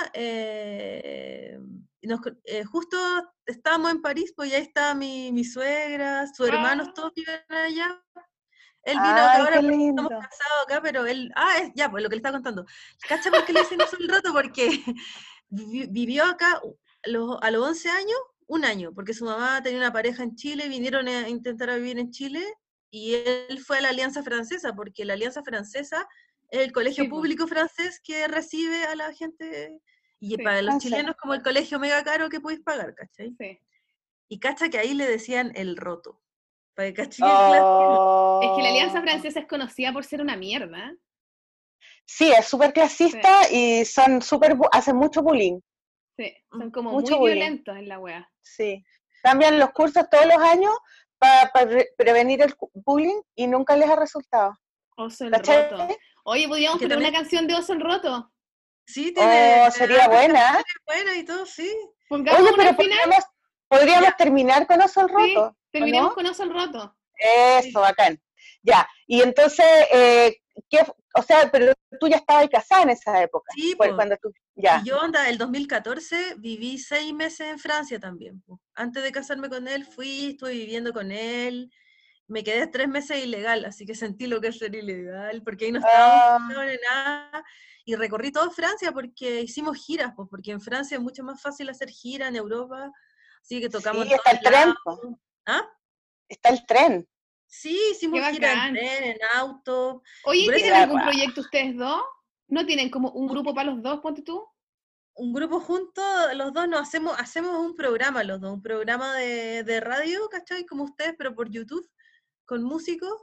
Speaker 1: Eh, y nos co- eh, justo estábamos en París, pues ya está mi, mi suegra, sus hermanos,
Speaker 3: Ah,
Speaker 1: todos viven allá. Él vino acá
Speaker 2: ay,
Speaker 1: ahora
Speaker 2: qué
Speaker 1: porque estamos
Speaker 2: lindo.
Speaker 1: casados acá, pero él, ah, es, ya, pues lo que le estaba contando. ¿Cacha por qué le dicen eso un rato? Porque vi- vivió acá los- a los once años, un año, porque su mamá tenía una pareja en Chile, vinieron a intentar a vivir en Chile, y él fue a la Alianza Francesa, porque la Alianza Francesa es el colegio
Speaker 3: sí, po,
Speaker 1: público francés que recibe a la gente, y
Speaker 3: sí,
Speaker 1: para los
Speaker 2: Francia.
Speaker 1: chilenos como el colegio mega caro que podéis pagar, ¿cachai?
Speaker 3: sí.
Speaker 1: Y cacha que ahí le decían el roto, para que caché el clase.
Speaker 3: Es que la Alianza
Speaker 2: Oh,
Speaker 3: Francesa es conocida por ser una mierda.
Speaker 2: sí, es súper
Speaker 3: Sí,
Speaker 2: clasista y son súper, bu- hacen mucho bullying,
Speaker 3: sí. Son
Speaker 1: Mm.
Speaker 3: como
Speaker 2: mucho
Speaker 3: muy
Speaker 2: bullying,
Speaker 3: violentos en la wea.
Speaker 2: sí. Cambian los cursos todos los años para prevenir el cu- bullying y nunca les ha resultado.
Speaker 3: Oso el
Speaker 2: ¿Cachai?
Speaker 3: Roto. Oye, podríamos
Speaker 1: Que
Speaker 3: poner una
Speaker 1: también,
Speaker 3: canción de Oso el Roto.
Speaker 1: sí, tiene
Speaker 2: Oh, sería
Speaker 1: hartas
Speaker 2: buena.
Speaker 1: canciones buenas y todo, sí.
Speaker 3: Pongamos
Speaker 2: Oye,
Speaker 3: una al
Speaker 2: pero
Speaker 3: final.
Speaker 2: podríamos, podríamos
Speaker 1: Ya,
Speaker 2: terminar con Oso el
Speaker 3: Sí,
Speaker 2: Roto, ¿o
Speaker 3: terminemos
Speaker 2: no?
Speaker 3: con Oso el Roto.
Speaker 2: Eso,
Speaker 1: sí,
Speaker 2: bacán. Ya, y entonces, eh, ¿qué, o sea, pero tú ya estabas casada en esa época,
Speaker 1: sí,
Speaker 2: fue
Speaker 1: pues.
Speaker 2: cuando tú,
Speaker 1: Y
Speaker 2: ya.
Speaker 1: yo, onda, el dos mil catorce viví seis meses en Francia también, po. Antes de casarme con él, fui, estuve viviendo con él, me quedé tres meses ilegal, así que sentí lo que es ser ilegal, porque ahí no estábamos
Speaker 2: Ah,
Speaker 1: casados ni nada, y recorrí toda Francia porque hicimos giras, pues, porque en Francia es mucho más fácil hacer giras en Europa, así que tocamos
Speaker 2: sí,
Speaker 1: en
Speaker 2: está
Speaker 1: todos
Speaker 2: el tren,
Speaker 1: lados.
Speaker 2: po,
Speaker 1: ¿Ah?
Speaker 2: está el tren.
Speaker 1: Sí,
Speaker 3: Qué
Speaker 1: hicimos gira en
Speaker 3: bacán.
Speaker 1: tren, en auto, y
Speaker 3: Oye,
Speaker 1: por eso
Speaker 3: ¿tienen
Speaker 2: La
Speaker 3: algún
Speaker 2: ra-
Speaker 3: proyecto ustedes dos? ¿No tienen como un grupo para los dos, ponte tú?
Speaker 1: un grupo juntos, los dos nos hacemos, hacemos un programa los dos, un programa de, de radio, ¿cachai? Como ustedes, pero por YouTube, con músicos.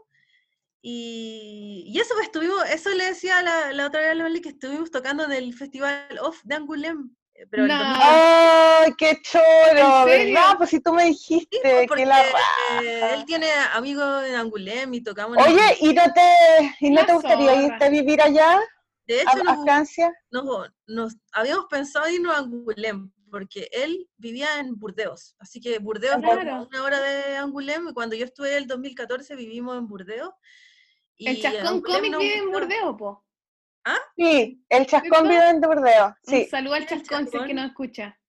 Speaker 1: Y, y eso pues, estuvimos, eso le decía la, la otra vez a Loli, que estuvimos tocando en el Festival Off de Angoulême, eh, pero el
Speaker 3: No,
Speaker 1: dos mil veinte.
Speaker 2: ¡Ay, qué
Speaker 3: ¿en
Speaker 2: choro!
Speaker 3: serio?
Speaker 2: ¿Verdad? Pues si tú me
Speaker 1: Sí, pues,
Speaker 2: dijiste que
Speaker 1: porque
Speaker 2: la
Speaker 1: eh, él
Speaker 2: raja.
Speaker 1: tiene amigos en Angoulême y tocamos en
Speaker 2: Oye,
Speaker 1: Angoulême.
Speaker 2: ¿y no te, y no
Speaker 3: La
Speaker 2: te gustaría irte a
Speaker 3: zorra.
Speaker 2: vivir allá,
Speaker 1: De
Speaker 2: a,
Speaker 1: hecho,
Speaker 2: a
Speaker 1: nos,
Speaker 2: Francia?
Speaker 1: nos, nos habíamos pensado irnos a Angoulême, porque él vivía en Burdeos, así que Burdeos
Speaker 2: En
Speaker 1: está
Speaker 2: Bor-
Speaker 1: como a
Speaker 3: Claro.
Speaker 1: una hora de Angoulême, y cuando yo estuve en el dos mil catorce vivimos en Burdeos,
Speaker 3: El
Speaker 1: y
Speaker 3: Chascón
Speaker 1: Angoulême
Speaker 3: Comic
Speaker 1: nos
Speaker 3: vive en
Speaker 1: gustaba.
Speaker 3: Burdeos, po.
Speaker 1: ¿Ah?
Speaker 2: Sí, el Chascón
Speaker 3: ¿Cierto?
Speaker 2: vive en Burdeos,
Speaker 3: Un
Speaker 2: sí.
Speaker 3: saludo al
Speaker 1: ¿Quién es el
Speaker 3: Chascón si es que
Speaker 1: Chascón?
Speaker 3: nos escucha.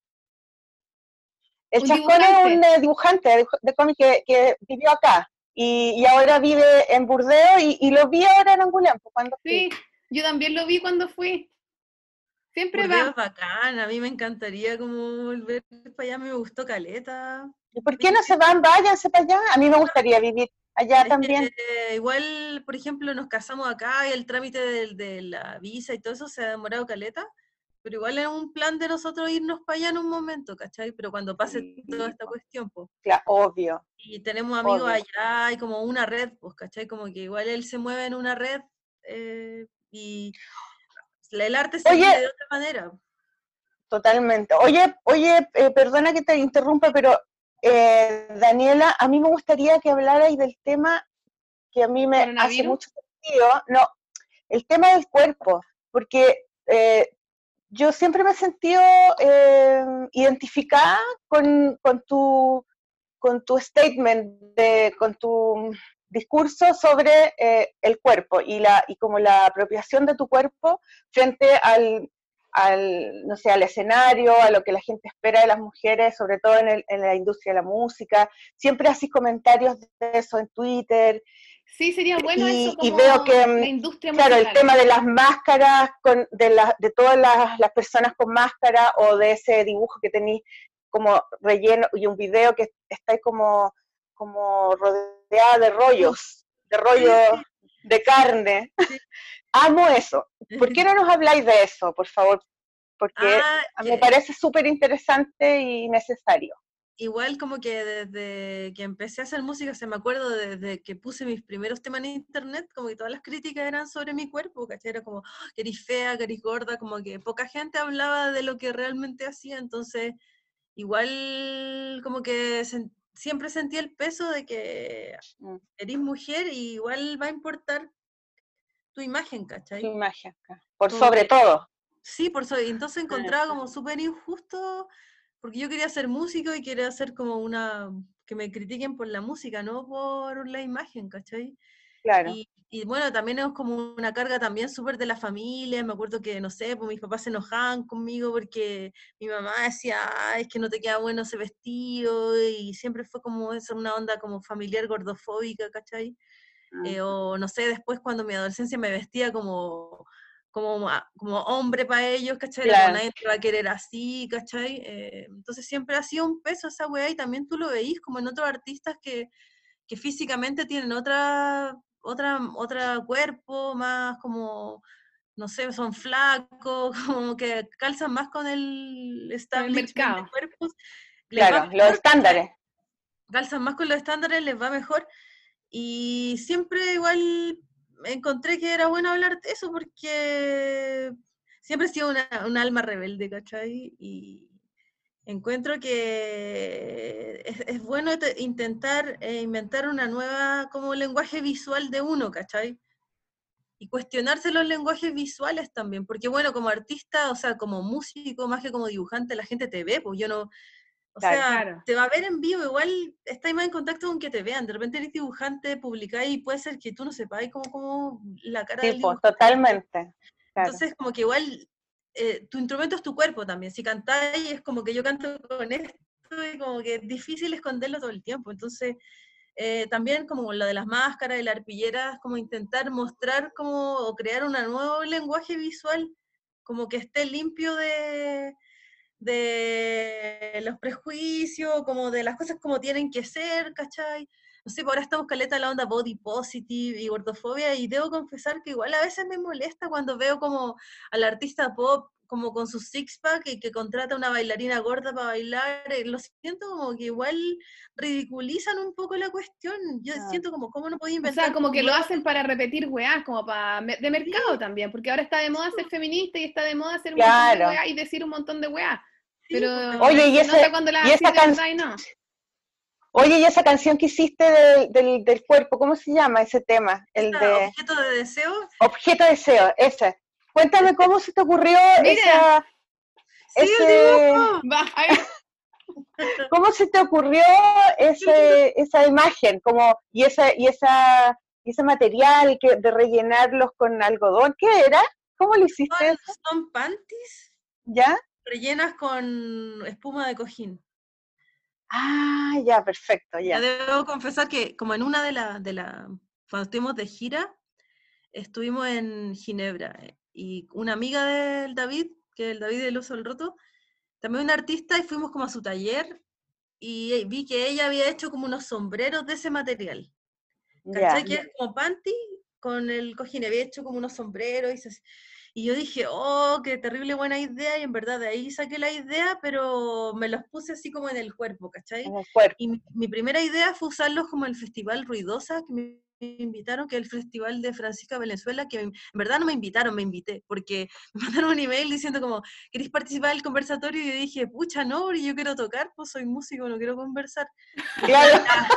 Speaker 2: El
Speaker 3: Un
Speaker 2: Chascón es un
Speaker 3: dibujante.
Speaker 2: eh, dibujante de, de cómic que, que vivió acá y, y ahora vive en Burdeos y, y lo vi ahora en Angoulême, pues, cuando fui.
Speaker 3: Sí, yo también lo vi cuando fui. Siempre
Speaker 1: Burdeos es
Speaker 3: va.
Speaker 1: bacán, a mí me encantaría como volver para allá, a mí me gustó caleta.
Speaker 2: ¿Y por qué no se van? Váyanse para allá. A mí me gustaría vivir allá
Speaker 1: Es que
Speaker 2: también.
Speaker 1: eh, igual, por ejemplo, nos casamos acá y el trámite de, de la visa y todo eso se ha demorado caleta, pero igual es un plan de nosotros irnos para allá en un momento, ¿cachai? Pero cuando pase toda
Speaker 2: Sí,
Speaker 1: esta
Speaker 2: pues,
Speaker 1: cuestión, pues.
Speaker 2: claro, obvio,
Speaker 1: Y tenemos amigos
Speaker 2: obvio.
Speaker 1: allá y como una red, pues, ¿cachai? Como que igual él se mueve en una red eh, y el arte se
Speaker 2: Oye,
Speaker 1: vive de otra manera.
Speaker 2: totalmente. Oye, oye, eh, perdona que te interrumpa, pero eh, Daniela, a mí me gustaría que hablarais del tema que a mí me hace
Speaker 3: ¿Coronavirus?
Speaker 2: mucho sentido, no, el tema del cuerpo, porque eh, yo siempre me he sentido eh, identificada con, con, tu, con tu statement, de, con tu discurso sobre eh, el cuerpo y, la, y como la apropiación de tu cuerpo frente al, al, no sé, al escenario, a lo que la gente espera de las mujeres, sobre todo en, el, en la industria de la música. Siempre haces comentarios de eso en Twitter.
Speaker 3: Sí, sería bueno eso
Speaker 2: Y, y
Speaker 3: como
Speaker 2: veo que,
Speaker 3: la industria
Speaker 2: claro, el
Speaker 3: musical.
Speaker 2: tema de las máscaras, con, de, la, de todas las, las personas con máscara o de ese dibujo que tenéis como relleno, y un video que estáis como, como rodeada de rollos, de rollos de carne. Amo eso. ¿Por qué no nos habláis de eso, por favor? Porque
Speaker 1: Ah,
Speaker 2: me
Speaker 1: eh,
Speaker 2: parece súper interesante y necesario.
Speaker 1: igual como que desde que empecé a hacer música, se me acuerdo desde que puse mis primeros temas en internet, como que todas las críticas eran sobre mi cuerpo, ¿cachai? Era como, "Ah, que eres fea, que eres gorda", como que poca gente hablaba de lo que realmente hacía, entonces igual como que sen- siempre sentí el peso de que
Speaker 2: Mm,
Speaker 1: eres mujer y igual va a importar tu imagen,
Speaker 2: tu
Speaker 1: ¿cachai?
Speaker 2: imagen, acá. Por
Speaker 1: Como
Speaker 2: sobre
Speaker 1: que
Speaker 2: todo.
Speaker 1: sí, por eso, y entonces
Speaker 2: Ah,
Speaker 1: encontraba como súper injusto, porque yo quería ser músico y quería hacer como una, que me critiquen por la música, no por la imagen, ¿cachai?
Speaker 2: claro.
Speaker 1: Y, y bueno, también es como una carga también súper de la familia, me acuerdo que, no sé, pues mis papás se enojaban conmigo porque mi mamá decía, "Ay, es que no te queda bueno ese vestido", y siempre fue como eso, una onda como familiar gordofóbica, ¿cachai?
Speaker 2: Ah,
Speaker 1: Eh, o no sé, después cuando en mi adolescencia me vestía como, como, a- como hombre para ellos, ¿cachai? Era como
Speaker 2: claro.
Speaker 1: nadie te va a querer así, ¿cachai? Eh, entonces siempre ha sido un peso esa weá y también tú lo veís como en otros artistas que, que físicamente tienen otra, otra, otra cuerpo, más como, no sé, son flacos, como que calzan más con el
Speaker 3: Con el
Speaker 1: establishment de
Speaker 3: mercado.
Speaker 1: cuerpos, les va
Speaker 2: Claro, los
Speaker 1: mejor, ¿cachai?
Speaker 2: estándares.
Speaker 1: Calzan más con los estándares, les va mejor. Y siempre igual encontré que era bueno hablar de eso porque siempre he sido una, un alma rebelde, ¿cachai? Y encuentro que es, es bueno te- intentar eh, inventar una nueva como lenguaje visual de uno, ¿cachai? Y cuestionarse los lenguajes visuales también, porque bueno, como artista, o sea, como músico, más que como dibujante, la gente te ve, pues yo no, o
Speaker 2: Claro.
Speaker 1: sea,
Speaker 3: Claro.
Speaker 1: te va a ver en vivo, igual estáis más en contacto con que te vean. De repente eres dibujante, publicáis y puede ser que tú no sepáis cómo, cómo la cara
Speaker 2: Sí,
Speaker 1: del
Speaker 2: pues,
Speaker 1: dibujante. ¿Cachai?
Speaker 2: totalmente. Claro.
Speaker 1: Entonces, como que igual eh, tu instrumento es tu cuerpo también. Si cantáis, es como que yo canto con esto y como que es difícil esconderlo todo el tiempo. Entonces, eh, también como lo de las máscaras y la arpillera, es como intentar mostrar como, o crear un nuevo lenguaje visual, como que esté limpio de de los prejuicios, como de las cosas como tienen que ser, ¿cachai? No sé, por ahora estamos caleta en la onda body positive y gordofobia, y debo confesar que igual a veces me molesta cuando veo como al artista pop como con su six-pack y que contrata una bailarina gorda para bailar, eh, lo siento como que igual ridiculizan un poco la cuestión. Yo
Speaker 2: Ah,
Speaker 1: siento como, ¿cómo no podía
Speaker 3: O sea,
Speaker 1: inventar
Speaker 3: como
Speaker 1: como
Speaker 3: que lo
Speaker 1: nuevos?
Speaker 3: hacen para repetir weás, como para de mercado
Speaker 1: Sí,
Speaker 3: también, porque ahora está de moda ser feminista y está de moda hacer un montón de
Speaker 2: claro.
Speaker 3: weás y decir un montón de weás.
Speaker 1: sí, pues,
Speaker 2: Oye,
Speaker 3: Pero
Speaker 2: y
Speaker 3: se nota
Speaker 2: ese,
Speaker 3: cuando las
Speaker 2: y
Speaker 3: así
Speaker 2: esa
Speaker 3: de
Speaker 2: can-
Speaker 3: verdad y no.
Speaker 2: Oye, y esa canción que hiciste del, del, del cuerpo, ¿cómo se llama ese tema? El
Speaker 1: esa
Speaker 2: de
Speaker 1: objeto de deseo,
Speaker 2: Objeto de Deseo, ese. Cuéntame cómo se te ocurrió
Speaker 3: Mira,
Speaker 2: esa,
Speaker 1: sí, el
Speaker 2: ese,
Speaker 1: dibujo.
Speaker 3: va, ahí.
Speaker 2: ¿cómo se te ocurrió ese, esa imagen, como y esa y esa y ese material que de rellenarlos con algodón? ¿Qué era? ¿Cómo lo hiciste
Speaker 1: Son,
Speaker 2: eso?
Speaker 1: son panties
Speaker 2: ¿Ya?
Speaker 1: rellenas con espuma de cojín.
Speaker 2: Ah, ya, perfecto,
Speaker 1: Ya
Speaker 2: ya.
Speaker 1: debo confesar que como en una de las, de la, cuando estuvimos de gira, estuvimos en Ginebra eh, y una amiga del David, que es el David del Oso del Roto, también una artista y fuimos como a su taller y vi que ella había hecho como unos sombreros de ese material. ¿Cachai?
Speaker 2: Ya.
Speaker 1: Que es como panty con el cojín, había hecho como unos sombreros y, se- y yo dije, oh, qué terrible buena idea, y en verdad de ahí saqué la idea, pero me los puse así como en el cuerpo, ¿cachai?
Speaker 2: En el cuerpo.
Speaker 1: Y mi, mi primera idea fue usarlos como el Festival Ruidosa, que me invitaron, que es el festival de Francisca Valenzuela, que me- en verdad no me invitaron, me invité, porque me mandaron un email diciendo como, ¿queréis participar del conversatorio? Y yo dije, pucha, no, porque yo quiero tocar, pues soy músico, no quiero conversar. Y dijeron,
Speaker 2: Claro.
Speaker 1: ya,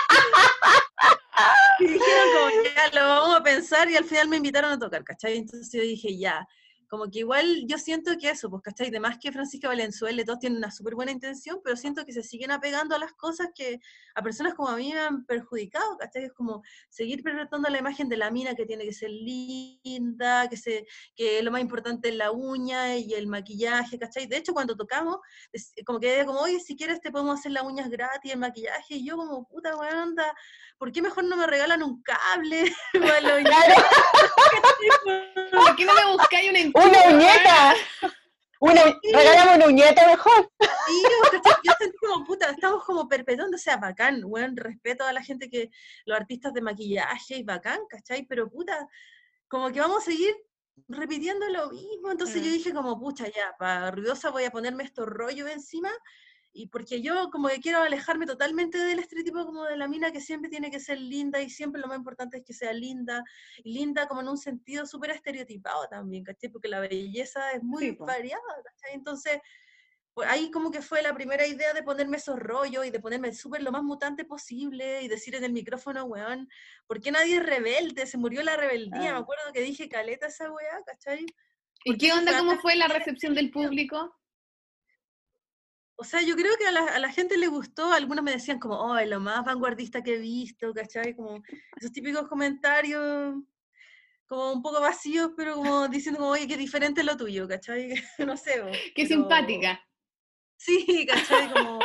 Speaker 1: y dijeron como, ya, lo vamos a pensar, y al final me invitaron a tocar, ¿cachai? Entonces yo dije, ya, como que igual yo siento que eso, pues, ¿cachai? De más que Francisca Valenzuela, todos tienen una súper buena intención, pero siento que se siguen apegando a las cosas que a personas como a mí me han perjudicado, ¿cachai? Es como seguir proyectando la imagen de la mina que tiene que ser linda, que, se, que lo más importante es la uña y el maquillaje, ¿cachai? De hecho, cuando tocamos, es, como que era como, oye, si quieres te podemos hacer las uñas gratis, el maquillaje, y yo como, puta, weón, onda, ¿por qué mejor no me regalan un cable? Para los
Speaker 2: Claro.
Speaker 3: ¿Por qué no me buscáis un enchufe?
Speaker 2: ¡Una uñeta! Una, regalamos una uñeta mejor.
Speaker 1: Sí, ¿cachai? Yo sentí como, puta, estamos como perpetuando, o sea, bacán, weón, respeto a la gente que, los artistas de maquillaje y bacán, ¿cachai? Pero puta, como que vamos a seguir repitiendo lo mismo, entonces
Speaker 3: Mm.
Speaker 1: yo dije como, pucha, ya, para ruidosa voy a ponerme estos rollos encima, y porque yo como que quiero alejarme totalmente del estereotipo como de la mina que siempre tiene que ser linda, y siempre lo más importante es que sea linda, y linda como en un sentido súper estereotipado también, ¿cachai? Porque la belleza es muy
Speaker 3: Sí, po.
Speaker 1: variada, ¿cachai? Entonces, pues ahí como que fue la primera idea de ponerme esos rollos y de ponerme súper lo más mutante posible y decir en el micrófono, weón, ¿por qué nadie es rebelde? Se murió la rebeldía, me
Speaker 2: Ah.
Speaker 1: acuerdo que dije caleta esa weá, ¿cachai?
Speaker 3: ¿Y
Speaker 1: Porque
Speaker 3: qué
Speaker 1: eso
Speaker 3: onda?
Speaker 1: fue
Speaker 3: ¿Cómo
Speaker 1: antes
Speaker 3: fue la
Speaker 1: de la
Speaker 3: recepción del
Speaker 1: televisión.
Speaker 3: público?
Speaker 1: O sea, yo creo que a la, a la gente le gustó, algunos me decían como, oh, es lo más vanguardista que he visto, ¿cachai? Como esos típicos comentarios, como un poco vacíos, pero como diciendo como, oye, qué diferente es lo tuyo, ¿cachai? No sé, vos,
Speaker 3: Qué
Speaker 1: pero
Speaker 3: simpática.
Speaker 1: sí, ¿cachai? Como,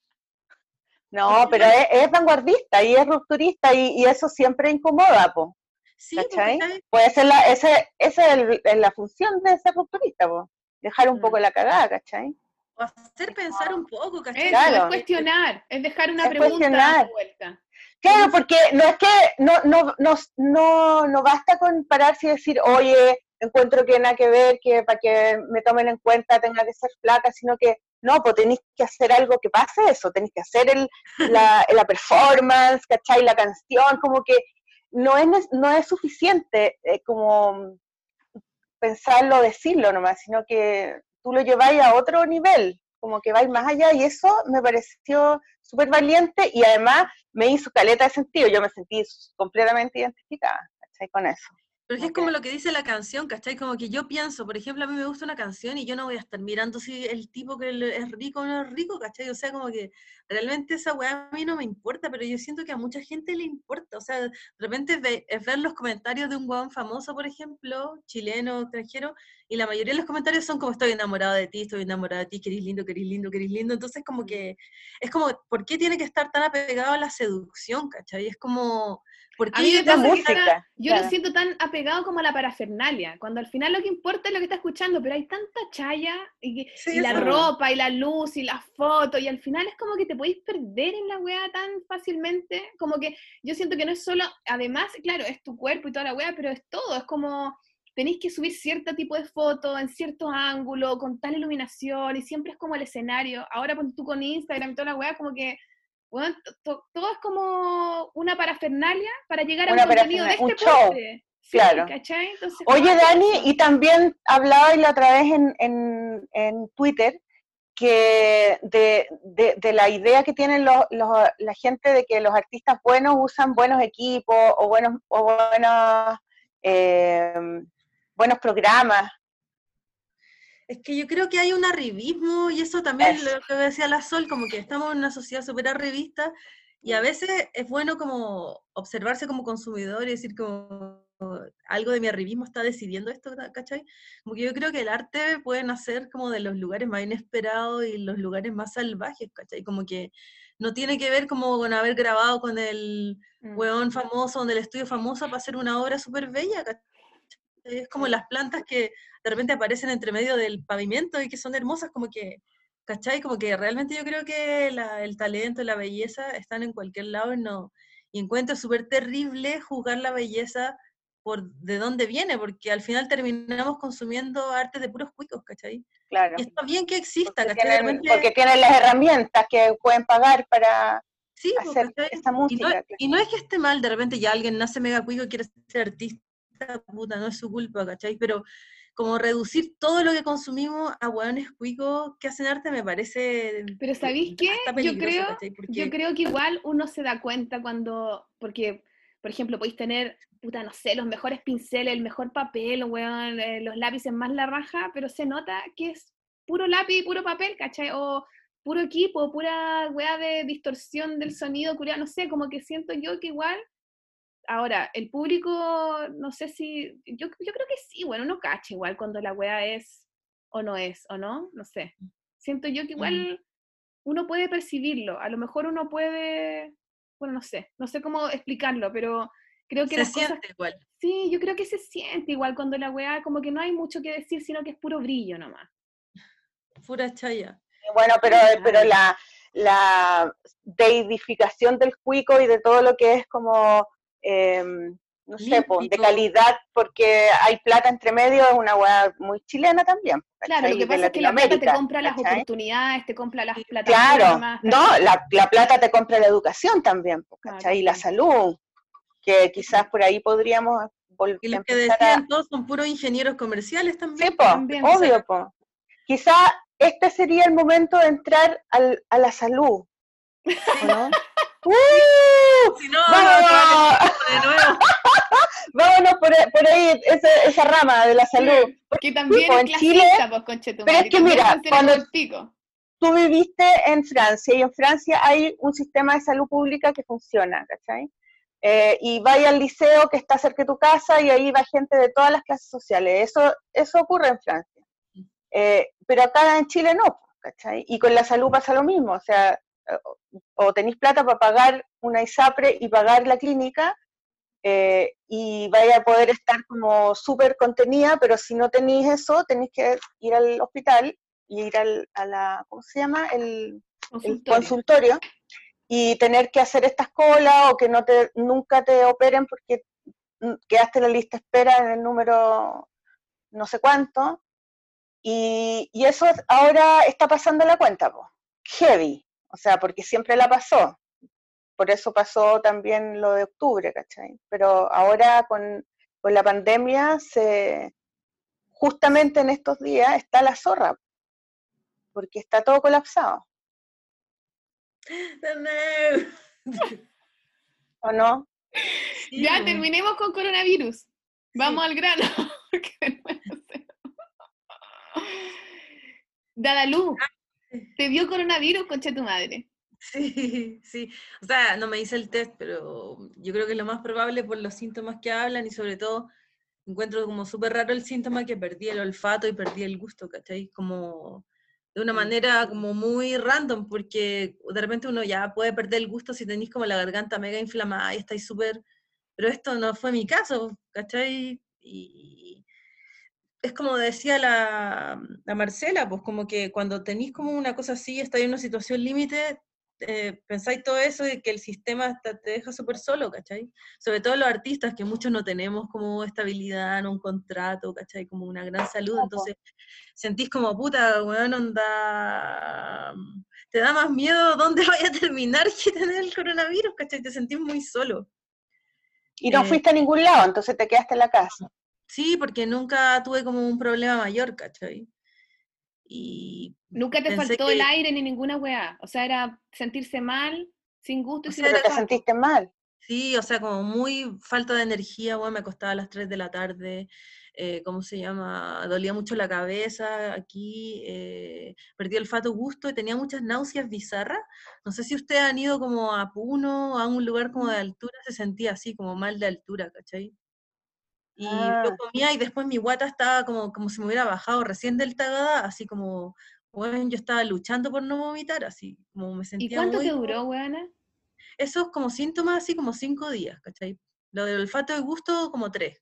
Speaker 2: No,
Speaker 1: porque
Speaker 2: pero
Speaker 1: igual,
Speaker 2: es, es vanguardista y es rupturista y, y eso siempre incomoda, po,
Speaker 1: sí, porque,
Speaker 2: ¿cachai?
Speaker 1: ¿cachai?
Speaker 2: Puede ser la, ese, esa es, el- es la función de ser rupturista, po, dejar un
Speaker 1: Mm.
Speaker 2: poco la cagada, ¿cachai?
Speaker 1: O hacer pensar un poco, ¿cachai?
Speaker 3: Eso, es
Speaker 2: Claro,
Speaker 3: cuestionar, es dejar una
Speaker 2: es
Speaker 3: pregunta dando
Speaker 2: cuestionar.
Speaker 3: vuelta.
Speaker 2: Claro,
Speaker 1: Sí,
Speaker 2: porque no es que no, no, no, no, no basta con pararse y decir, oye, encuentro que nada que ver, que para que me tomen en cuenta tenga que ser flaca, sino que no, pues tenéis que hacer algo que pase eso, tenéis que hacer el, la, la performance, ¿cachai? La canción, como que no es, no es suficiente eh, como pensarlo, decirlo nomás, sino que tú lo lleváis a otro nivel, como que vais más allá, y eso me pareció súper valiente y además me hizo caleta de sentido, yo me sentí completamente identificada, ¿cachai? Con eso.
Speaker 1: pero es que
Speaker 2: Como
Speaker 1: es como
Speaker 2: que,
Speaker 1: lo que dice la canción, ¿cachai? Como que yo pienso, por ejemplo, a mí me gusta una canción y yo no voy a estar mirando si el tipo que le- es rico o no es rico, ¿cachai? O sea, como que realmente esa weá a mí no me importa, pero yo siento que a mucha gente le importa. O sea, de repente ve- es ver los comentarios de un weón famoso, por ejemplo, chileno, extranjero, y la mayoría de los comentarios son como estoy enamorado de ti, estoy enamorado de ti, querís lindo, querís lindo, querís lindo. Entonces, como que es como, ¿por qué tiene que estar tan apegado a la seducción, ¿cachai? Es como, ¿por
Speaker 3: A
Speaker 1: qué
Speaker 3: mí me
Speaker 1: yo
Speaker 2: la
Speaker 1: tengo
Speaker 3: pasa
Speaker 1: que
Speaker 3: que
Speaker 1: estar...
Speaker 3: está,
Speaker 2: música,
Speaker 3: yo lo
Speaker 2: claro.
Speaker 3: siento tan apegado como a la parafernalia, cuando al final lo que importa es lo que está escuchando, pero hay tanta chaya y, que-
Speaker 1: Sí,
Speaker 3: y la
Speaker 1: eso.
Speaker 2: Mm,
Speaker 3: ropa y la luz y la foto y al final es como que te podéis perder en la weá tan fácilmente, como que yo siento que no es solo, además, claro, es tu cuerpo y toda la weá, pero es todo, es como tenéis que subir cierto tipo de foto en cierto ángulo, con tal iluminación y siempre es como el escenario, ahora pon tú con Instagram y toda la weá, como que bueno, to- to- todo es como una parafernalia para llegar a un
Speaker 2: una
Speaker 3: contenido de
Speaker 2: parafernalia, un
Speaker 3: este
Speaker 2: show,
Speaker 3: porte. Sí,
Speaker 2: claro.
Speaker 3: ¿cachai? Entonces, como,
Speaker 2: Oye,
Speaker 3: ay, ¿qué
Speaker 2: Dani,
Speaker 3: es eso?
Speaker 2: y también hablaba la otra vez en, en, en Twitter que de, de, de la idea que tienen los, los, la gente de que los artistas buenos usan buenos equipos o buenos, o buenos, eh, buenos programas.
Speaker 1: Es que yo creo que hay un arribismo, y eso también
Speaker 2: Eso.
Speaker 1: lo que decía la Sol, como que estamos en una sociedad súper arribista, y a veces es bueno como observarse como consumidor y decir como algo de mi arribismo está decidiendo esto, ¿cachai? Como que yo creo que el arte puede nacer como de los lugares más inesperados y los lugares más salvajes, ¿cachai? Como que no tiene que ver como con haber grabado con el
Speaker 3: Mm.
Speaker 1: weón famoso, con el estudio famoso para hacer una obra súper bella, ¿cachai? Es como
Speaker 3: Sí.
Speaker 1: las plantas que de repente aparecen entre medio del pavimento y que son hermosas, como que, ¿cachai? Como que realmente yo creo que la- el talento y la belleza están en cualquier lado y no. Y encuentro súper terrible juzgar la belleza por de dónde viene, porque al final terminamos consumiendo arte de puros cuicos, ¿cachai? Y
Speaker 2: Claro,
Speaker 1: está bien que exista,
Speaker 2: porque
Speaker 1: ¿cachai? De
Speaker 2: tienen,
Speaker 1: repente,
Speaker 2: porque tienen las herramientas que pueden pagar para
Speaker 1: sí, pues,
Speaker 2: hacer
Speaker 1: ¿cachai?
Speaker 2: esa
Speaker 1: Y no,
Speaker 2: música.
Speaker 1: y no es que esté mal, de repente ya alguien nace mega cuico y quiere ser artista, puta, no es su culpa, ¿cachai? Pero como reducir todo lo que consumimos a hueones cuicos que hacen arte me parece
Speaker 3: Pero ¿sabéis qué?
Speaker 1: hasta
Speaker 3: Yo
Speaker 1: peligroso,
Speaker 3: creo,
Speaker 1: ¿cachai?
Speaker 3: yo
Speaker 1: Porque
Speaker 3: creo que igual uno se da cuenta cuando, porque, por ejemplo, podéis tener, puta, no sé, los mejores pinceles, el mejor papel, weón, eh, los lápices más la raja, pero se nota que es puro lápiz y puro papel, ¿cachai? O puro equipo, pura weá de distorsión del sonido, curia- no sé, como que siento yo que igual, ahora, el público, no sé si, yo, yo creo que sí, bueno, uno cacha igual cuando la weá es o no es, o no, no sé. Siento yo que
Speaker 1: mm,
Speaker 3: igual uno puede percibirlo, a lo mejor uno puede, bueno, no sé, no sé cómo explicarlo, pero creo que
Speaker 1: se
Speaker 3: las cosas,
Speaker 1: siente igual.
Speaker 3: sí, yo creo que se siente igual cuando la weá, como que no hay mucho que decir, sino que es puro brillo nomás.
Speaker 1: pura chaya.
Speaker 2: Bueno, pero, pero la, la deidificación del cuico y de todo lo que es como, eh, no sé, po, de calidad, porque hay plata entre medio, es una hueá muy chilena también.
Speaker 3: Claro, lo que pasa es que la plata te compra las
Speaker 2: ¿cachai?
Speaker 3: oportunidades, te compra las plataformas.
Speaker 2: Claro,
Speaker 3: ¿cachai?
Speaker 2: no, la, la plata te compra la educación también, ¿cachai? Claro. Y la salud, que quizás por ahí podríamos volver
Speaker 1: y los
Speaker 2: a
Speaker 1: que decían a... todos son puros ingenieros comerciales también.
Speaker 2: Sí, po,
Speaker 3: también,
Speaker 2: obvio,
Speaker 3: sí.
Speaker 2: po. Quizá este sería el momento de entrar al, a la salud, ¿o no? ¡Uh!
Speaker 1: Si no, ¡vámonos! No, de nuevo.
Speaker 2: Vámonos por, por ahí, esa, esa rama de la salud.
Speaker 3: Sí, que también
Speaker 2: tipo,
Speaker 3: es
Speaker 2: en
Speaker 3: clasista,
Speaker 2: Chile,
Speaker 3: pues, conchetumare,
Speaker 2: pero es que mira, cuando
Speaker 3: pico.
Speaker 2: tú viviste en Francia, y en Francia hay un sistema de salud pública que funciona, ¿cachai? Eh, y vaya al liceo que está cerca de tu casa y ahí va gente de todas las clases sociales. Eso, eso ocurre en Francia. Eh, pero acá en Chile no, ¿cachai? Y con la salud pasa lo mismo, o sea, o, o tenéis plata para pagar una ISAPRE y pagar la clínica, eh, y vaya a poder estar como súper contenida, pero si no tenéis eso, tenéis que ir al hospital y ir al, a la, ¿cómo se llama? El consultorio. el consultorio, y tener que hacer estas colas, o que no te, nunca te operen porque quedaste en la lista de espera en el número no sé cuánto, y, y eso ahora está pasando la cuenta, po. Heavy, o sea, porque siempre la pasó. Por eso pasó también lo de octubre, ¿cachai? Pero ahora con, con la pandemia, se, justamente en estos días está la zorra, porque está todo colapsado. ¿O no?
Speaker 3: Sí, ya, terminemos con coronavirus. Vamos sí. al grano. Dadalú, ¿te dio coronavirus, concha tu madre?
Speaker 1: Sí, sí. O sea, no me hice el test, pero yo creo que es lo más probable por los síntomas que hablan, y sobre todo encuentro como súper raro el síntoma que perdí el olfato y perdí el gusto, ¿cachai? Como de una manera como muy random, porque de repente uno ya puede perder el gusto si tenéis como la garganta mega inflamada y estáis súper... Pero esto no fue mi caso, ¿cachai? Y es como decía la, la Marcela, pues como que cuando tenéis como una cosa así, estáis en una situación límite, eh, pensáis todo eso y que el sistema te, te deja súper solo, ¿cachai? Sobre todo los artistas, que muchos no tenemos como estabilidad, no un contrato, ¿cachai? Como una gran salud, entonces sentís como, puta, weón, onda, te da más miedo dónde vaya a terminar que tener el coronavirus, ¿cachai? Te sentís muy solo.
Speaker 2: Y no eh, fuiste a ningún lado, entonces te quedaste en la casa.
Speaker 1: Sí, porque nunca tuve como un problema mayor, ¿cachai? Y
Speaker 3: nunca te faltó que... el aire ni ninguna weá, o sea, era sentirse mal, sin gusto y
Speaker 2: o
Speaker 3: sin
Speaker 2: sea, pero te sentiste mal.
Speaker 1: Sí, o sea, como muy falta de energía, weá, me acostaba a las tres de la tarde, eh, ¿cómo se llama? Dolía mucho la cabeza aquí, eh, perdí el olfato, gusto, y tenía muchas náuseas bizarras. No sé si ustedes han ido como a Puno, a un lugar como de altura, se sentía así, como mal de altura, ¿cachai? Y ah. yo comía y después mi guata estaba como, como si me hubiera bajado recién del Tagada, así como, bueno, yo estaba luchando por no vomitar, así como me sentía.
Speaker 3: ¿Y cuánto
Speaker 1: muy,
Speaker 3: te duró, weana?
Speaker 1: Esos como síntomas así como cinco días, ¿cachai? Lo del olfato y gusto como tres.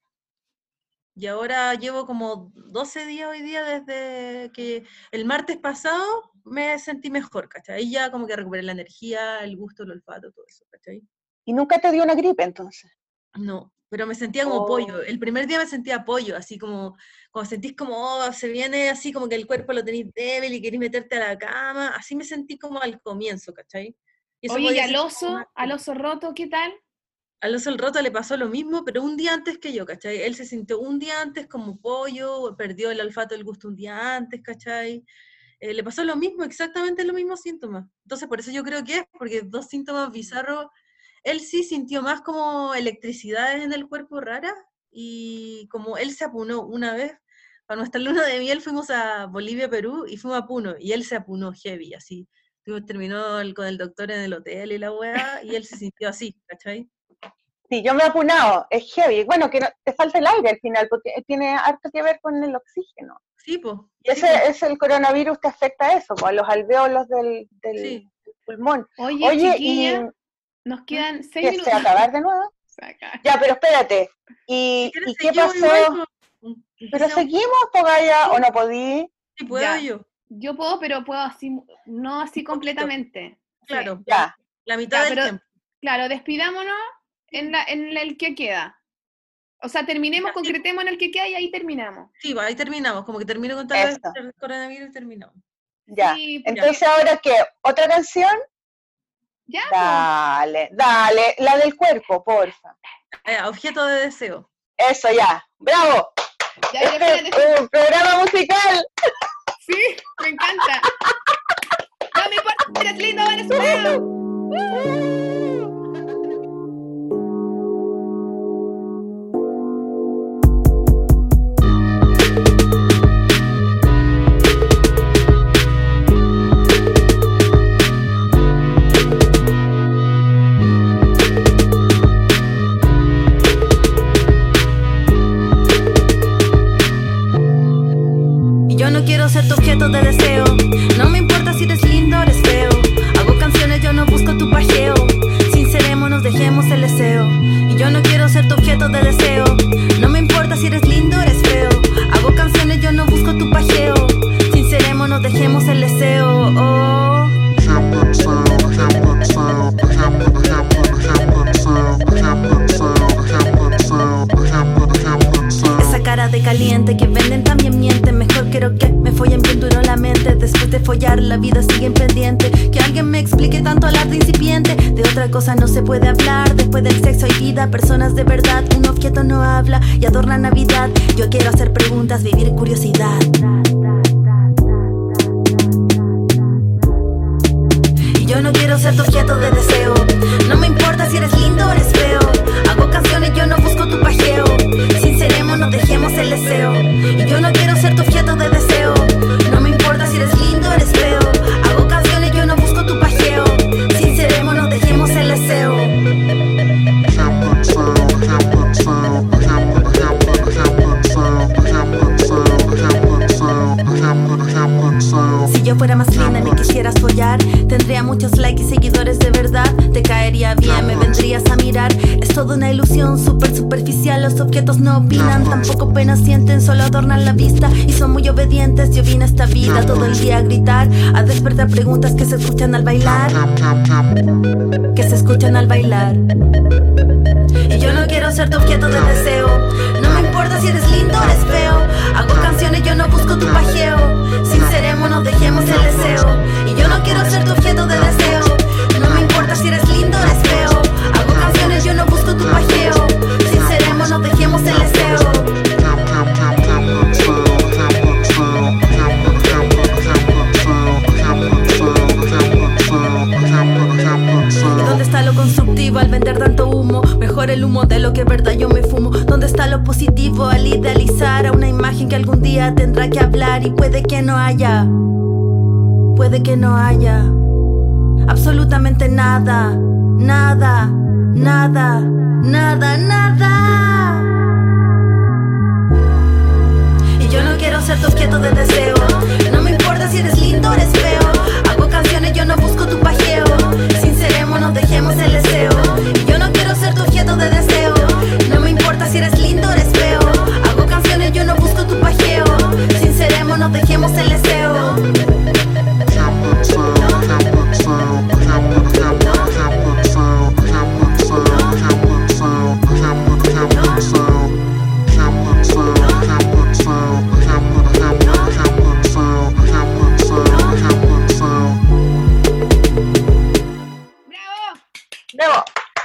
Speaker 1: Y ahora llevo como doce días hoy día desde que el martes pasado me sentí mejor, ¿cachai? Ahí ya como que recuperé la energía, el gusto, el olfato, todo eso, ¿cachai?
Speaker 2: ¿Y nunca te dio una gripe entonces?
Speaker 1: No, pero me sentía como oh. pollo. El primer día me sentía pollo, así como, como sentís como, oh, se viene así como que el cuerpo lo tenéis débil y querés meterte a la cama. Así me sentí como al comienzo, ¿cachai?
Speaker 3: Y eso Oye, ¿y al oso, al oso roto, qué tal?
Speaker 1: Al oso el roto le pasó lo mismo, pero un día antes que yo, ¿cachai? Él se sintió un día antes como pollo, perdió el olfato del gusto un día antes, ¿cachai? Eh, le pasó lo mismo, exactamente los mismos síntomas. Entonces, por eso yo creo que es, porque dos síntomas bizarros. Él sí sintió más como electricidades en el cuerpo raras, y como él se apunó una vez, para nuestra luna de miel fuimos a Bolivia, Perú, y fuimos a Puno, y él se apunó heavy, así. Terminó el, con el doctor en el hotel y la weá, y él se sintió así, ¿cachai?
Speaker 2: Sí, yo me he apunado, es heavy. Bueno, que no, te falta el aire al final, porque tiene harto que ver con el oxígeno.
Speaker 1: Sí, pues.
Speaker 2: Y ese
Speaker 1: sí, po.
Speaker 2: es el coronavirus, te afecta a eso, po, a los alveolos del, del,
Speaker 1: sí.
Speaker 2: del pulmón.
Speaker 3: Oye, Oye chiquilla, y, nos quedan seis
Speaker 2: ¿que
Speaker 3: minutos.
Speaker 2: ¿Se va a acabar de nuevo? Ya, pero espérate. ¿Y, si ¿y qué pasó? Igual, pero seguimos, Pogaya, o no podí.
Speaker 1: Sí, puedo
Speaker 3: ya.
Speaker 1: yo.
Speaker 3: Yo puedo, pero puedo así, no así completamente.
Speaker 1: Claro,
Speaker 3: Sí.
Speaker 2: Ya.
Speaker 1: la mitad
Speaker 3: Ya,
Speaker 1: del
Speaker 3: pero-
Speaker 1: tiempo.
Speaker 3: Claro, despidámonos en, la, en el que queda. O sea, terminemos,
Speaker 1: Ya, sí.
Speaker 3: concretemos en el que queda y ahí terminamos.
Speaker 1: Sí, pues ahí terminamos, como que termino con tal
Speaker 2: Eso.
Speaker 1: el coronavirus y terminamos.
Speaker 2: Ya.
Speaker 3: Sí, porque-
Speaker 2: Entonces, ¿ahora qué? ¿Otra canción?
Speaker 3: Ya, po.
Speaker 2: Dale, dale. La del cuerpo, porfa.
Speaker 1: Eh, objeto de deseo.
Speaker 2: Eso, ya. ¡Bravo!
Speaker 3: Ya, pero
Speaker 2: Este
Speaker 3: espérate.
Speaker 2: es un programa musical.
Speaker 3: Sí, me encanta. No me importa, eres lindo, venezolano.
Speaker 4: Y yo no quiero ser tu objeto de deseo. No me importa si eres lindo o eres feo. Hago canciones, yo no busco tu pajeo. Sincerémonos, dejemos el deseo. Y yo no quiero ser tu objeto de deseo. No me importa si eres lindo o eres feo. Hago canciones, yo no busco tu pajeo. Sincerémonos, dejemos el deseo. Oh. Esa cara de caliente que venden también miente. Mejor quiero que me follen bien duro la mente. Después de follar la vida sigue en pendiente. Que alguien me explique tanto alarde incipiente. De otra cosa no se puede hablar. Después del sexo hay vida, personas de verdad. Un objeto no habla y adorna Navidad. Yo quiero hacer preguntas, vivir curiosidad. Y yo no quiero ser tu objeto de deseo. No me importa si eres lindo o eres feo. Hago canciones, yo no busco tu pajeo. Sincerémonos, dejemos el deseo. Y yo no quiero ser tu objeto de deseo. No me importa si eres lindo o eres feo. Hago canciones, yo no busco tu pajeo. Sincerémonos, dejemos el deseo. Si yo fuera más linda y me quisieras follar, tendría muchos likes y seguidores de verdad. Te caería bien, me vendrías a mirar. Es toda una ilusión súper superficial. Los objetos no opinan, tampoco pena sienten, solo adornan la vista y son muy obedientes. Yo vine a esta vida todo el día a gritar, a despertar preguntas que se escuchan al bailar, que se escuchan al bailar. Y yo no quiero ser tu objeto de deseo. No me importa si eres lindo o eres feo. Hago canciones, yo no busco tu pajeo. Sincerémonos, dejemos el deseo. Y yo no quiero ser tu objeto de deseo. No me importa si eres lindo o eres feo. Hago canciones, yo no busco tu pajeo. Sincerémonos, dejemos el deseo. ¿Y dónde está lo constructivo al vender tanto humo? Mejor el humo de lo que verdad yo me fumo. ¿Dónde está lo positivo al idealizar a una imagen que algún día tendrá que hablar? Y puede que no haya, puede que no haya absolutamente nada, nada, nada, nada, nada. Y yo no quiero ser tu objeto de deseo. No me importa si eres lindo o eres feo. Hago canciones, yo no busco tu pajeo. Sincerémonos, dejemos el deseo. Y yo no quiero ser tu objeto de deseo. No me importa si eres lindo o eres feo. Hago canciones, yo no busco tu pajeo. Sincerémonos, dejemos el deseo.
Speaker 2: ¡Bravo!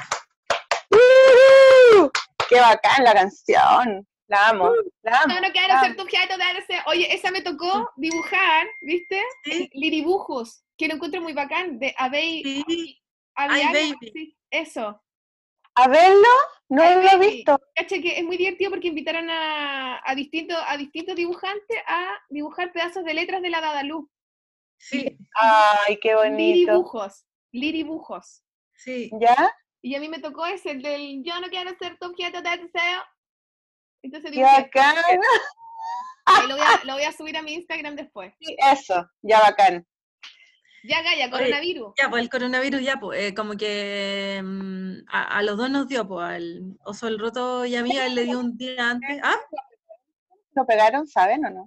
Speaker 2: ¡Uh! ¡Qué bacán la canción! La amo, la amo.
Speaker 3: No, no quiero
Speaker 2: la
Speaker 3: ser
Speaker 2: amo.
Speaker 3: tu objeto de deseo. Oye, esa me tocó dibujar, ¿viste?
Speaker 1: Sí.
Speaker 3: Liribujos, que lo encuentro muy bacán, de Abey.
Speaker 1: Sí.
Speaker 3: Abey
Speaker 1: Ay,
Speaker 3: algo
Speaker 1: baby.
Speaker 3: así, eso.
Speaker 2: A verlo, no
Speaker 3: Ay,
Speaker 2: lo he
Speaker 3: baby.
Speaker 2: visto.
Speaker 3: Cacha que es muy divertido porque invitaron a, a, distintos, a distintos dibujantes a dibujar pedazos de letras de la Dadalú.
Speaker 1: Sí,
Speaker 2: Ay, qué bonito.
Speaker 3: Liribujos, liribujos.
Speaker 1: sí.
Speaker 2: ¿Ya?
Speaker 3: Y a mí me tocó ese, el del yo no quiero ser tu objeto de deseo. Entonces
Speaker 2: ¡Qué
Speaker 3: dibujé.
Speaker 2: bacán!
Speaker 3: Ahí lo voy, a, lo voy a subir a mi Instagram después.
Speaker 2: Sí, eso, ya bacán.
Speaker 3: Ya, Gaya, coronavirus.
Speaker 1: Ya, pues el coronavirus ya, pues, eh, como que mm, a, a los dos nos dio, pues, al Oso el Roto y a mí a él le dio un día antes. ¿Ah?
Speaker 2: ¿Lo pegaron, saben o no?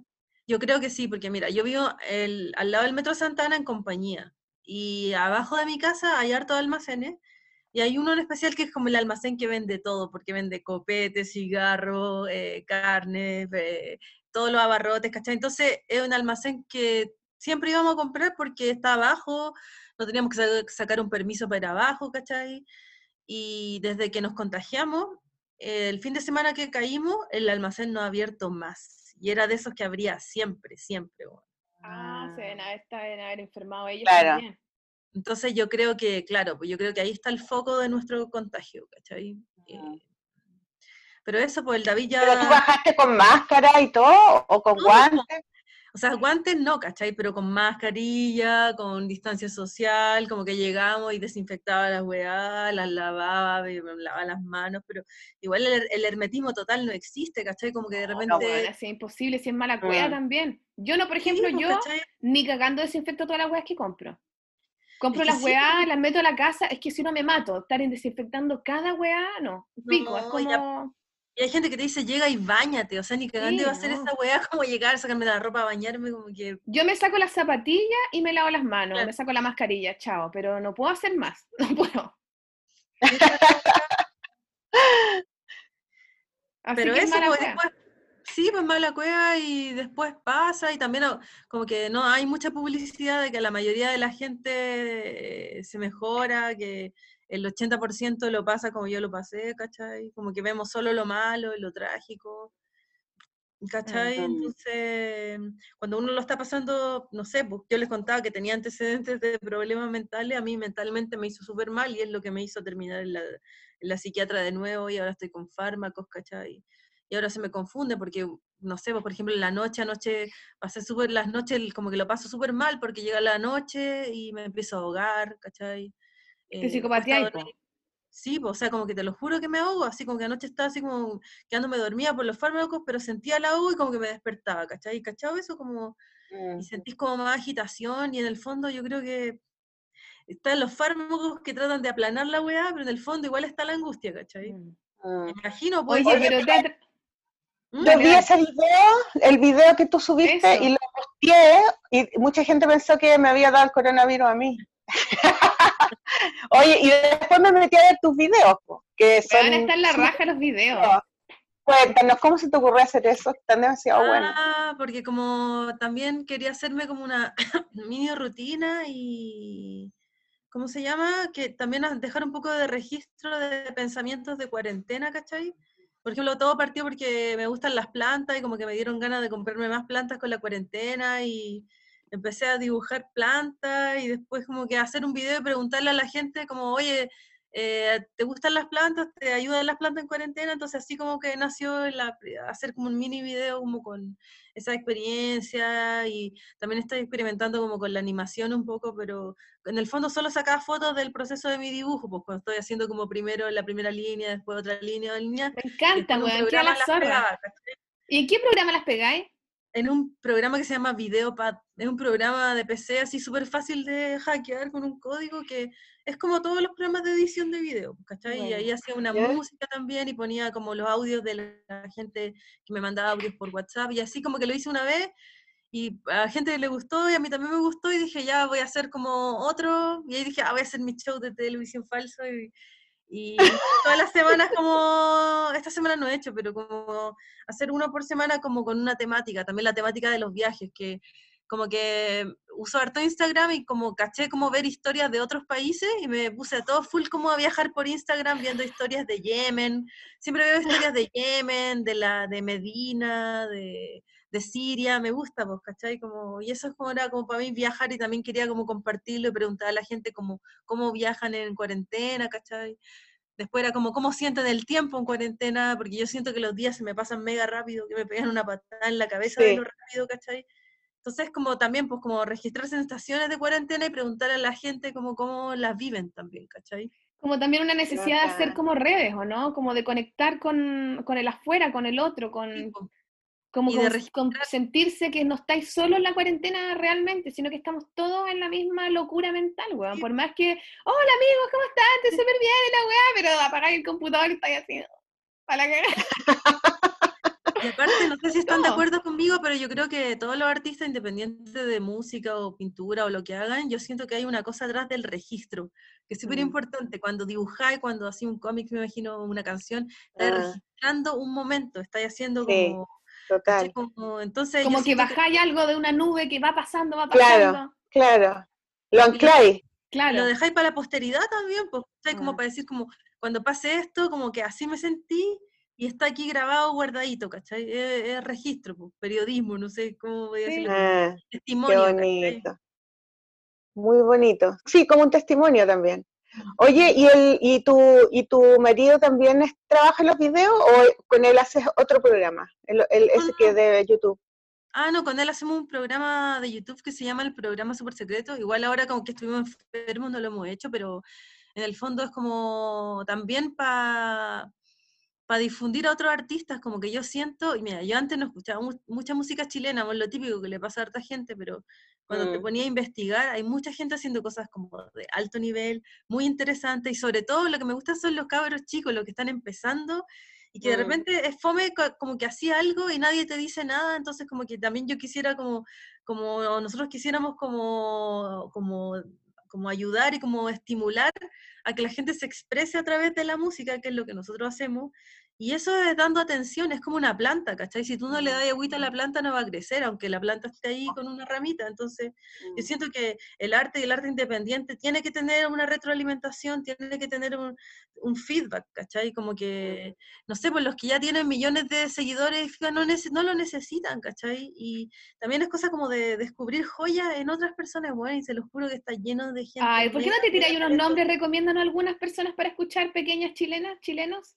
Speaker 1: Yo creo que sí, porque mira, yo vivo el, al lado del Metro Santa Ana en Compañía, y abajo de mi casa hay hartos almacenes, y hay uno en especial que es como el almacén que vende todo, porque vende copete, cigarros, eh, carne, eh, todos los abarrotes, ¿cachai? Entonces es un almacén que siempre íbamos a comprar porque está abajo, no teníamos que sa- sacar un permiso para ir abajo, ¿cachai? Y desde que nos contagiamos, eh, el fin de semana que caímos, el almacén no ha abierto más. Y era de esos que abría siempre, siempre. Bueno.
Speaker 3: Ah, se deben haber, esta- deben haber enfermado ellos
Speaker 2: Claro.
Speaker 3: también.
Speaker 1: Entonces yo creo que, claro, pues yo creo que ahí está el foco de nuestro contagio, ¿cachai? Eh, pero eso, pues el David ya...
Speaker 2: ¿Pero tú bajaste con máscara y todo? ¿O con
Speaker 1: No,
Speaker 2: guantes?
Speaker 1: O sea, guantes no, ¿cachai? Pero con mascarilla, con distancia social, como que llegamos y desinfectaba las weá, las lavaba, me me lavaba las manos, pero igual el, el hermetismo total no existe, ¿cachai? Como que de
Speaker 3: No,
Speaker 1: repente...
Speaker 3: bueno, así es imposible, si es mala cueva
Speaker 2: Mm.
Speaker 3: también. Yo no, por
Speaker 1: Sí,
Speaker 3: ejemplo,
Speaker 1: pues,
Speaker 3: yo
Speaker 1: ¿cachai?
Speaker 3: ni cagando desinfecto todas las weas que compro. Compro
Speaker 1: Es que
Speaker 3: las
Speaker 1: sí,
Speaker 3: weas, las meto a la casa, es que si no me mato, estar en desinfectando cada wea, no, pico, es
Speaker 1: no, ya-
Speaker 3: como...
Speaker 1: y hay gente que te dice, llega y bañate, o sea, ni cagando iba
Speaker 3: Sí,
Speaker 1: a hacer esa
Speaker 3: no.
Speaker 1: weá como llegar, sacarme la ropa a bañarme, como que...
Speaker 3: Yo me saco las zapatillas y me lavo las manos,
Speaker 1: Claro.
Speaker 3: me saco la mascarilla, chao, pero no puedo hacer más, no puedo.
Speaker 1: Esa es la weá.
Speaker 3: Así
Speaker 1: Pero
Speaker 3: que es
Speaker 1: eso,
Speaker 3: mala
Speaker 1: pues
Speaker 3: wea.
Speaker 1: después, sí, pues mala cueva y después pasa y también no- como que no hay mucha publicidad de que la mayoría de la gente eh, se mejora, que el ochenta por ciento lo pasa como yo lo pasé, ¿cachai? Como que vemos solo lo malo y lo trágico, ¿cachai?
Speaker 3: Mm.
Speaker 1: Entonces, cuando uno lo está pasando, no sé, pues yo les contaba que tenía antecedentes de problemas mentales, a mí mentalmente me hizo súper mal y es lo que me hizo terminar en la, en la psiquiatra de nuevo y ahora estoy con fármacos, ¿cachai? Y ahora se me confunde porque, no sé, pues, por ejemplo, en la noche, anoche, pasé súper, las noches como que lo paso súper mal porque llega la noche y me empiezo a ahogar, ¿cachai?
Speaker 3: Te
Speaker 1: Eh, cuesta
Speaker 3: psicopatía y
Speaker 1: dormir.
Speaker 3: po.
Speaker 1: Sí, pues, o sea, como que te lo juro que me ahogo, así como que anoche estaba así como quedándome dormida por los fármacos, pero sentía la ahogo y como que me despertaba, ¿cachai? ¿Cachado eso? Como, y
Speaker 2: Mm.
Speaker 1: sentís como más agitación y en el fondo yo creo que están los fármacos que tratan de aplanar la weá, pero en el fondo igual está la angustia, ¿cachai?
Speaker 3: Mm.
Speaker 1: Me
Speaker 2: Mm.
Speaker 1: imagino, puede
Speaker 3: Oye,
Speaker 1: ser...
Speaker 3: pero te... atra-
Speaker 1: ¿Mm?
Speaker 2: Yo
Speaker 3: Dale,
Speaker 2: vi
Speaker 3: dale.
Speaker 2: ese video, el video que tú subiste
Speaker 3: Eso.
Speaker 2: y lo posteé y mucha gente pensó que me había dado el coronavirus a mí. Oye, y después me metí a ver tus videos, po, que son...
Speaker 3: Van a estar en la
Speaker 2: súper
Speaker 3: raja los videos.
Speaker 2: buenos. Cuéntanos, ¿cómo se te ocurrió hacer eso? Están demasiado buenos.
Speaker 1: Ah, porque como también quería hacerme como una mini rutina y... ¿Cómo se llama? Que también a- dejar un poco de registro de pensamientos de cuarentena, ¿cachai? Por ejemplo, todo partió porque me gustan las plantas y como que me dieron ganas de comprarme más plantas con la cuarentena y empecé a dibujar plantas y después como que hacer un video y preguntarle a la gente como, oye, eh, ¿te gustan las plantas? ¿Te ayudan las plantas en cuarentena? Entonces así como que nació la- hacer como un mini video como con esa experiencia y también estoy experimentando como con la animación un poco, pero en el fondo solo sacaba fotos del proceso de mi dibujo, pues cuando estoy haciendo como primero la primera línea, después otra línea, otra línea,
Speaker 3: Me
Speaker 1: y
Speaker 3: encanta,
Speaker 1: después en un
Speaker 3: weón, queda
Speaker 1: programa
Speaker 3: la
Speaker 1: las
Speaker 3: zorra.
Speaker 1: pegaba, ¿cachai?
Speaker 3: ¿Y en qué programa las pegáis?
Speaker 1: En un programa que se llama Videopad, es un programa de P C así súper fácil de hackear con un código que es como todos los programas de edición de video, ¿cachai? Y
Speaker 3: Bueno.
Speaker 1: ahí hacía una
Speaker 2: ¿Ya?
Speaker 1: música también y ponía como los audios de la gente que me mandaba audios por WhatsApp y así como que lo hice una vez y a la gente le gustó y a mí también me gustó y dije, ya voy a hacer como otro, y ahí dije, ah, voy a hacer mi show de televisión falso y, y todas las semanas como, esta semana no he hecho, pero como hacer uno por semana como con una temática, también la temática de los viajes, que como que uso harto Instagram y como caché como ver historias de otros países y me puse a todo full como a viajar por Instagram viendo historias de Yemen, siempre veo historias de Yemen, de la de Medina, de de Siria, me gusta, pues, ¿cachai? Como, y eso es como era como para mí viajar y también quería como compartirlo y preguntar a la gente como, cómo viajan en cuarentena, ¿cachai? Después era como, ¿cómo sienten el tiempo en cuarentena? Porque yo siento que los días se me pasan mega rápido, que me pegan una patada en la cabeza de
Speaker 2: Sí.
Speaker 1: lo rápido, ¿cachai? Entonces, como también, pues, como registrarse en estaciones de cuarentena y preguntar a la gente como cómo las viven también, ¿cachai?
Speaker 3: Como también una necesidad de hacer
Speaker 2: Bacán.
Speaker 3: como redes, ¿o no? Como de conectar con, con el afuera, con el otro,
Speaker 1: Sí,
Speaker 3: con,
Speaker 1: pues,
Speaker 3: como
Speaker 1: y de
Speaker 3: con,
Speaker 1: registrar,
Speaker 3: con sentirse que no estáis solo en la cuarentena realmente, sino que estamos todos en la misma locura mental, weón.
Speaker 1: sí,
Speaker 3: Por más que, hola amigos, ¿cómo están? Estoy súper bien y la weá, pero apagáis el computador y estáis así, para la cagada.
Speaker 1: Y aparte, no sé si están de
Speaker 3: No.
Speaker 1: acuerdo conmigo, pero yo creo que todos los artistas, independientes de música o pintura o lo que hagan, yo siento que hay una cosa atrás del registro, que es súper
Speaker 2: Mm.
Speaker 1: importante. Cuando dibujáis, cuando hacéis un cómic, me imagino una canción, estáis
Speaker 2: Ah,
Speaker 1: registrando un momento, estáis haciendo
Speaker 2: sí,
Speaker 1: como,
Speaker 2: total.
Speaker 1: ¿cachai? Como, entonces yo
Speaker 3: Como que
Speaker 1: siento que
Speaker 3: bajáis algo de una nube que va pasando, va pasando.
Speaker 2: Claro, claro. Lo ancláis.
Speaker 1: y
Speaker 3: Claro.
Speaker 1: lo dejáis para la posteridad también, pues, ¿cachai? Como
Speaker 2: Ah.
Speaker 1: para decir, como, cuando pase esto, como que así me sentí, y está aquí grabado, guardadito, ¿cachai? Es, es registro, pues, periodismo, no sé cómo voy a
Speaker 3: Sí.
Speaker 1: decirlo.
Speaker 2: Ah, qué
Speaker 1: Testimonio, ¿cachai?
Speaker 2: bonito. Muy bonito. Sí, como un testimonio también. Oye, ¿y el y tu y tu marido también es- trabaja en los videos o con él haces otro programa? El, el- ese que de YouTube.
Speaker 1: Ah, no, con él hacemos un programa de YouTube que se llama el Programa Super Secreto. Igual ahora como que estuvimos enfermos no lo hemos hecho, pero en el fondo es como también para para difundir a otros artistas, como que yo siento, y mira, yo antes no escuchaba mu- mucha música chilena, pues lo típico que le pasa a harta gente, pero cuando te
Speaker 2: Mm.
Speaker 1: ponía a investigar, hay mucha gente haciendo cosas como de alto nivel, muy interesantes, y sobre todo lo que me gusta son los cabros chicos, los que están empezando, y que de
Speaker 2: Mm.
Speaker 1: repente es fome co- como que hacía algo y nadie te dice nada, entonces como que también yo quisiera como, como nosotros quisiéramos como, como, como ayudar y como estimular a que la gente se exprese a través de la música, que es lo que nosotros hacemos, y eso es dando atención, es como una planta, ¿cachai? Si tú no le das agüita a la planta no va a crecer, aunque la planta esté ahí con una ramita, entonces yo siento que el arte y el arte independiente tiene que tener una retroalimentación, tiene que tener un, un feedback, ¿cachai? Como que, no sé, pues los que ya tienen millones de seguidores fíjate, no, nece- no lo necesitan, ¿cachai? Y también es cosa como de descubrir joyas en otras personas, bueno, y se los juro que está lleno de gente.
Speaker 3: Ay, ¿por qué no
Speaker 1: mega,
Speaker 3: te tiráis
Speaker 1: mega
Speaker 3: unos
Speaker 1: talentosa.
Speaker 3: nombres? Recomiéndanos algunas personas para escuchar, pequeñas chilenas, chilenos.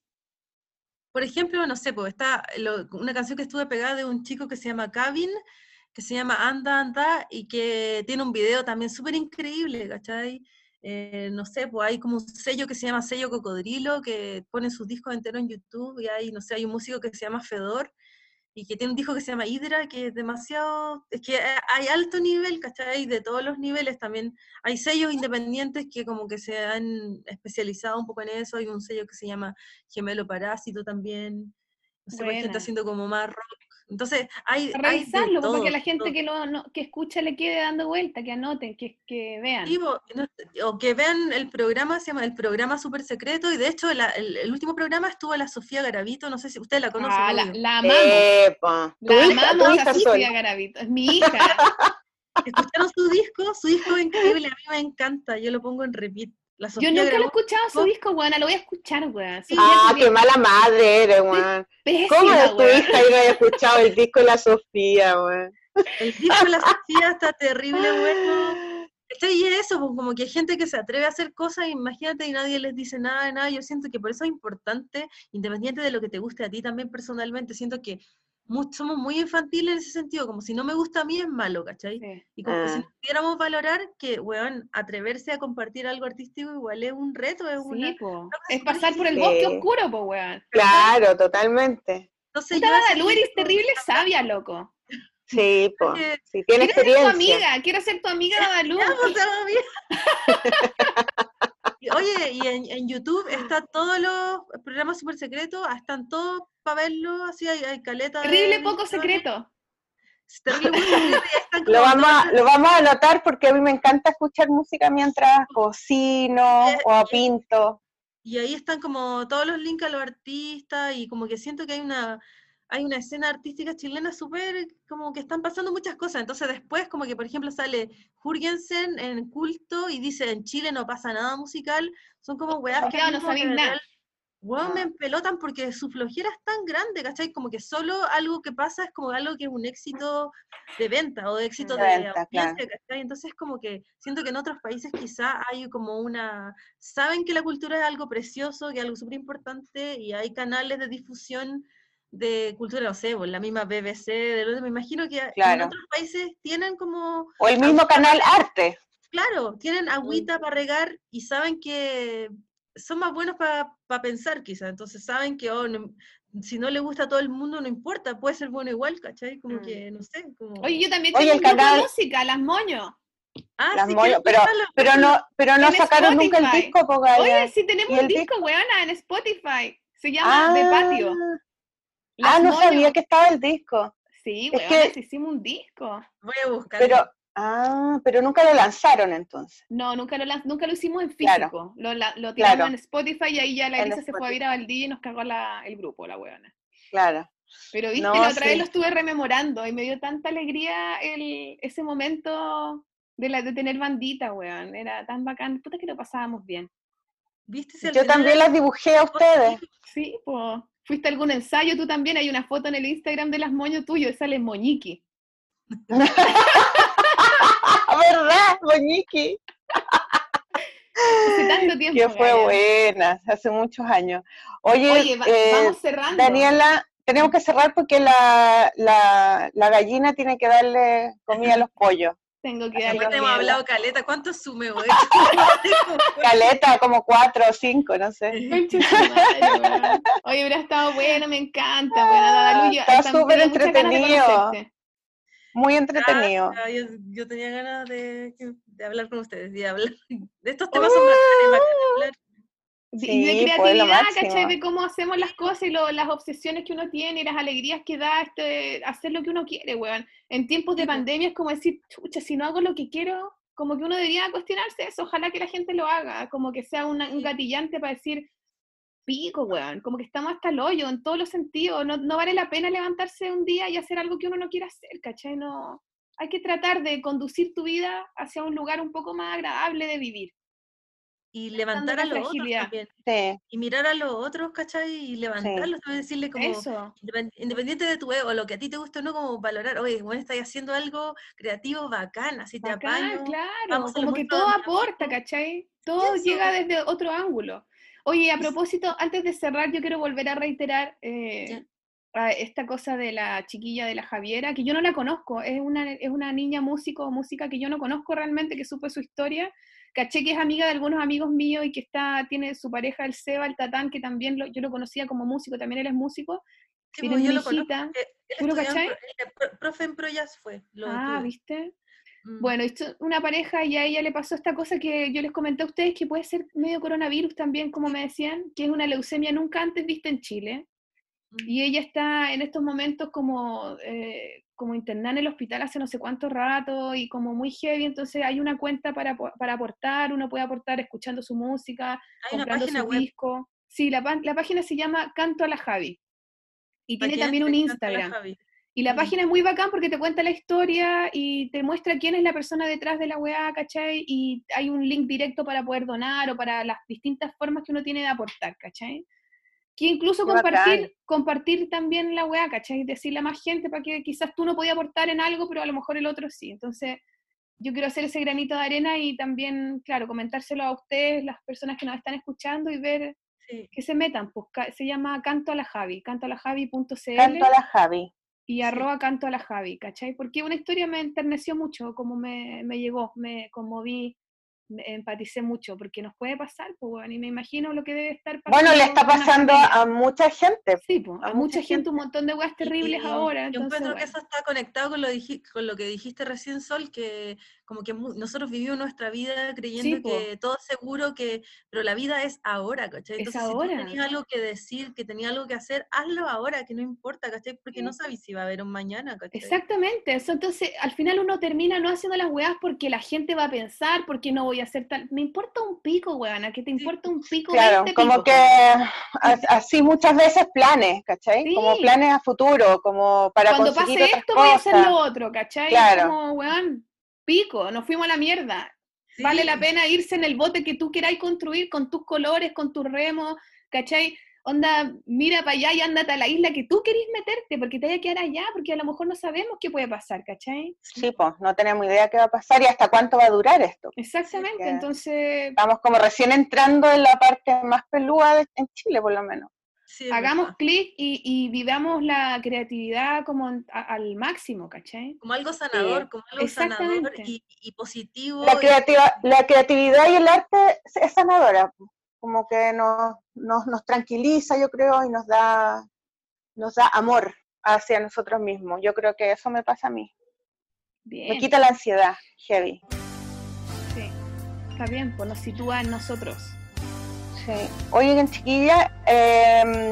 Speaker 1: Por ejemplo, no sé, pues está lo- una canción que estuve pegada de un chico que se llama Kevin, que se llama Anda, Anda, y que tiene un video también súper increíble, ¿cachai? Eh, no sé, pues hay como un sello que se llama Sello Cocodrilo, que pone sus discos enteros en YouTube, y hay, no sé, hay un músico que se llama Fedor, y que tiene un disco que se llama Hydra, que es demasiado, es que hay alto nivel, ¿cachai? De todos los niveles también. Hay sellos independientes que como que se han especializado un poco en eso, hay un sello que se llama Gemelo Parásito también, no sé, pues hay gente
Speaker 3: Buena.
Speaker 1: haciendo como más rock. Entonces, hay,
Speaker 3: A
Speaker 1: hay de
Speaker 3: revisarlo, pues, para que
Speaker 1: todo.
Speaker 3: la gente
Speaker 1: todo.
Speaker 3: que lo no- que escucha le quede dando vuelta, que anoten, que, que vean.
Speaker 1: Sí, po, no- o que vean el programa, se llama el programa Super Secreto, y de hecho la- el, el último programa estuvo la Sofía Garavito, no sé si ustedes la conocen,
Speaker 3: Ah, la,
Speaker 1: obvio.
Speaker 3: la amamos.
Speaker 2: Epa. Tu
Speaker 3: La
Speaker 2: hija, tu
Speaker 3: amamos a
Speaker 2: hija
Speaker 3: Sofía
Speaker 2: soy.
Speaker 3: Garavito. Es mi hija.
Speaker 1: ¿Escucharon su disco? Su disco es increíble, a mí me encanta, yo lo pongo en repeat. La
Speaker 3: Yo
Speaker 1: Sofía
Speaker 3: nunca lo he
Speaker 1: grabó
Speaker 3: escuchado
Speaker 1: un
Speaker 3: su
Speaker 1: disco,
Speaker 3: disco, weona. Lo voy a escuchar, weón.
Speaker 1: Sí.
Speaker 3: Sofía
Speaker 2: Ah,
Speaker 3: Garavito.
Speaker 2: qué mala madre eres, weón. ¿Cómo
Speaker 3: Pésima,
Speaker 2: es tu
Speaker 3: weón.
Speaker 2: hija y no haya escuchado el disco de la Sofía, weón?
Speaker 1: el disco de la Sofía está terrible, bueno. ¿Cachai? Y es eso, pues, como que hay gente que se atreve a hacer cosas, imagínate, y nadie les dice nada de nada. Yo siento que por eso es importante, independiente de lo que te guste a ti también personalmente, siento que mu- somos muy infantiles en ese sentido, como si no me gusta a mí es malo, ¿cachai?
Speaker 3: Sí.
Speaker 1: Y como que si
Speaker 2: Ah.
Speaker 1: nos pudiéramos valorar que, weón, atreverse a compartir algo artístico igual es un reto, es una...
Speaker 3: Sí, po.
Speaker 1: cosa
Speaker 3: Es
Speaker 1: súper
Speaker 3: pasar por el
Speaker 1: difícil.
Speaker 3: bosque
Speaker 2: Sí.
Speaker 3: oscuro, po, weón.
Speaker 2: Claro, totalmente.
Speaker 1: Entonces
Speaker 3: Puta
Speaker 1: yo ese
Speaker 3: Badalú, eres
Speaker 1: disco-
Speaker 3: terrible sabia, loco.
Speaker 2: Sí, pues.
Speaker 1: Oye,
Speaker 2: Sí, tiene
Speaker 3: Quiero ser tu
Speaker 2: experiencia.
Speaker 3: amiga, quiero ser tu amiga, Badalú.
Speaker 1: Ya, pues, estamos bien. Y, Oye, y en, en YouTube está todos los programas super secretos, están todos para verlo, así hay, hay caleta de
Speaker 3: Terrible poco
Speaker 1: videos.
Speaker 3: secreto.
Speaker 1: Es terrible poco secreto, y ahí están como
Speaker 2: Lo vamos, a,
Speaker 1: todas
Speaker 2: lo vamos a anotar porque a mí me encanta escuchar música mientras cocino
Speaker 1: Eh,
Speaker 2: o
Speaker 1: eh,
Speaker 2: pinto.
Speaker 1: y ahí están como todos los links a los artistas, y como que siento que hay una, hay una escena artística chilena súper, como que están pasando muchas cosas. Entonces después, como que por ejemplo sale Jürgensen en Culto y dice en Chile no pasa nada musical, son como weas que a
Speaker 3: Cuidado,
Speaker 1: mí
Speaker 3: no
Speaker 1: como que
Speaker 3: sabéis
Speaker 1: me
Speaker 3: nada.
Speaker 1: real- weón, me empelotan porque su flojera es tan grande, ¿cachai? Como que solo algo que pasa es como algo que es un éxito de venta o de éxito
Speaker 2: De
Speaker 1: de
Speaker 2: venta,
Speaker 1: audiencia, ¿cachai? Entonces como que siento que en otros países quizá hay como una... Saben que la cultura es algo precioso, que es algo súper importante, y hay canales de difusión de cultura, no sé, pues, la misma B B C, de lo- me imagino que en
Speaker 2: Claro.
Speaker 1: otros países tienen como...
Speaker 2: O el mismo canal Arte.
Speaker 1: Claro, tienen agüita para regar y saben que son más buenos para pensar quizás, entonces saben que oh, no- si no le gusta a todo el mundo no importa, puede ser bueno igual, ¿cachai? Como
Speaker 3: Mm.
Speaker 1: que, no sé, como...
Speaker 3: Oye, yo también
Speaker 2: Oye,
Speaker 3: tengo
Speaker 2: el
Speaker 3: un grupo
Speaker 2: canal-
Speaker 3: de música, Las Moños.
Speaker 1: ah,
Speaker 2: Las
Speaker 1: sí,
Speaker 2: mollo-
Speaker 1: quiero
Speaker 2: pero,
Speaker 1: escucharlo,
Speaker 2: pero
Speaker 1: escúchalo.
Speaker 2: no, pero no
Speaker 3: En
Speaker 2: sacaron nunca el
Speaker 3: Spotify.
Speaker 2: disco, po, Gaya.
Speaker 3: Oye, sí tenemos
Speaker 2: ¿Y el
Speaker 3: un disco, weona, en Spotify. Se llama De Patio.
Speaker 2: Ah,
Speaker 3: Las
Speaker 2: Ah, no
Speaker 3: Moño.
Speaker 2: sabía que estaba el disco.
Speaker 3: Sí,
Speaker 2: Es
Speaker 3: weón,
Speaker 2: que-
Speaker 3: hicimos un disco.
Speaker 1: Voy a buscarlo.
Speaker 2: Pero, ah, pero nunca lo lanzaron entonces.
Speaker 3: No, nunca lo, lan- nunca lo hicimos en
Speaker 2: Claro.
Speaker 3: físico. Lo, la- lo tiramos
Speaker 2: Claro.
Speaker 3: en Spotify y ahí ya la
Speaker 2: En
Speaker 3: Elisa se fue a
Speaker 2: Spotify.
Speaker 3: ir a Valdivia y nos cagó la, el grupo, la weona.
Speaker 2: Claro.
Speaker 3: Pero viste,
Speaker 2: No,
Speaker 3: la otra vez
Speaker 2: sí.
Speaker 3: lo estuve rememorando y me dio tanta alegría el, ese momento de, la, de tener bandita, weón. Era tan bacán. Puta que lo pasábamos bien.
Speaker 1: ¿Viste? Si al
Speaker 2: Yo
Speaker 1: final
Speaker 2: también
Speaker 1: era
Speaker 2: las dibujé a ustedes.
Speaker 3: Sí, pues. ¿Fuiste a algún ensayo tú también? Hay una foto en el Instagram de las moños tuyo, sale Moñiqui.
Speaker 2: ¿Verdad, Moñiqui?
Speaker 3: Hace tanto tiempo.
Speaker 2: Que fue
Speaker 3: Gaya.
Speaker 2: buena, hace muchos años. Oye,
Speaker 3: Oye, va-
Speaker 2: eh,
Speaker 3: vamos cerrando.
Speaker 2: Daniela, tenemos que cerrar porque la, la, la gallina tiene que darle comida a los pollos.
Speaker 3: Tengo que
Speaker 2: Así
Speaker 3: darle
Speaker 1: Aparte hemos
Speaker 3: mierda.
Speaker 1: hablado caleta, ¿cuánto sume, güey?
Speaker 2: Caleta, como cuatro o cinco, no sé.
Speaker 3: Concha su madre, weón. Oye, hubiera estado bueno, me encanta. Bueno, Dadalu, yo
Speaker 2: Está
Speaker 3: también
Speaker 2: súper
Speaker 3: tenía muchas ganas de
Speaker 2: entretenido.
Speaker 3: conocerte.
Speaker 2: Muy entretenido.
Speaker 1: Ah, yo, yo tenía ganas de, de hablar con ustedes, de hablar. De estos temas son bacanes, bacanes hablar.
Speaker 3: Y
Speaker 2: Sí,
Speaker 3: de
Speaker 2: pues, lo
Speaker 3: creatividad,
Speaker 2: máximo.
Speaker 3: ¿cachai? De cómo hacemos las cosas y lo- las obsesiones que uno tiene y las alegrías que da este, hacer lo que uno quiere, weón. En tiempos de
Speaker 1: Sí, pues.
Speaker 3: pandemia es como decir, chucha, si no hago lo que quiero, como que uno debería cuestionarse eso, ojalá que la gente lo haga, como que sea una- un
Speaker 1: Sí.
Speaker 3: gatillante para decir, pico, weón, como que estamos hasta el hoyo en todos los sentidos, no, no vale la pena levantarse un día y hacer algo que uno no quiere hacer, ¿cachai? No, hay que tratar de conducir tu vida hacia un lugar un poco más agradable de vivir.
Speaker 1: Y
Speaker 3: Tratando
Speaker 1: levantar
Speaker 3: la
Speaker 1: a los otros
Speaker 3: fragilidad.
Speaker 1: también.
Speaker 2: Sí,
Speaker 1: Y mirar a los otros, ¿cachai? Y levantarlos, también decirle como,
Speaker 3: Eso.
Speaker 1: independ- independiente de tu ego, lo que a ti te gusta o no, como valorar, oye, bueno, estás haciendo algo creativo bacán, así te
Speaker 3: Bacán,
Speaker 1: apaño.
Speaker 3: claro,
Speaker 1: vamos a lo
Speaker 3: como que
Speaker 1: muestro
Speaker 3: todo
Speaker 1: de mi
Speaker 3: aporta,
Speaker 1: amigo.
Speaker 3: ¿cachai? Todo
Speaker 1: Eso.
Speaker 3: llega desde otro ángulo. Oye, a
Speaker 1: Y-
Speaker 3: propósito, antes de cerrar, yo quiero volver a reiterar eh,
Speaker 1: Ya.
Speaker 3: a esta cosa de la chiquilla de la Javiera, que yo no la conozco, es una, es una niña músico o música que yo no conozco realmente, que supe su historia, caché que es amiga de algunos amigos míos y que está, tiene su pareja, el Seba, el Tatán, que también lo- yo lo conocía como músico, también él es músico,
Speaker 1: Sí,
Speaker 3: tiene
Speaker 1: pues, yo
Speaker 3: una
Speaker 1: lo conozco,
Speaker 3: hijita.
Speaker 1: porque él
Speaker 3: ¿Tú lo
Speaker 1: estudiaba en
Speaker 3: cachai?
Speaker 1: Pro- él era pro- profe en ProJazz fue, lo
Speaker 3: Ah,
Speaker 1: tuve.
Speaker 3: ¿viste?
Speaker 1: Mm.
Speaker 3: Bueno, esto, una pareja y a ella le pasó esta cosa que yo les comenté a ustedes que puede ser medio coronavirus también, como me decían, que es una leucemia nunca antes vista en Chile.
Speaker 1: Mm.
Speaker 3: Y ella está en estos momentos como, eh, como internada en el hospital hace no sé cuánto rato y como muy heavy, entonces hay una cuenta para, po- para aportar, uno puede aportar escuchando su música,
Speaker 1: Hay una
Speaker 3: comprando
Speaker 1: página
Speaker 3: su
Speaker 1: web.
Speaker 3: disco. Sí, la, pa- la página se llama Canto a la Javi. Y
Speaker 1: Para
Speaker 3: tiene
Speaker 1: que
Speaker 3: también un
Speaker 1: entre, canta la
Speaker 3: Instagram.
Speaker 1: Javi.
Speaker 3: Y la
Speaker 1: Mm.
Speaker 3: página es muy bacán porque te cuenta la historia y te muestra quién es la persona detrás de la weá, ¿cachai? Y hay un link directo para poder donar o para las distintas formas que uno tiene de aportar, ¿cachai? Que incluso
Speaker 2: Qué
Speaker 3: compartir,
Speaker 2: bacán.
Speaker 3: compartir también la weá, ¿cachai? Decirle a más gente para que quizás tú no podías aportar en algo, pero a lo mejor el otro sí. Entonces, yo quiero hacer ese granito de arena y también, claro, comentárselo a ustedes, las personas que nos están escuchando y ver
Speaker 1: Sí.
Speaker 3: que se metan. Pues ca- se llama Canto a la Javi, canto a la javi punto c l.
Speaker 2: Canto a la Javi.
Speaker 3: Y
Speaker 1: Sí.
Speaker 3: arroba Canto a la Javi, ¿cachai? Porque una historia me enterneció mucho, como me, me llegó, me conmoví, me empaticé mucho, porque nos puede pasar, pues, bueno, y me imagino lo que debe estar pasando.
Speaker 2: Bueno, le está
Speaker 3: a una
Speaker 2: pasando
Speaker 3: familia.
Speaker 2: a mucha gente.
Speaker 3: Sí, pues, a,
Speaker 2: a
Speaker 3: mucha
Speaker 2: mucha
Speaker 3: gente, un
Speaker 2: gente.
Speaker 3: montón de weas terribles
Speaker 1: Y-
Speaker 3: ahora,
Speaker 1: Yo
Speaker 3: entonces,
Speaker 1: encuentro que
Speaker 3: bueno.
Speaker 1: eso está conectado con lo, diji- con lo que dijiste recién, Sol, que como que mu- nosotros vivimos nuestra vida creyendo
Speaker 3: Sí, po.
Speaker 1: que todo es seguro, que, pero la vida es ahora, ¿cachai?
Speaker 3: Es
Speaker 1: Entonces, si
Speaker 3: ahora.
Speaker 1: tú tenías algo que decir, que tenías algo que hacer, hazlo ahora, que no importa, ¿cachai? Porque no sabes si va a haber un mañana, ¿cachai?
Speaker 3: Exactamente, eso, entonces al final uno termina no haciendo las weas porque la gente va a pensar, porque no voy a hacer tal. Me importa un pico, weana, que te importa un pico.
Speaker 2: Claro,
Speaker 3: veinte
Speaker 2: como
Speaker 3: picos,
Speaker 2: que
Speaker 3: weona.
Speaker 2: as- así muchas veces planes, ¿cachai?
Speaker 3: Sí.
Speaker 2: Como planes a futuro, como para
Speaker 3: Cuando
Speaker 2: conseguir
Speaker 3: pase
Speaker 2: otras
Speaker 3: esto voy a hacer lo
Speaker 2: cosas.
Speaker 3: otro, ¿cachai?
Speaker 2: Claro.
Speaker 3: Es como, weón, pico, nos fuimos a la mierda.
Speaker 1: Sí.
Speaker 3: Vale la pena irse en el bote que tú queráis construir con tus colores, con tus remos, ¿cachai? Onda, mira para allá y ándate a la isla que tú querís meterte, porque te vaya a quedar allá, porque a lo mejor no sabemos qué puede pasar, ¿cachai?
Speaker 2: Sí, pues no tenemos idea qué va a pasar y hasta cuánto va a durar esto.
Speaker 3: Exactamente,
Speaker 2: que-
Speaker 3: entonces
Speaker 2: Estamos como recién entrando en la parte más pelúa de- en Chile, por lo menos.
Speaker 1: Sí, es
Speaker 3: hagamos
Speaker 1: verdad.
Speaker 3: clic y, y vivamos la creatividad como en- a- al máximo, ¿cachai?
Speaker 1: Como algo sanador, como algo sanador
Speaker 3: Exactamente.
Speaker 1: y, y positivo.
Speaker 2: La,
Speaker 1: y-
Speaker 2: creativa, la creatividad y el arte es sanadora, como que nos, nos, nos tranquiliza, yo creo, y nos da, nos da amor hacia nosotros mismos. Yo creo que eso me pasa a mí.
Speaker 3: Bien.
Speaker 2: Me quita la ansiedad, heavy.
Speaker 3: Sí, está bien, pues nos sitúa en nosotros.
Speaker 2: Sí. Oigan, chiquilla, eh,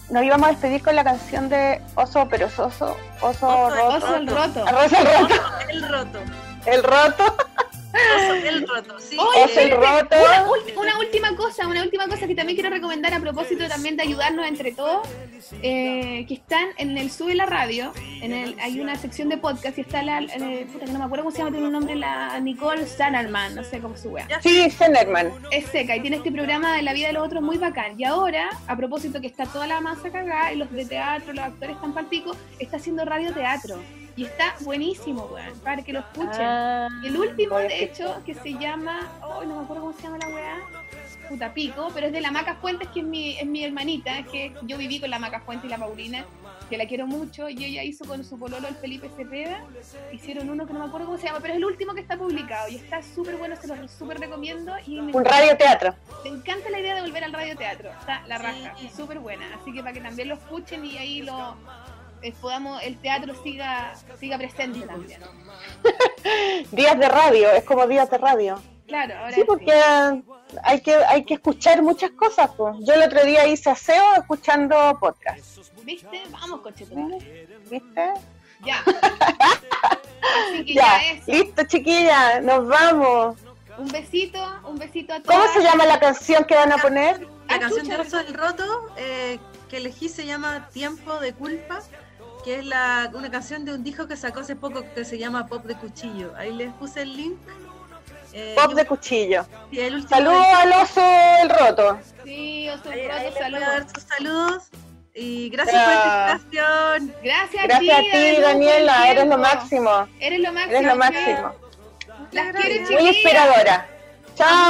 Speaker 2: nos íbamos a despedir con la canción de Oso Perezoso, Oso,
Speaker 1: Oso
Speaker 2: Roto.
Speaker 3: Oso el roto.
Speaker 2: Oso el roto.
Speaker 1: El roto.
Speaker 2: El roto.
Speaker 1: Oso el roto, sí.
Speaker 3: Oye,
Speaker 2: Oso el roto.
Speaker 3: Una, ulti- una última cosa, una última cosa que también quiero recomendar a propósito también de ayudarnos entre todos, eh, que están en el Sube la Radio, en el, hay una sección de podcast y está la, eh, puta que no me acuerdo cómo se llama, tiene un nombre, la Nicole Sannerman, no sé cómo se wea.
Speaker 2: Sí, Sennerman.
Speaker 3: Es seca y tiene este programa de la vida de los otros muy bacán. Y ahora, a propósito que está toda la masa cagada y los de teatro, los actores están para el pico, está haciendo radioteatro. Y está buenísimo, weón, para que lo escuchen.
Speaker 2: Ah,
Speaker 3: Y el último,
Speaker 2: voy a
Speaker 3: de
Speaker 2: escuchar.
Speaker 3: hecho, que se llama, oh, no me acuerdo cómo se llama la weá, puta pico, pero es de la Maca Fuentes, que es mi, es mi hermanita, es que yo viví con la Maca Fuentes y la Paulina, que la quiero mucho, y ella hizo con su pololo el Felipe Cepeda, hicieron uno que no me acuerdo cómo se llama, pero es el último que está publicado, y está súper bueno, se lo súper recomiendo, y me,
Speaker 2: Un radioteatro.
Speaker 3: me encanta la idea de volver al radioteatro, está la raja,
Speaker 1: Sí.
Speaker 3: súper buena, así que para que también lo escuchen y ahí lo... eh, podamos, el teatro siga siga presente también.
Speaker 2: Días de radio, es como días de radio.
Speaker 3: Claro, ahora
Speaker 2: Sí, porque hay que hay que escuchar muchas cosas, pues. Yo el otro día hice aseo escuchando podcast,
Speaker 3: ¿viste? Vamos, conchetumare.
Speaker 2: ¿viste?
Speaker 3: Ya. Así que ya,
Speaker 2: Ya,
Speaker 3: eso.
Speaker 2: listo, chiquilla, nos vamos.
Speaker 3: Un besito, un besito a todos.
Speaker 2: ¿Cómo se llama la canción que van a poner?
Speaker 1: La
Speaker 3: Ah,
Speaker 1: canción
Speaker 3: chucha,
Speaker 1: de Oso el Roto eh, que elegí se llama Tiempo de Culpa, que es la, una canción de un disco que sacó hace poco que se llama Pop de Cuchillo. Ahí les puse el link. Eh,
Speaker 2: Pop
Speaker 1: yo-
Speaker 2: de cuchillo.
Speaker 1: y el último
Speaker 2: Saludos al oso el roto.
Speaker 3: Sí, Oso
Speaker 1: Ahí,
Speaker 3: el
Speaker 1: ahí
Speaker 3: Roto,
Speaker 1: les voy a
Speaker 3: saludos.
Speaker 1: dar sus saludos. Y gracias por esta
Speaker 2: Ah.
Speaker 1: invitación.
Speaker 3: Gracias,
Speaker 2: Gracias a
Speaker 3: ti,
Speaker 2: ti,
Speaker 3: Danu, por
Speaker 2: Daniela,
Speaker 3: el
Speaker 2: eres lo
Speaker 3: tiempo.
Speaker 2: máximo.
Speaker 3: Eres lo máximo.
Speaker 2: Eres lo
Speaker 3: sí.
Speaker 2: máximo.
Speaker 3: Las quiero,
Speaker 1: Gracias.
Speaker 2: Muy
Speaker 3: chiquillas.
Speaker 2: inspiradora. ¡Chao!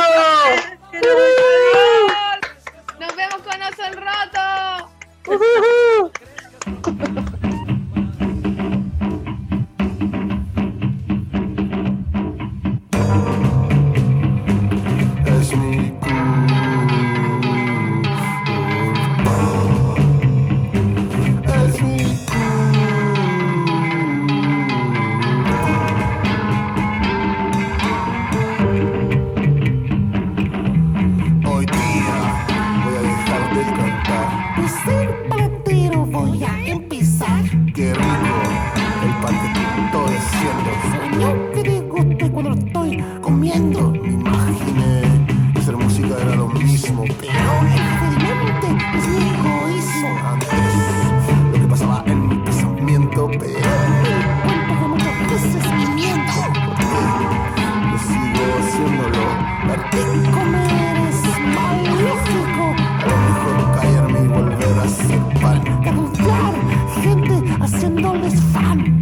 Speaker 3: Nos vemos con Oso el Roto.
Speaker 2: Ujujú.
Speaker 5: Es mi culpa. Es mi culpa. Hoy día voy a dejar de cantar.
Speaker 6: De ser platero voy a empezar.
Speaker 5: Qué rico el pan que te estoy haciendo.
Speaker 6: Sueño que te guste cuando lo estoy comiendo.
Speaker 5: Me imaginé que hacer música era lo mismo,
Speaker 6: Pero evidentemente es mi egoísmo.
Speaker 5: antes lo que pasaba en mi pensamiento, pero
Speaker 6: El cuento que muchas veces me miento.
Speaker 5: yo sigo haciéndolo.
Speaker 6: Verte comer es mal lógico.
Speaker 5: A lo mejor callarme y volver a hacer pan.
Speaker 6: Caducar gente haciéndoles fan.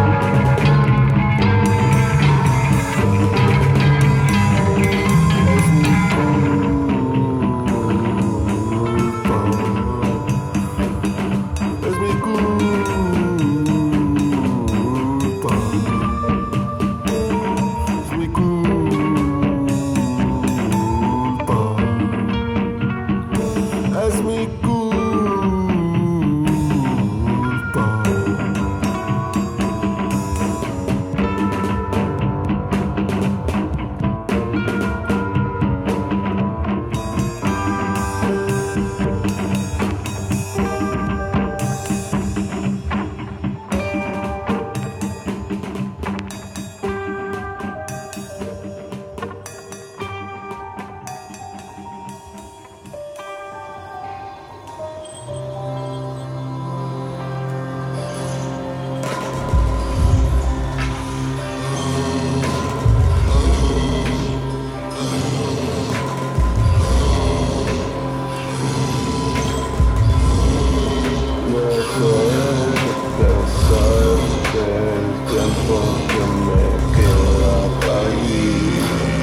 Speaker 5: Es mi culpa. Es mi culpa. Es mi culpa. Es mi culpa. Dejo de pensar del tiempo que me queda para vivir.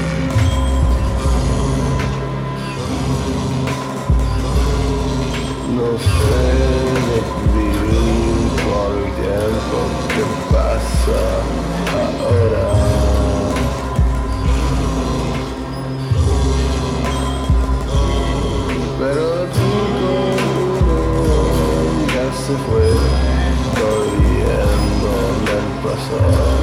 Speaker 5: No sé desvivir por el tiempo que pasa ahora. Pero tú ya se fue, estoy viendo en el pasado.